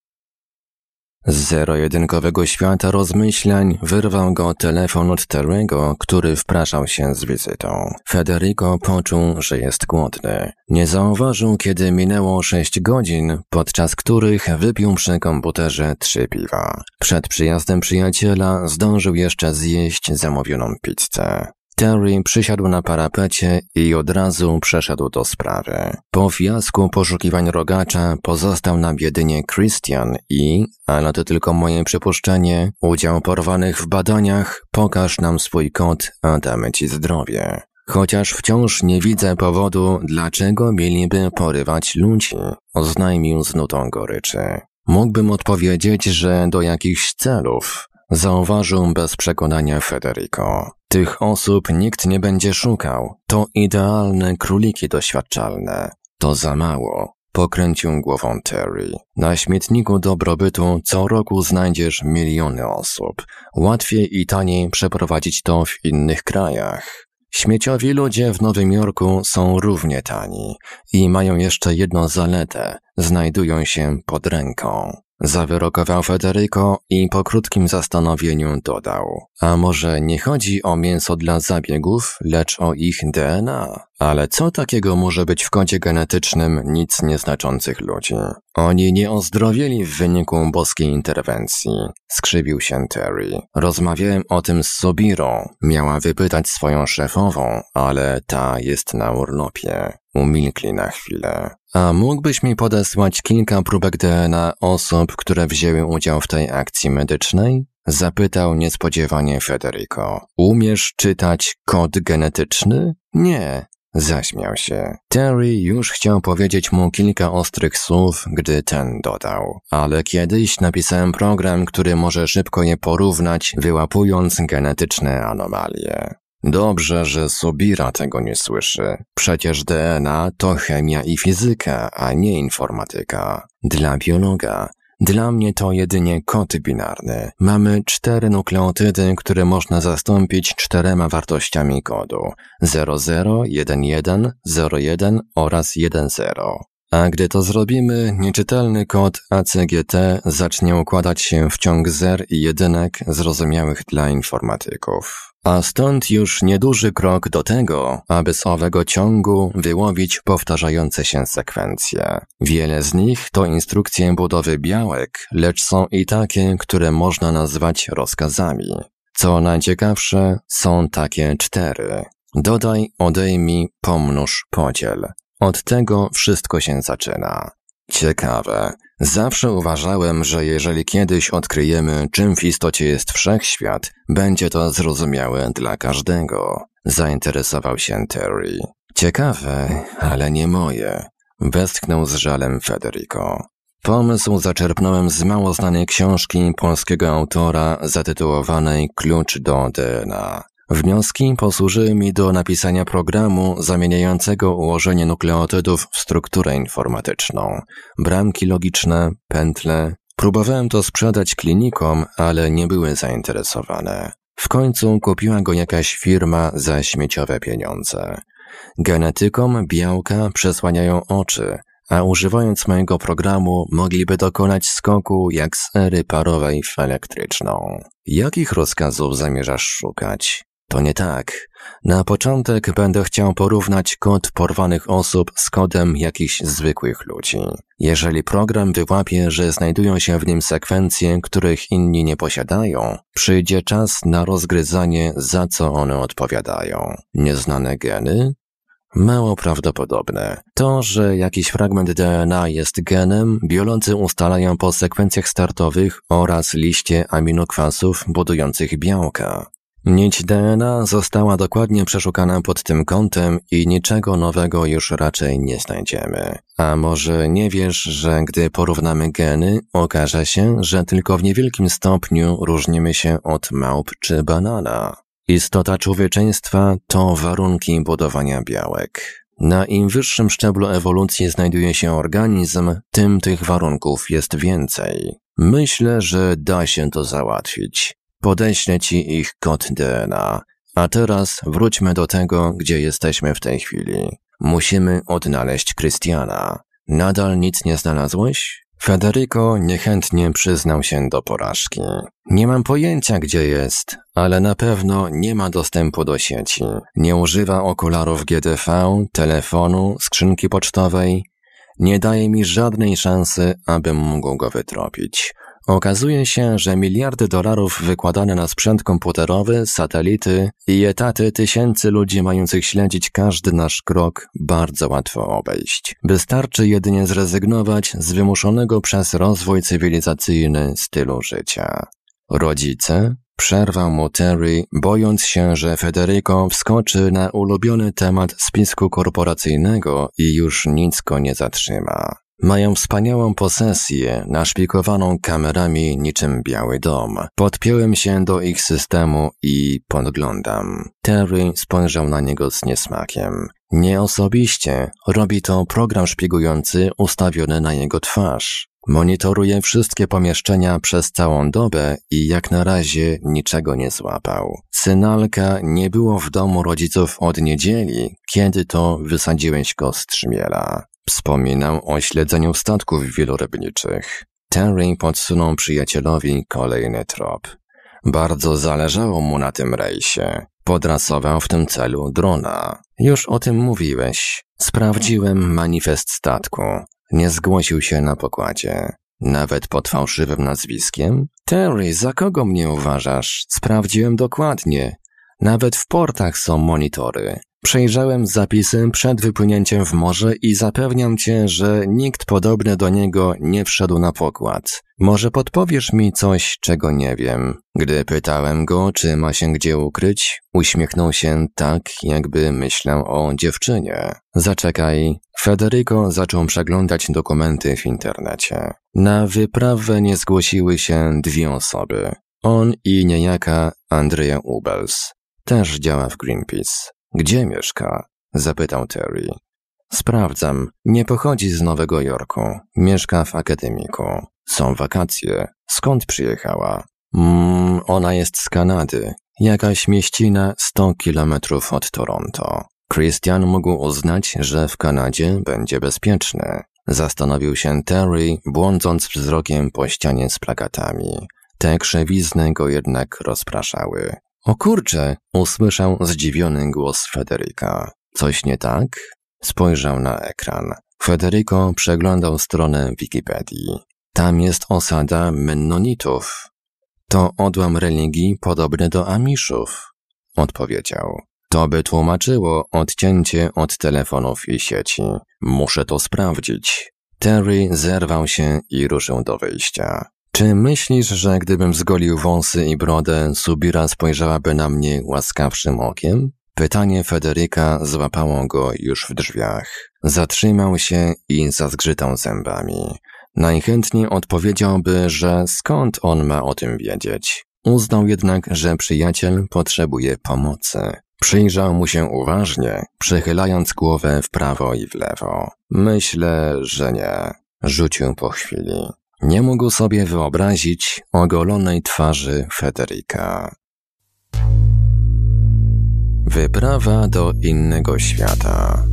Z zero-jedynkowego świata rozmyślań wyrwał go telefon od Terry'ego, który wpraszał się z wizytą. Federico poczuł, że jest głodny. Nie zauważył, kiedy minęło 6 godzin, podczas których wypił przy komputerze 3 piwa. Przed przyjazdem przyjaciela zdążył jeszcze zjeść zamówioną pizzę. Terry przysiadł na parapecie i od razu przeszedł do sprawy. Po fiasku poszukiwań rogacza pozostał nam jedynie Christian i, ale to tylko moje przypuszczenie, udział porwanych w badaniach, pokaż nam swój kod, a damy ci zdrowie. Chociaż wciąż nie widzę powodu, dlaczego mieliby porywać ludzi, oznajmił z nutą goryczy. Mógłbym odpowiedzieć, że do jakichś celów, zauważył bez przekonania Federico. Tych osób nikt nie będzie szukał. To idealne króliki doświadczalne. To za mało. Pokręcił głową Terry. Na śmietniku dobrobytu co roku znajdziesz miliony osób. Łatwiej i taniej przeprowadzić to w innych krajach. Śmieciowi ludzie w Nowym Jorku są równie tani i mają jeszcze jedną zaletę. Znajdują się pod ręką. Zawyrokował Federico i po krótkim zastanowieniu dodał. A może nie chodzi o mięso dla zabiegów, lecz o ich DNA? Ale co takiego może być w kodzie genetycznym nic nieznaczących ludzi? Oni nie ozdrowieli w wyniku boskiej interwencji. Skrzywił się Terry. Rozmawiałem o tym z Sobirą. Miała wypytać swoją szefową, ale ta jest na urlopie. Umilkli na chwilę. A mógłbyś mi podesłać kilka próbek DNA osób, które wzięły udział w tej akcji medycznej? Zapytał niespodziewanie Federico. Umiesz czytać kod genetyczny? Nie. Zaśmiał się. Terry już chciał powiedzieć mu kilka ostrych słów, gdy ten dodał. Ale kiedyś napisałem program, który może szybko je porównać, wyłapując genetyczne anomalie. Dobrze, że Subira tego nie słyszy. Przecież DNA to chemia i fizyka, a nie informatyka. Dla biologa. Dla mnie to jedynie kod binarny. Mamy 4 nukleotydy, które można zastąpić 4 wartościami kodu. 00, 11, 01 oraz 10. A gdy to zrobimy, nieczytelny kod ACGT zacznie układać się w ciąg zer i jedynek zrozumiałych dla informatyków. A stąd już nieduży krok do tego, aby z owego ciągu wyłowić powtarzające się sekwencje. Wiele z nich to instrukcje budowy białek, lecz są i takie, które można nazwać rozkazami. Co najciekawsze, są takie 4. Dodaj, odejmij, pomnóż, podziel. Od tego wszystko się zaczyna. Ciekawe. Zawsze uważałem, że jeżeli kiedyś odkryjemy, czym w istocie jest wszechświat, będzie to zrozumiałe dla każdego. Zainteresował się Terry. Ciekawe, ale nie moje. Westchnął z żalem Federico. Pomysł zaczerpnąłem z mało znanej książki polskiego autora zatytułowanej Klucz do DNA. Wnioski posłużyły mi do napisania programu zamieniającego ułożenie nukleotydów w strukturę informatyczną. Bramki logiczne, pętle. Próbowałem to sprzedać klinikom, ale nie były zainteresowane. W końcu kupiła go jakaś firma za śmieciowe pieniądze. Genetykom białka przesłaniają oczy, a używając mojego programu mogliby dokonać skoku jak z ery parowej w elektryczną. Jakich rozkazów zamierzasz szukać? To nie tak. Na początek będę chciał porównać kod porwanych osób z kodem jakichś zwykłych ludzi. Jeżeli program wyłapie, że znajdują się w nim sekwencje, których inni nie posiadają, przyjdzie czas na rozgryzanie, za co one odpowiadają. Nieznane geny? Mało prawdopodobne. To, że jakiś fragment DNA jest genem, biolodzy ustalają po sekwencjach startowych oraz liście aminokwasów budujących białka. Nić DNA została dokładnie przeszukana pod tym kątem i niczego nowego już raczej nie znajdziemy. A może nie wiesz, że gdy porównamy geny, okaże się, że tylko w niewielkim stopniu różnimy się od małp czy banana. Istota człowieczeństwa to warunki budowania białek. Na im wyższym szczeblu ewolucji znajduje się organizm, tym tych warunków jest więcej. Myślę, że da się to załatwić. Podeślę ci ich kod DNA. A teraz wróćmy do tego, gdzie jesteśmy w tej chwili. Musimy odnaleźć Krystiana. Nadal nic nie znalazłeś? Federico niechętnie przyznał się do porażki. Nie mam pojęcia, gdzie jest, ale na pewno nie ma dostępu do sieci. Nie używa okularów GDV, telefonu, skrzynki pocztowej. Nie daje mi żadnej szansy, abym mógł go wytropić. Okazuje się, że miliardy dolarów wykładane na sprzęt komputerowy, satelity i etaty tysięcy ludzi mających śledzić każdy nasz krok bardzo łatwo obejść. Wystarczy jedynie zrezygnować z wymuszonego przez rozwój cywilizacyjny stylu życia. Rodzice? Przerwał mu Terry, bojąc się, że Federico wskoczy na ulubiony temat spisku korporacyjnego i już nic go nie zatrzyma. Mają wspaniałą posesję, naszpikowaną kamerami niczym Biały Dom. Podpiąłem się do ich systemu i podglądam. Terry spojrzał na niego z niesmakiem. Nie osobiście, robi to program szpiegujący ustawiony na jego twarz. Monitoruje wszystkie pomieszczenia przez całą dobę i jak na razie niczego nie złapał. Synalka nie było w domu rodziców od niedzieli, kiedy to wysadziłeś go z trzmiela. Wspominał o śledzeniu statków wielorybniczych. Terry podsunął przyjacielowi kolejny trop. Bardzo zależało mu na tym rejsie. Podrasował w tym celu drona. Już o tym mówiłeś. Sprawdziłem manifest statku. Nie zgłosił się na pokładzie. Nawet pod fałszywym nazwiskiem? Terry, za kogo mnie uważasz? Sprawdziłem dokładnie. Nawet w portach są monitory. Przejrzałem zapisy przed wypłynięciem w morze i zapewniam cię, że nikt podobny do niego nie wszedł na pokład. Może podpowiesz mi coś, czego nie wiem. Gdy pytałem go, czy ma się gdzie ukryć, uśmiechnął się tak, jakby myślał o dziewczynie. Zaczekaj. Federico zaczął przeglądać dokumenty w internecie. Na wyprawę nie zgłosiły się 2 osoby. On i niejaka Andrea Ubels. Też działa w Greenpeace. Gdzie mieszka? Zapytał Terry. Sprawdzam. Nie pochodzi z Nowego Jorku. Mieszka w akademiku. Są wakacje. Skąd przyjechała? Ona jest z Kanady. Jakaś mieścina 100 kilometrów od Toronto. Christian mógł uznać, że w Kanadzie będzie bezpieczny. Zastanowił się Terry, błądząc wzrokiem po ścianie z plakatami. Te krzewizny go jednak rozpraszały. O kurczę! Usłyszał zdziwiony głos Federica. Coś nie tak? Spojrzał na ekran. Federico przeglądał stronę Wikipedii. Tam jest osada Mennonitów. To odłam religii podobny do Amiszów, odpowiedział. To by tłumaczyło odcięcie od telefonów i sieci. Muszę to sprawdzić. Terry zerwał się i ruszył do wyjścia. Czy myślisz, że gdybym zgolił wąsy i brodę, Subira spojrzałaby na mnie łaskawszym okiem? Pytanie Federica złapało go już w drzwiach. Zatrzymał się i zazgrzytał zębami. Najchętniej odpowiedziałby, że skąd on ma o tym wiedzieć. Uznał jednak, że przyjaciel potrzebuje pomocy. Przyjrzał mu się uważnie, przychylając głowę w prawo i w lewo. Myślę, że nie. Rzucił po chwili. Nie mógł sobie wyobrazić ogolonej twarzy Federica. Wyprawa do innego świata.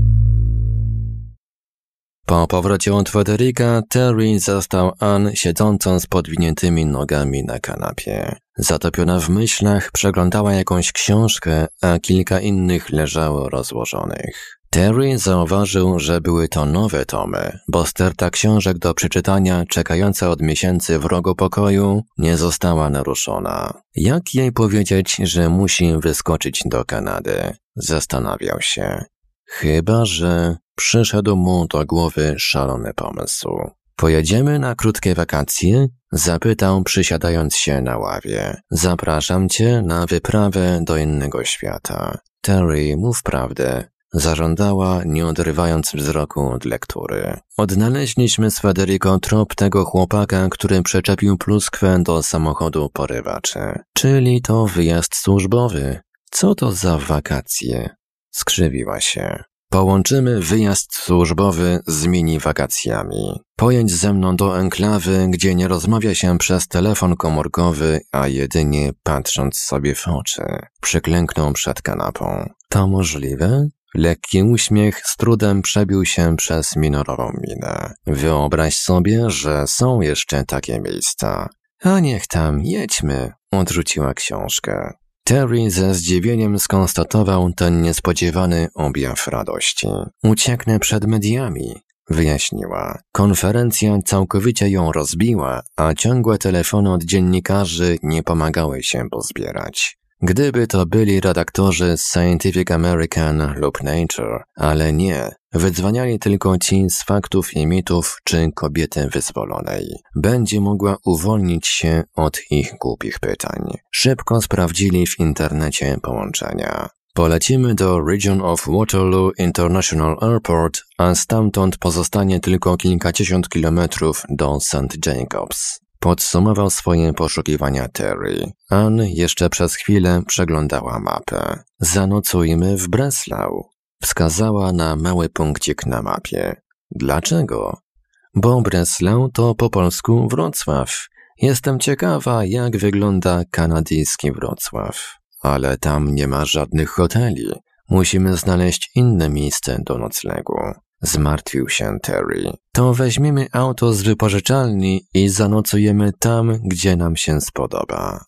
Po powrocie od Federica, Terry zastał Ann siedzącą z podwiniętymi nogami na kanapie. Zatopiona w myślach, przeglądała jakąś książkę, a kilka innych leżało rozłożonych. Terry zauważył, że były to nowe tomy, bo sterta książek do przeczytania czekająca od miesięcy w rogu pokoju nie została naruszona. Jak jej powiedzieć, że musi wyskoczyć do Kanady? Zastanawiał się. Chyba że przyszedł mu do głowy szalony pomysł. Pojedziemy na krótkie wakacje? Zapytał, przysiadając się na ławie. Zapraszam cię na wyprawę do innego świata. Terry, mów prawdę. Zażądała, nie oderwając wzroku od lektury. Odnaleźliśmy z Federico trop tego chłopaka, który przyczepił pluskwę do samochodu porywaczy. Czyli to wyjazd służbowy. Co to za wakacje? Skrzywiła się. Połączymy wyjazd służbowy z mini-wakacjami. Pojedź ze mną do enklawy, gdzie nie rozmawia się przez telefon komórkowy, a jedynie patrząc sobie w oczy. Przyklęknął przed kanapą. To możliwe? Lekki uśmiech z trudem przebił się przez minorową minę. Wyobraź sobie, że są jeszcze takie miejsca. A niech tam, jedźmy, odrzuciła książkę. Terry ze zdziwieniem skonstatował ten niespodziewany objaw radości. Ucieknę przed mediami, wyjaśniła. Konferencja całkowicie ją rozbiła, a ciągłe telefony od dziennikarzy nie pomagały się pozbierać. Gdyby to byli redaktorzy z Scientific American lub Nature, ale nie, wydzwaniali tylko ci z faktów i mitów czy kobiety wyzwolonej. Będzie mogła uwolnić się od ich głupich pytań. Szybko sprawdzili w internecie połączenia. Polecimy do Region of Waterloo International Airport, a stamtąd pozostanie tylko kilkadziesiąt kilometrów do St. Jacobs. Podsumował swoje poszukiwania Terry. Ann jeszcze przez chwilę przeglądała mapę. Zanocujmy w Breslau. Wskazała na mały punkcik na mapie. Dlaczego? Bo Breslau to po polsku Wrocław. Jestem ciekawa, jak wygląda kanadyjski Wrocław. Ale tam nie ma żadnych hoteli. Musimy znaleźć inne miejsce do noclegu. Zmartwił się Terry. To weźmiemy auto z wypożyczalni i zanocujemy tam, gdzie nam się spodoba.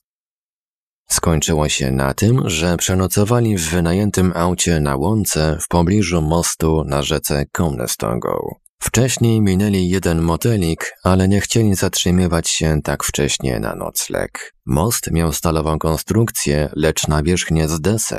Skończyło się na tym, że przenocowali w wynajętym aucie na łące w pobliżu mostu na rzece Conestoga. Wcześniej minęli jeden motelik, ale nie chcieli zatrzymywać się tak wcześnie na nocleg. Most miał stalową konstrukcję, lecz nawierzchnię z desek,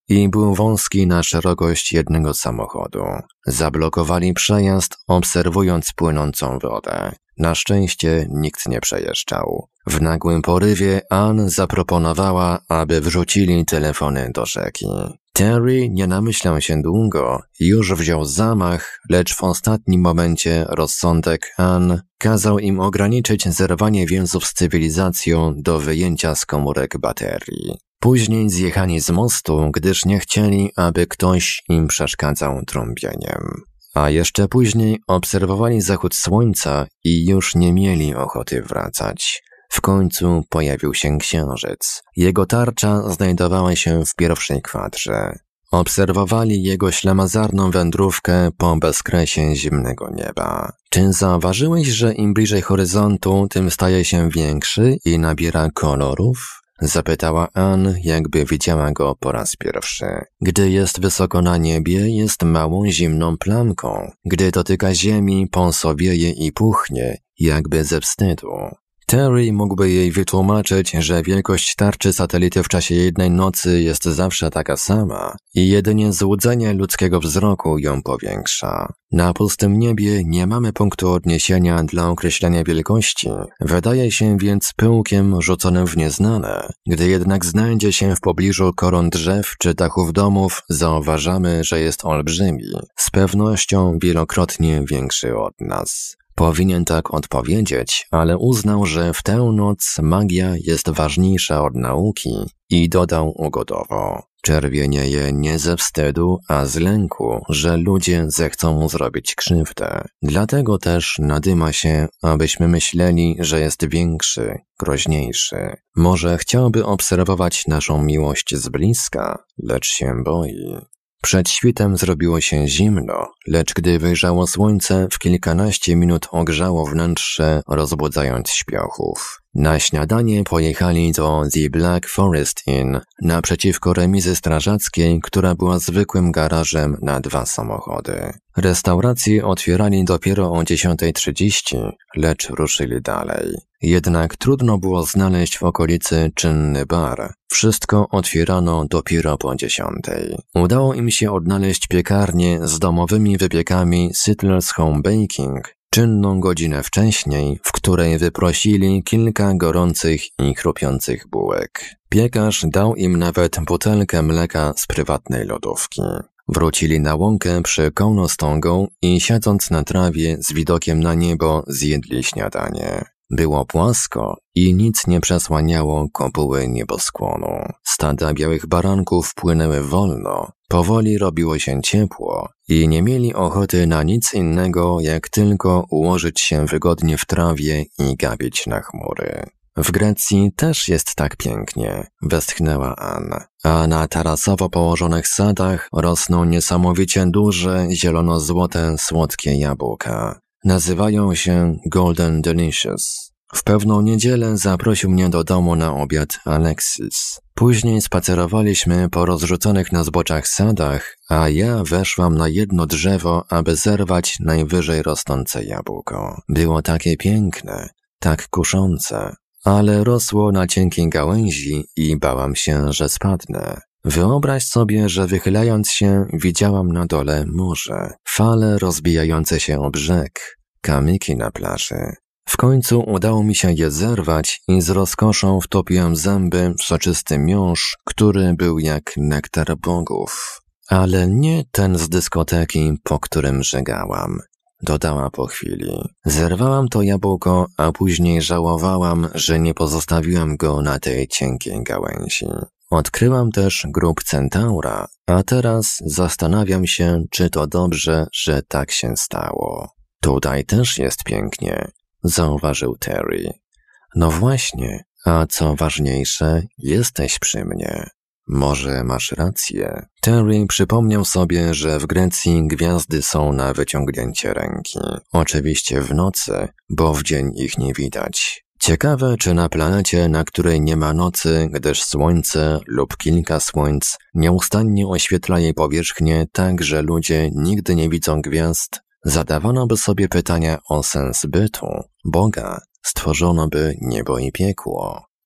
i był wąski na szerokość jednego samochodu. Zablokowali przejazd, obserwując płynącą wodę. Na szczęście nikt nie przejeżdżał. W nagłym porywie Ann zaproponowała, aby wrzucili telefony do rzeki. Terry nie namyślał się długo, już wziął zamach, lecz w ostatnim momencie rozsądek Ann kazał im ograniczyć zerwanie więzów z cywilizacją do wyjęcia z komórek baterii. Później zjechali z mostu, gdyż nie chcieli, aby ktoś im przeszkadzał trąbieniem. A jeszcze później obserwowali zachód słońca i już nie mieli ochoty wracać. W końcu pojawił się księżyc. Jego tarcza znajdowała się w pierwszej kwadrze. Obserwowali jego ślamazarną wędrówkę po bezkresie zimnego nieba. Czy zauważyłeś, że im bliżej horyzontu, tym staje się większy i nabiera kolorów? Zapytała Ann, jakby widziała go po raz pierwszy. Gdy jest wysoko na niebie, jest małą zimną plamką. Gdy dotyka ziemi, pąsowieje i puchnie, jakby ze wstydu. Terry mógłby jej wytłumaczyć, że wielkość tarczy satelity w czasie jednej nocy jest zawsze taka sama i jedynie złudzenie ludzkiego wzroku ją powiększa. Na pustym niebie nie mamy punktu odniesienia dla określenia wielkości, wydaje się więc pyłkiem rzuconym w nieznane. Gdy jednak znajdzie się w pobliżu koron drzew czy dachów domów, zauważamy, że jest olbrzymi, z pewnością wielokrotnie większy od nas. Powinien tak odpowiedzieć, ale uznał, że w tę noc magia jest ważniejsza od nauki i dodał ugodowo. Czerwienieje nie ze wstydu, a z lęku, że ludzie zechcą mu zrobić krzywdę. Dlatego też nadyma się, abyśmy myśleli, że jest większy, groźniejszy. Może chciałby obserwować naszą miłość z bliska, lecz się boi. Przed świtem zrobiło się zimno, lecz gdy wyjrzało słońce, w kilkanaście minut ogrzało wnętrze, rozbudzając śpiochów. Na śniadanie pojechali do The Black Forest Inn, naprzeciwko remizy strażackiej, która była zwykłym garażem na 2 samochody. Restaurację otwierali dopiero o 10:30, lecz ruszyli dalej. Jednak trudno było znaleźć w okolicy czynny bar. Wszystko otwierano dopiero po 10:00. Udało im się odnaleźć piekarnię z domowymi wypiekami Sittler's Home Baking, czynną godzinę wcześniej, w której wyprosili kilka gorących i chrupiących bułek. Piekarz dał im nawet butelkę mleka z prywatnej lodówki. Wrócili na łąkę przy Coonostongą i siedząc na trawie z widokiem na niebo zjedli śniadanie. Było płasko i nic nie przesłaniało kopuły nieboskłonu. Stada białych baranków płynęły wolno, powoli robiło się ciepło i nie mieli ochoty na nic innego, jak tylko ułożyć się wygodnie w trawie i gapić na chmury. W Grecji też jest tak pięknie, westchnęła Ann, a na tarasowo położonych sadach rosną niesamowicie duże, zielono-złote, słodkie jabłka. Nazywają się Golden Delicious. W pewną niedzielę zaprosił mnie do domu na obiad Alexis. Później spacerowaliśmy po rozrzuconych na zboczach sadach, a ja weszłam na jedno drzewo, aby zerwać najwyżej rosnące jabłko. Było takie piękne, tak kuszące, ale rosło na cienkiej gałęzi i bałam się, że spadnę. Wyobraź sobie, że wychylając się widziałam na dole morze, fale rozbijające się o brzeg, kamyki na plaży. W końcu udało mi się je zerwać i z rozkoszą wtopiłem zęby w soczysty miąższ, który był jak nektar bogów. Ale nie ten z dyskoteki, po którym żegałam, dodała po chwili. Zerwałam to jabłko, a później żałowałam, że nie pozostawiłam go na tej cienkiej gałęzi. Odkryłam też grób centaura, a teraz zastanawiam się, czy to dobrze, że tak się stało. Tutaj też jest pięknie, zauważył Terry. No właśnie, a co ważniejsze, jesteś przy mnie. Może masz rację. Terry przypomniał sobie, że w Grecji gwiazdy są na wyciągnięcie ręki. Oczywiście w nocy, bo w dzień ich nie widać. Ciekawe, czy na planecie, na której nie ma nocy, gdyż słońce lub kilka słońc nieustannie oświetla jej powierzchnię tak, że ludzie nigdy nie widzą gwiazd, zadawano by sobie pytania o sens bytu, Boga, stworzono by niebo i piekło.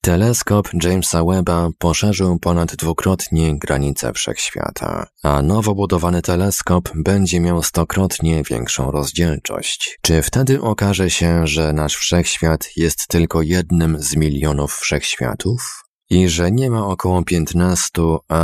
Teleskop Jamesa Webba poszerzył ponad dwukrotnie granice wszechświata, a nowo budowany teleskop będzie miał 100-krotnie większą rozdzielczość. Czy wtedy okaże się, że nasz wszechświat jest tylko jednym z milionów wszechświatów? I że nie ma około 15, a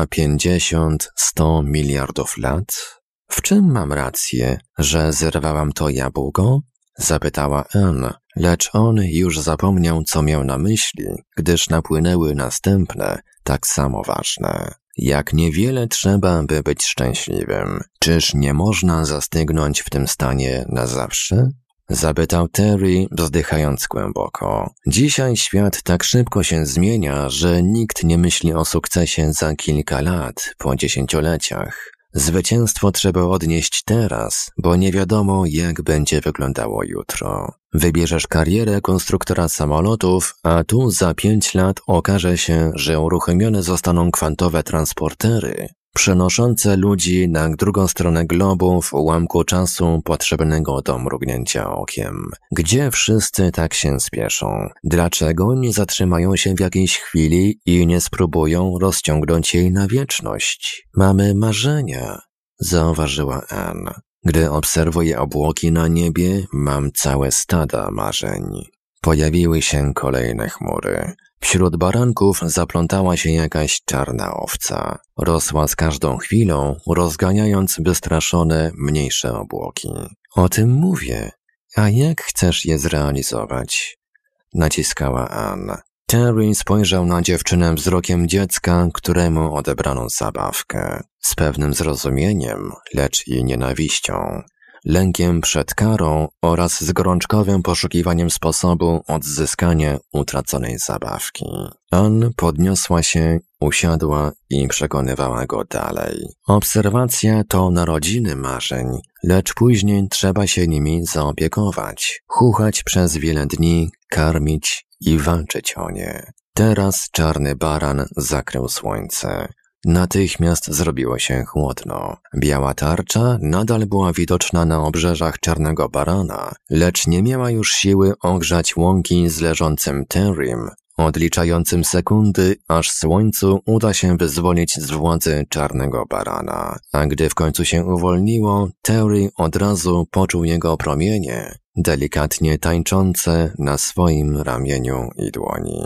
50, 100 miliardów lat? W czym mam rację, że zerwałam to jabłko? Zapytała Anne, lecz on już zapomniał, co miał na myśli, gdyż napłynęły następne, tak samo ważne. Jak niewiele trzeba, by być szczęśliwym. Czyż nie można zastygnąć w tym stanie na zawsze? Zapytał Terry, wzdychając głęboko. Dzisiaj świat tak szybko się zmienia, że nikt nie myśli o sukcesie za kilka lat, po dziesięcioleciach. Zwycięstwo trzeba odnieść teraz, bo nie wiadomo, jak będzie wyglądało jutro. Wybierzesz karierę konstruktora samolotów, a tu za 5 lat okaże się, że uruchomione zostaną kwantowe transportery, przenoszące ludzi na drugą stronę globu w ułamku czasu potrzebnego do mrugnięcia okiem. Gdzie wszyscy tak się spieszą? Dlaczego nie zatrzymają się w jakiejś chwili i nie spróbują rozciągnąć jej na wieczność? Mamy marzenia, zauważyła Anne. Gdy obserwuję obłoki na niebie, mam całe stada marzeń. Pojawiły się kolejne chmury. Wśród baranków zaplątała się jakaś czarna owca. Rosła z każdą chwilą, rozganiając wystraszone, mniejsze obłoki. O tym mówię. A jak chcesz je zrealizować? Naciskała Anne. Terry spojrzał na dziewczynę wzrokiem dziecka, któremu odebrano zabawkę. Z pewnym zrozumieniem, lecz i nienawiścią. Lękiem przed karą oraz z gorączkowym poszukiwaniem sposobu odzyskania utraconej zabawki. Anne podniosła się, usiadła i przekonywała go dalej. Obserwacja to narodziny marzeń, lecz później trzeba się nimi zaopiekować, chuchać przez wiele dni, karmić i walczyć o nie. Teraz czarny baran zakrył słońce. Natychmiast zrobiło się chłodno. Biała tarcza nadal była widoczna na obrzeżach czarnego barana, lecz nie miała już siły ogrzać łąki z leżącym Terrym, odliczającym sekundy, aż słońcu uda się wyzwolić z władzy czarnego barana. A gdy w końcu się uwolniło, Terry od razu poczuł jego promienie, delikatnie tańczące na swoim ramieniu i dłoni.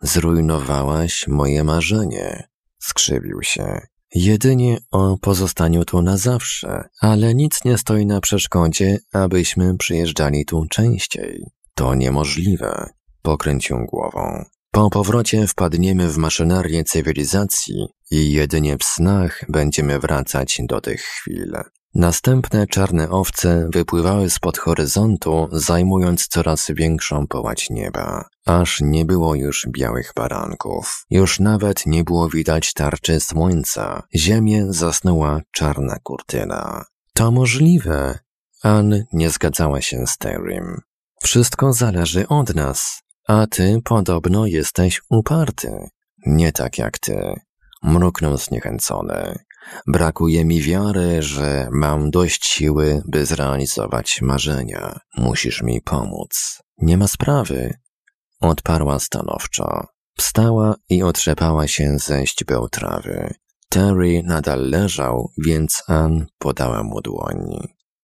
Zrujnowałaś moje marzenie. Skrzywił się. Jedynie o pozostaniu tu na zawsze, ale nic nie stoi na przeszkodzie, abyśmy przyjeżdżali tu częściej. To niemożliwe. Pokręcił głową. Po powrocie wpadniemy w maszynerię cywilizacji i jedynie w snach będziemy wracać do tych chwil. Następne czarne owce wypływały spod horyzontu, zajmując coraz większą połać nieba. Aż nie było już białych baranków. Już nawet nie było widać tarczy słońca. Ziemię zasnęła czarna kurtyna. To możliwe. Anne nie zgadzała się z Terrym. Wszystko zależy od nas, a ty podobno jesteś uparty. Nie tak jak ty. Mruknął zniechęcony. Brakuje mi wiary, że mam dość siły, by zrealizować marzenia. Musisz mi pomóc. Nie ma sprawy. Odparła stanowczo. Wstała i otrzepała się ze źdźbeł trawy. Terry nadal leżał, więc Anne podała mu dłoń.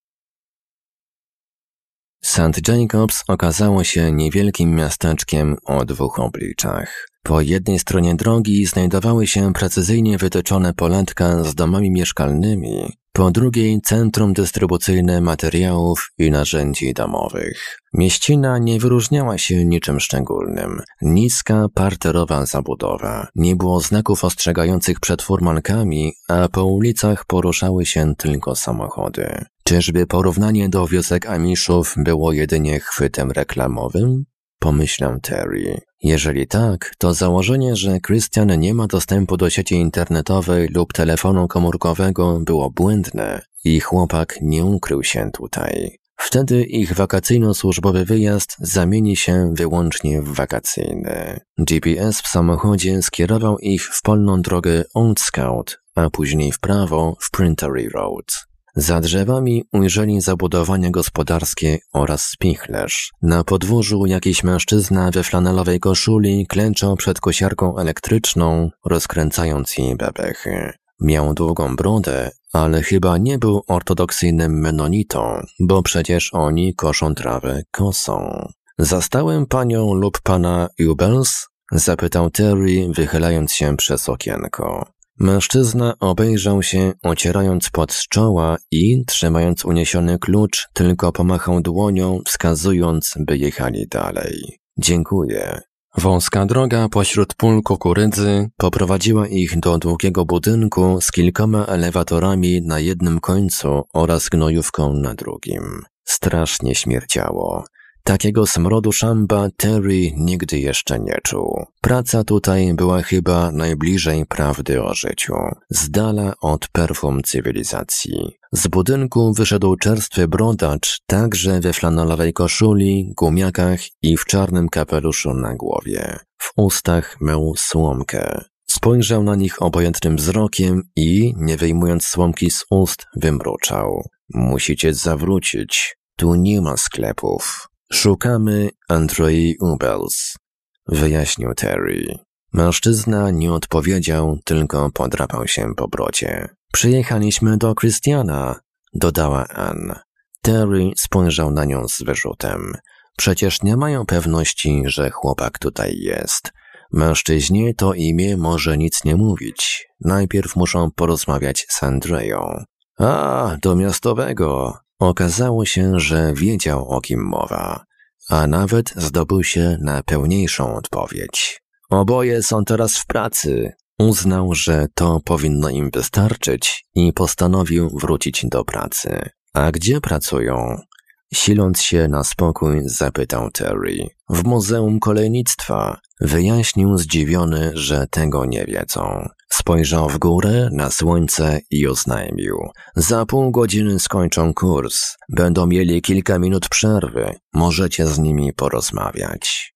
St. Jacobs okazało się niewielkim miasteczkiem o 2 obliczach. Po jednej stronie drogi znajdowały się precyzyjnie wytyczone poletka z domami mieszkalnymi, po drugiej centrum dystrybucyjne materiałów i narzędzi domowych. Mieścina nie wyróżniała się niczym szczególnym. Niska, parterowa zabudowa. Nie było znaków ostrzegających przed furmankami, a po ulicach poruszały się tylko samochody. Czyżby porównanie do wiosek Amishów było jedynie chwytem reklamowym? Pomyślał Terry. Jeżeli tak, to założenie, że Christian nie ma dostępu do sieci internetowej lub telefonu komórkowego było błędne i chłopak nie ukrył się tutaj. Wtedy ich wakacyjno-służbowy wyjazd zamieni się wyłącznie w wakacyjny. GPS w samochodzie skierował ich w polną drogę Old Scout, a później w prawo w Printery Road. Za drzewami ujrzeli zabudowanie gospodarskie oraz spichlerz. Na podwórzu jakiś mężczyzna we flanelowej koszuli klęczał przed kosiarką elektryczną, rozkręcając jej bebechy. Miał długą brodę, ale chyba nie był ortodoksyjnym menonitą, bo przecież oni koszą trawę kosą. Zastałem panią lub pana Ubels? Zapytał Terry, wychylając się przez okienko. Mężczyzna obejrzał się, ocierając pot z czoła i, trzymając uniesiony klucz, tylko pomachał dłonią, wskazując, by jechali dalej. Dziękuję. Wąska droga pośród pól kukurydzy poprowadziła ich do długiego budynku z kilkoma elewatorami na jednym końcu oraz gnojówką na drugim. Strasznie śmierdziało. Takiego smrodu szamba Terry nigdy jeszcze nie czuł. Praca tutaj była chyba najbliżej prawdy o życiu, z dala od perfum cywilizacji. Z budynku wyszedł czerstwy brodacz, także we flanelowej koszuli, gumiakach i w czarnym kapeluszu na głowie. W ustach miał słomkę. Spojrzał na nich obojętnym wzrokiem i, nie wyjmując słomki z ust, wymruczał. Musicie zawrócić. Tu nie ma sklepów. Szukamy Andrei Ubels, wyjaśnił Terry. Mężczyzna nie odpowiedział, tylko podrapał się po brodzie. Przyjechaliśmy do Christiana, dodała Ann. Terry spojrzał na nią z wyrzutem. Przecież nie mają pewności, że chłopak tutaj jest. Mężczyźnie to imię może nic nie mówić. Najpierw muszą porozmawiać z Andreją. A, do miastowego. Okazało się, że wiedział, o kim mowa, a nawet zdobył się na pełniejszą odpowiedź. Oboje są teraz w pracy. Uznał, że to powinno im wystarczyć i postanowił wrócić do pracy. A gdzie pracują? Siląc się na spokój, zapytał Terry. W Muzeum Kolejnictwa. Wyjaśnił zdziwiony, że tego nie wiedzą. Spojrzał w górę, na słońce i oznajmił. Za pół godziny skończą kurs. Będą mieli kilka minut przerwy. Możecie z nimi porozmawiać.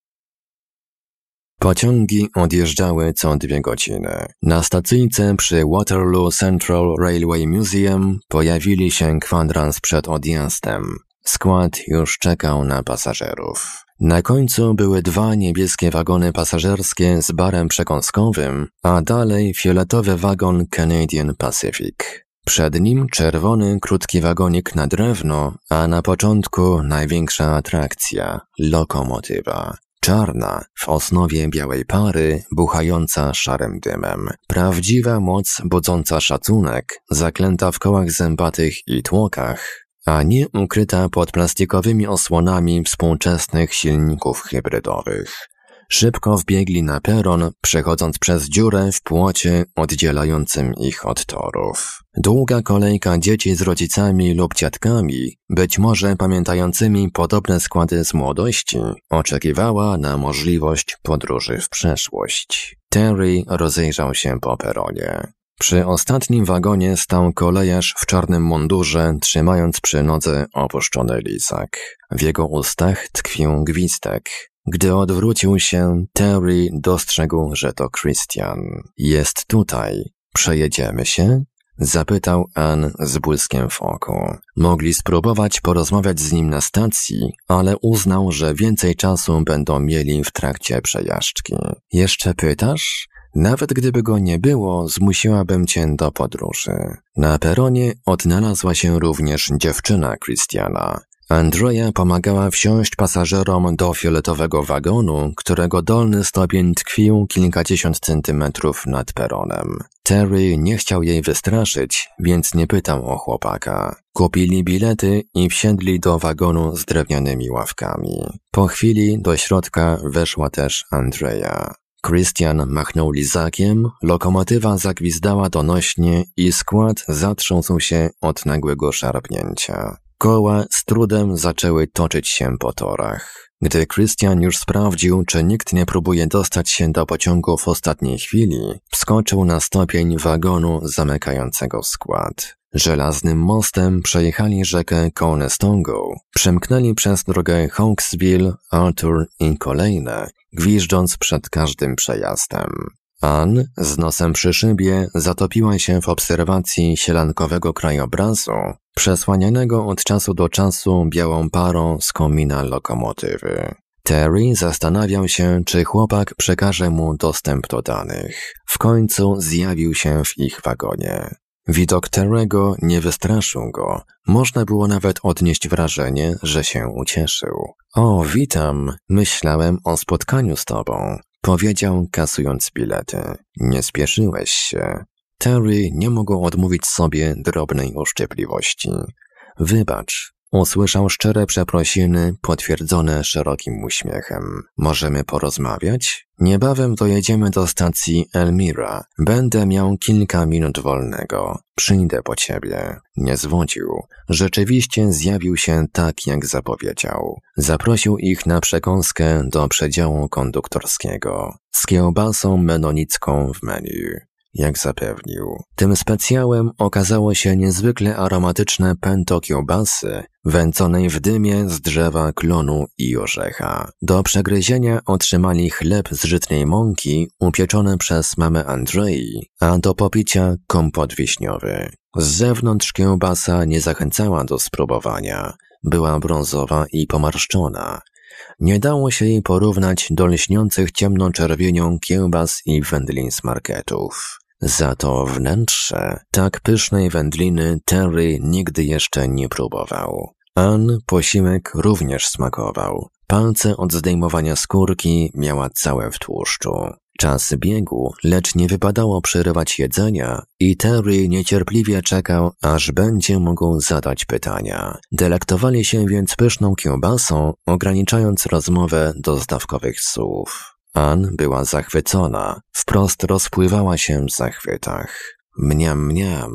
Pociągi odjeżdżały co 2 godziny. Na stacyjce przy Waterloo Central Railway Museum pojawili się kwadrans przed odjazdem. Skład już czekał na pasażerów. Na końcu były 2 niebieskie wagony pasażerskie z barem przekąskowym, a dalej fioletowy wagon Canadian Pacific. Przed nim czerwony, krótki wagonik na drewno, a na początku największa atrakcja – lokomotywa. Czarna, w osnowie białej pary, buchająca szarym dymem. Prawdziwa moc budząca szacunek, zaklęta w kołach zębatych i tłokach, a nie ukryta pod plastikowymi osłonami współczesnych silników hybrydowych. Szybko wbiegli na peron, przechodząc przez dziurę w płocie oddzielającym ich od torów. Długa kolejka dzieci z rodzicami lub dziadkami, być może pamiętającymi podobne składy z młodości, oczekiwała na możliwość podróży w przeszłość. Terry rozejrzał się po peronie. Przy ostatnim wagonie stał kolejarz w czarnym mundurze, trzymając przy nodze opuszczony lizak. W jego ustach tkwił gwizdek. Gdy odwrócił się, Terry dostrzegł, że to Christian. Jest tutaj. Przejedziemy się? Zapytał Ann z błyskiem w oku. Mogli spróbować porozmawiać z nim na stacji, ale uznał, że więcej czasu będą mieli w trakcie przejażdżki. Jeszcze pytasz? Nawet gdyby go nie było, zmusiłabym cię do podróży. Na peronie odnalazła się również dziewczyna Christiana. Andrea pomagała wsiąść pasażerom do fioletowego wagonu, którego dolny stopień tkwił kilkadziesiąt centymetrów nad peronem. Terry nie chciał jej wystraszyć, więc nie pytał o chłopaka. Kupili bilety i wsiedli do wagonu z drewnianymi ławkami. Po chwili do środka weszła też Andrea. Christian machnął lizakiem, lokomotywa zagwizdała donośnie i skład zatrząsł się od nagłego szarpnięcia. Koła z trudem zaczęły toczyć się po torach. Gdy Christian już sprawdził, czy nikt nie próbuje dostać się do pociągu w ostatniej chwili, wskoczył na stopień wagonu zamykającego skład. Żelaznym mostem przejechali rzekę Conestoga, przemknęli przez drogę Hawksville, Arthur i kolejne, gwiżdżąc przed każdym przejazdem. Ann z nosem przy szybie zatopiła się w obserwacji sielankowego krajobrazu, przesłanianego od czasu do czasu białą parą z komina lokomotywy. Terry zastanawiał się, czy chłopak przekaże mu dostęp do danych. W końcu zjawił się w ich wagonie. Widok Terry'ego nie wystraszył go. Można było nawet odnieść wrażenie, że się ucieszył. O, witam. Myślałem o spotkaniu z tobą, powiedział, kasując bilety. Nie spieszyłeś się. Terry nie mógł odmówić sobie drobnej uszczypliwości. Wybacz. Usłyszał szczere przeprosiny, potwierdzone szerokim uśmiechem. Możemy porozmawiać? Niebawem dojedziemy do stacji Elmira. Będę miał kilka minut wolnego. Przyjdę po ciebie. Nie zwodził. Rzeczywiście zjawił się tak, jak zapowiedział. Zaprosił ich na przekąskę do przedziału konduktorskiego. Z kiełbasą menonicką w menu. Jak zapewnił. Tym specjałem okazało się niezwykle aromatyczne pęto kiełbasy, wędzonej w dymie z drzewa klonu i orzecha. Do przegryzienia otrzymali chleb z żytniej mąki upieczony przez mamę Andrzei, a do popicia kompot wiśniowy. Z zewnątrz kiełbasa nie zachęcała do spróbowania. Była brązowa i pomarszczona. Nie dało się jej porównać do lśniących ciemnoczerwienią kiełbas i wędlin z marketów. Za to wnętrze tak pysznej wędliny Terry nigdy jeszcze nie próbował. Ann posiłek również smakował. Palce od zdejmowania skórki miała całe w tłuszczu. Czas biegł, lecz nie wypadało przerywać jedzenia i Terry niecierpliwie czekał, aż będzie mógł zadać pytania. Delektowali się więc pyszną kiełbasą, ograniczając rozmowę do zdawkowych słów. Ann była zachwycona, wprost rozpływała się w zachwytach. Mniam,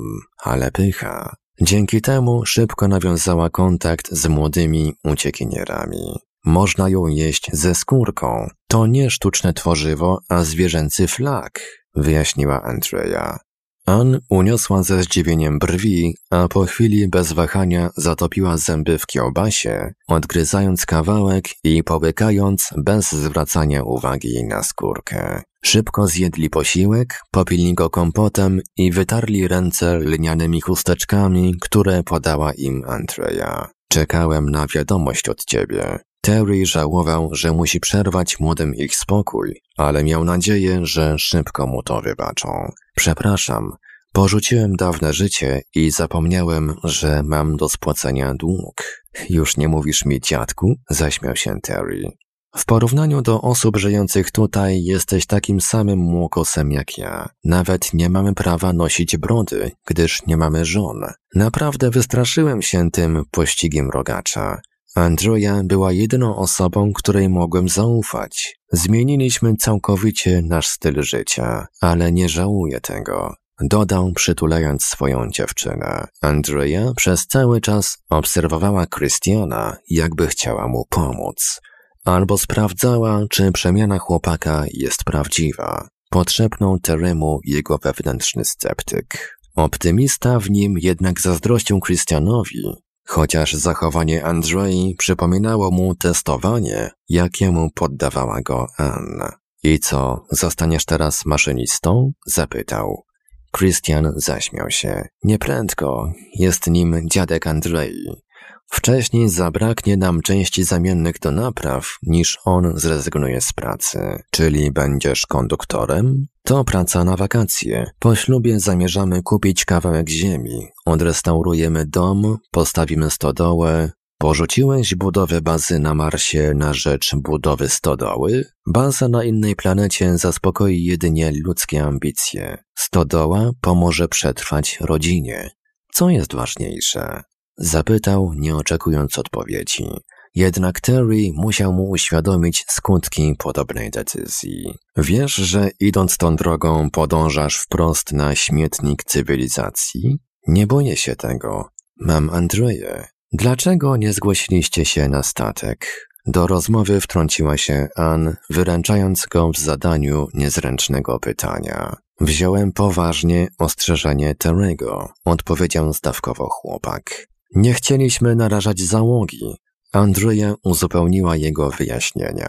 ale pycha. Dzięki temu szybko nawiązała kontakt z młodymi uciekinierami. Można ją jeść ze skórką. To nie sztuczne tworzywo, a zwierzęcy flak, wyjaśniła Andrea. Ann uniosła ze zdziwieniem brwi, a po chwili bez wahania zatopiła zęby w kiełbasie, odgryzając kawałek i połykając bez zwracania uwagi na skórkę. Szybko zjedli posiłek, popili go kompotem i wytarli ręce lnianymi chusteczkami, które podała im Andrea. Czekałem na wiadomość od ciebie. Terry żałował, że musi przerwać młodym ich spokój, ale miał nadzieję, że szybko mu to wybaczą. Przepraszam, porzuciłem dawne życie i zapomniałem, że mam do spłacenia dług. Już nie mówisz mi, dziadku? Zaśmiał się Terry. W porównaniu do osób żyjących tutaj jesteś takim samym młokosem jak ja. Nawet nie mamy prawa nosić brody, gdyż nie mamy żon. Naprawdę wystraszyłem się tym pościgiem rogacza. Andrea była jedyną osobą, której mogłem zaufać. Zmieniliśmy całkowicie nasz styl życia, ale nie żałuję tego. Dodał, przytulając swoją dziewczynę. Andrea przez cały czas obserwowała Christiana, jakby chciała mu pomóc. Albo sprawdzała, czy przemiana chłopaka jest prawdziwa. Podszepnął Teremu jego wewnętrzny sceptyk. Optymista w nim jednak zazdrościł Christianowi, chociaż zachowanie Andrzei przypominało mu testowanie, jakiemu poddawała go Ann. I co, zostaniesz teraz maszynistą? Zapytał. Christian zaśmiał się. Nieprędko, jest nim dziadek Andrzei. Wcześniej zabraknie nam części zamiennych do napraw, niż on zrezygnuje z pracy. Czyli będziesz konduktorem? To praca na wakacje. Po ślubie zamierzamy kupić kawałek ziemi. Odrestaurujemy dom, postawimy stodołę. Porzuciłeś budowę bazy na Marsie na rzecz budowy stodoły? Baza na innej planecie zaspokoi jedynie ludzkie ambicje. Stodoła pomoże przetrwać rodzinie. Co jest ważniejsze? Zapytał, nie oczekując odpowiedzi. Jednak Terry musiał mu uświadomić skutki podobnej decyzji. Wiesz, że idąc tą drogą podążasz wprost na śmietnik cywilizacji? Nie boję się tego. Mam Andreę. Dlaczego nie zgłosiliście się na statek? Do rozmowy wtrąciła się Ann, wyręczając go w zadaniu niezręcznego pytania. Wziąłem poważnie ostrzeżenie Terry'ego, odpowiedział zdawkowo chłopak. Nie chcieliśmy narażać załogi. Andrea uzupełniła jego wyjaśnienia.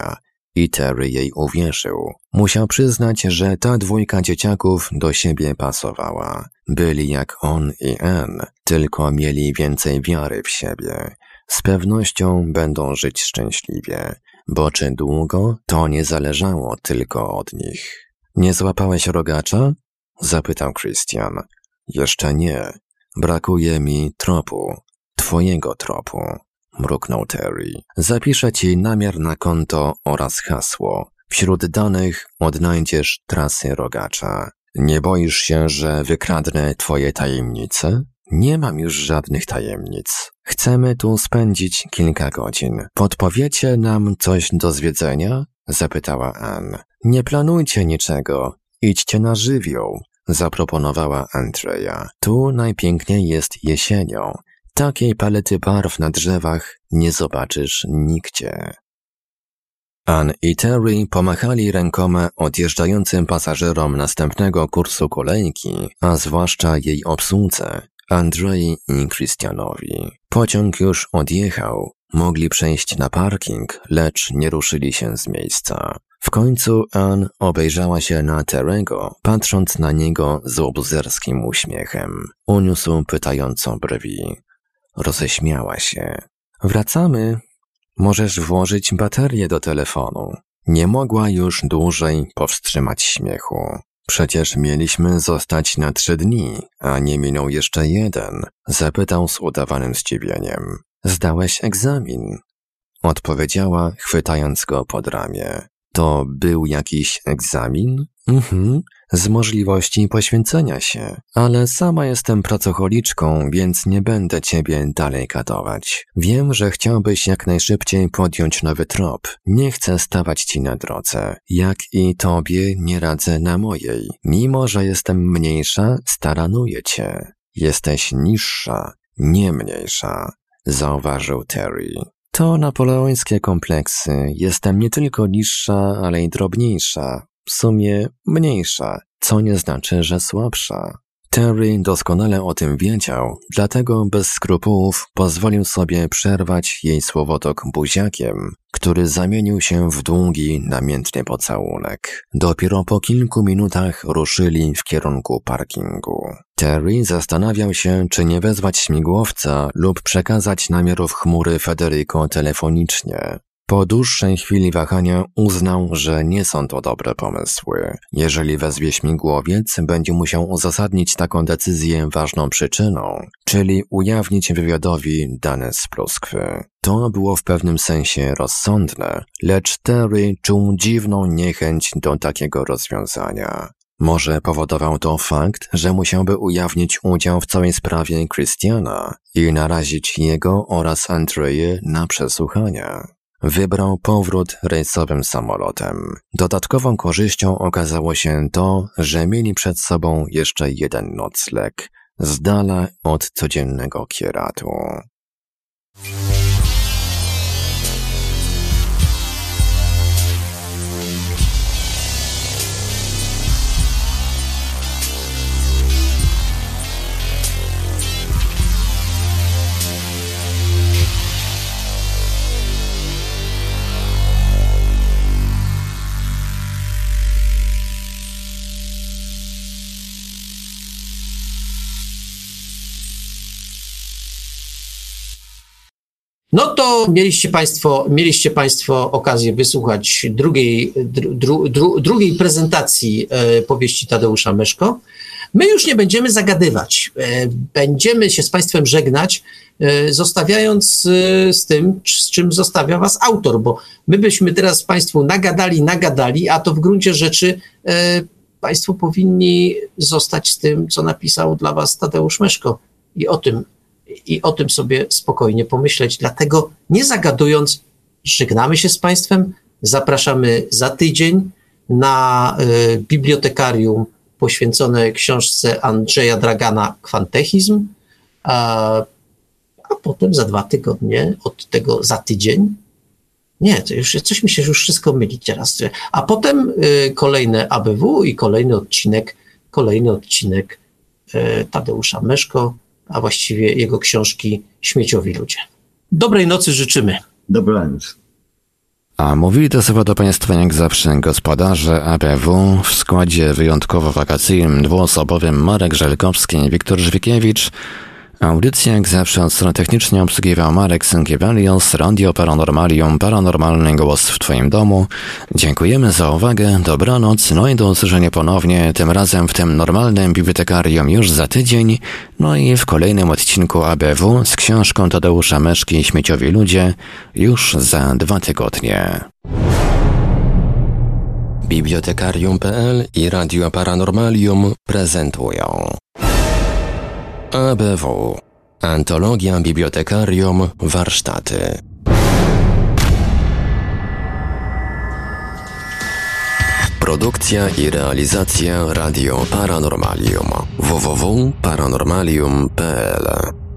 I Terry jej uwierzył. Musiał przyznać, że ta dwójka dzieciaków do siebie pasowała. Byli jak on i Ann, tylko mieli więcej wiary w siebie. Z pewnością będą żyć szczęśliwie, bo czy długo, to nie zależało tylko od nich. Nie złapałeś rogacza? Zapytał Christian. Jeszcze nie. Brakuje mi tropu. Twojego tropu. Mruknął Terry. Zapiszę ci namiar na konto oraz hasło. Wśród danych odnajdziesz trasy rogacza. Nie boisz się, że wykradnę twoje tajemnice? Nie mam już żadnych tajemnic. Chcemy tu spędzić kilka godzin. Podpowiecie nam coś do zwiedzenia? Zapytała Ann. Nie planujcie niczego. Idźcie na żywioł, zaproponowała Andrea. Tu najpiękniej jest jesienią. Takiej palety barw na drzewach nie zobaczysz nigdzie. Ann i Terry pomachali rękoma odjeżdżającym pasażerom następnego kursu kolejki, a zwłaszcza jej obsłudze, Andrei i Christianowi. Pociąg już odjechał. Mogli przejść na parking, lecz nie ruszyli się z miejsca. W końcu Ann obejrzała się na Terry'ego, patrząc na niego z łobuzerskim uśmiechem. Uniósł pytająco brwi. Roześmiała się. Wracamy. Możesz włożyć baterię do telefonu. Nie mogła już dłużej powstrzymać śmiechu. Przecież mieliśmy zostać na 3 dni, a nie minął jeszcze 1, zapytał z udawanym zdziwieniem. Zdałeś egzamin, odpowiedziała, chwytając go pod ramię. To był jakiś egzamin? Z możliwości poświęcenia się. Ale sama jestem pracocholiczką, więc nie będę ciebie dalej katować. Wiem, że chciałbyś jak najszybciej podjąć nowy trop. Nie chcę stawać ci na drodze. Jak i tobie nie radzę na mojej. Mimo, że jestem mniejsza, staranuję cię. Jesteś niższa, nie mniejsza, zauważył Terry. To napoleońskie kompleksy. Jestem nie tylko niższa, ale i drobniejsza. W sumie mniejsza, co nie znaczy, że słabsza. Terry doskonale o tym wiedział, dlatego bez skrupułów pozwolił sobie przerwać jej słowotok buziakiem, który zamienił się w długi, namiętny pocałunek. Dopiero po kilku minutach ruszyli w kierunku parkingu. Terry zastanawiał się, czy nie wezwać śmigłowca lub przekazać namiarów chmury Federico telefonicznie. Po dłuższej chwili wahania uznał, że nie są to dobre pomysły. Jeżeli wezwie śmigłowiec, będzie musiał uzasadnić taką decyzję ważną przyczyną, czyli ujawnić wywiadowi dane z pluskwy. To było w pewnym sensie rozsądne, lecz Terry czuł dziwną niechęć do takiego rozwiązania. Może powodował to fakt, że musiałby ujawnić udział w całej sprawie Christiana i narazić jego oraz Andreę na przesłuchania. Wybrał powrót rejsowym samolotem. Dodatkową korzyścią okazało się to, że mieli przed sobą jeszcze 1 nocleg, z dala od codziennego kieratu. No to mieliście Państwo okazję wysłuchać drugiej prezentacji powieści Tadeusza Meszko. My już nie będziemy zagadywać. Będziemy się z Państwem żegnać, zostawiając z tym, z czym zostawia Was autor, bo my byśmy teraz Państwu nagadali, a to w gruncie rzeczy Państwo powinni zostać z tym, co napisał dla Was Tadeusz Meszko i o tym sobie spokojnie pomyśleć. Dlatego nie zagadując, żegnamy się z Państwem, zapraszamy za tydzień na bibliotekarium poświęcone książce Andrzeja Dragana Kwantechizm, a potem za 2 tygodnie od tego za tydzień. Nie, to już coś mi się już wszystko myli teraz. A potem kolejne ABW i kolejny odcinek Tadeusza Meszko, a właściwie jego książki Śmieciowi ludzie. Dobrej nocy życzymy. Dobranoc. A mówili to słowa do Państwa jak zawsze gospodarze ABW w składzie wyjątkowo wakacyjnym dwuosobowym Marek Żelkowski i Wiktor Żwikiewicz. Audycję jak zawsze od strony technicznie obsługiwał Marek Sękiewelios, Radio Paranormalium, paranormalny głos w Twoim domu. Dziękujemy za uwagę, dobranoc, no i do usłyszenia ponownie, tym razem w tym normalnym bibliotekarium już za tydzień, no i w kolejnym odcinku ABW z książką Tadeusza Meszki Śmieciowi ludzie już za 2 tygodnie. Bibliotekarium.pl i Radio Paranormalium prezentują ABW. Antologia Bibliotekarium Warsztaty. Produkcja i realizacja Radio Paranormalium. www.paranormalium.pl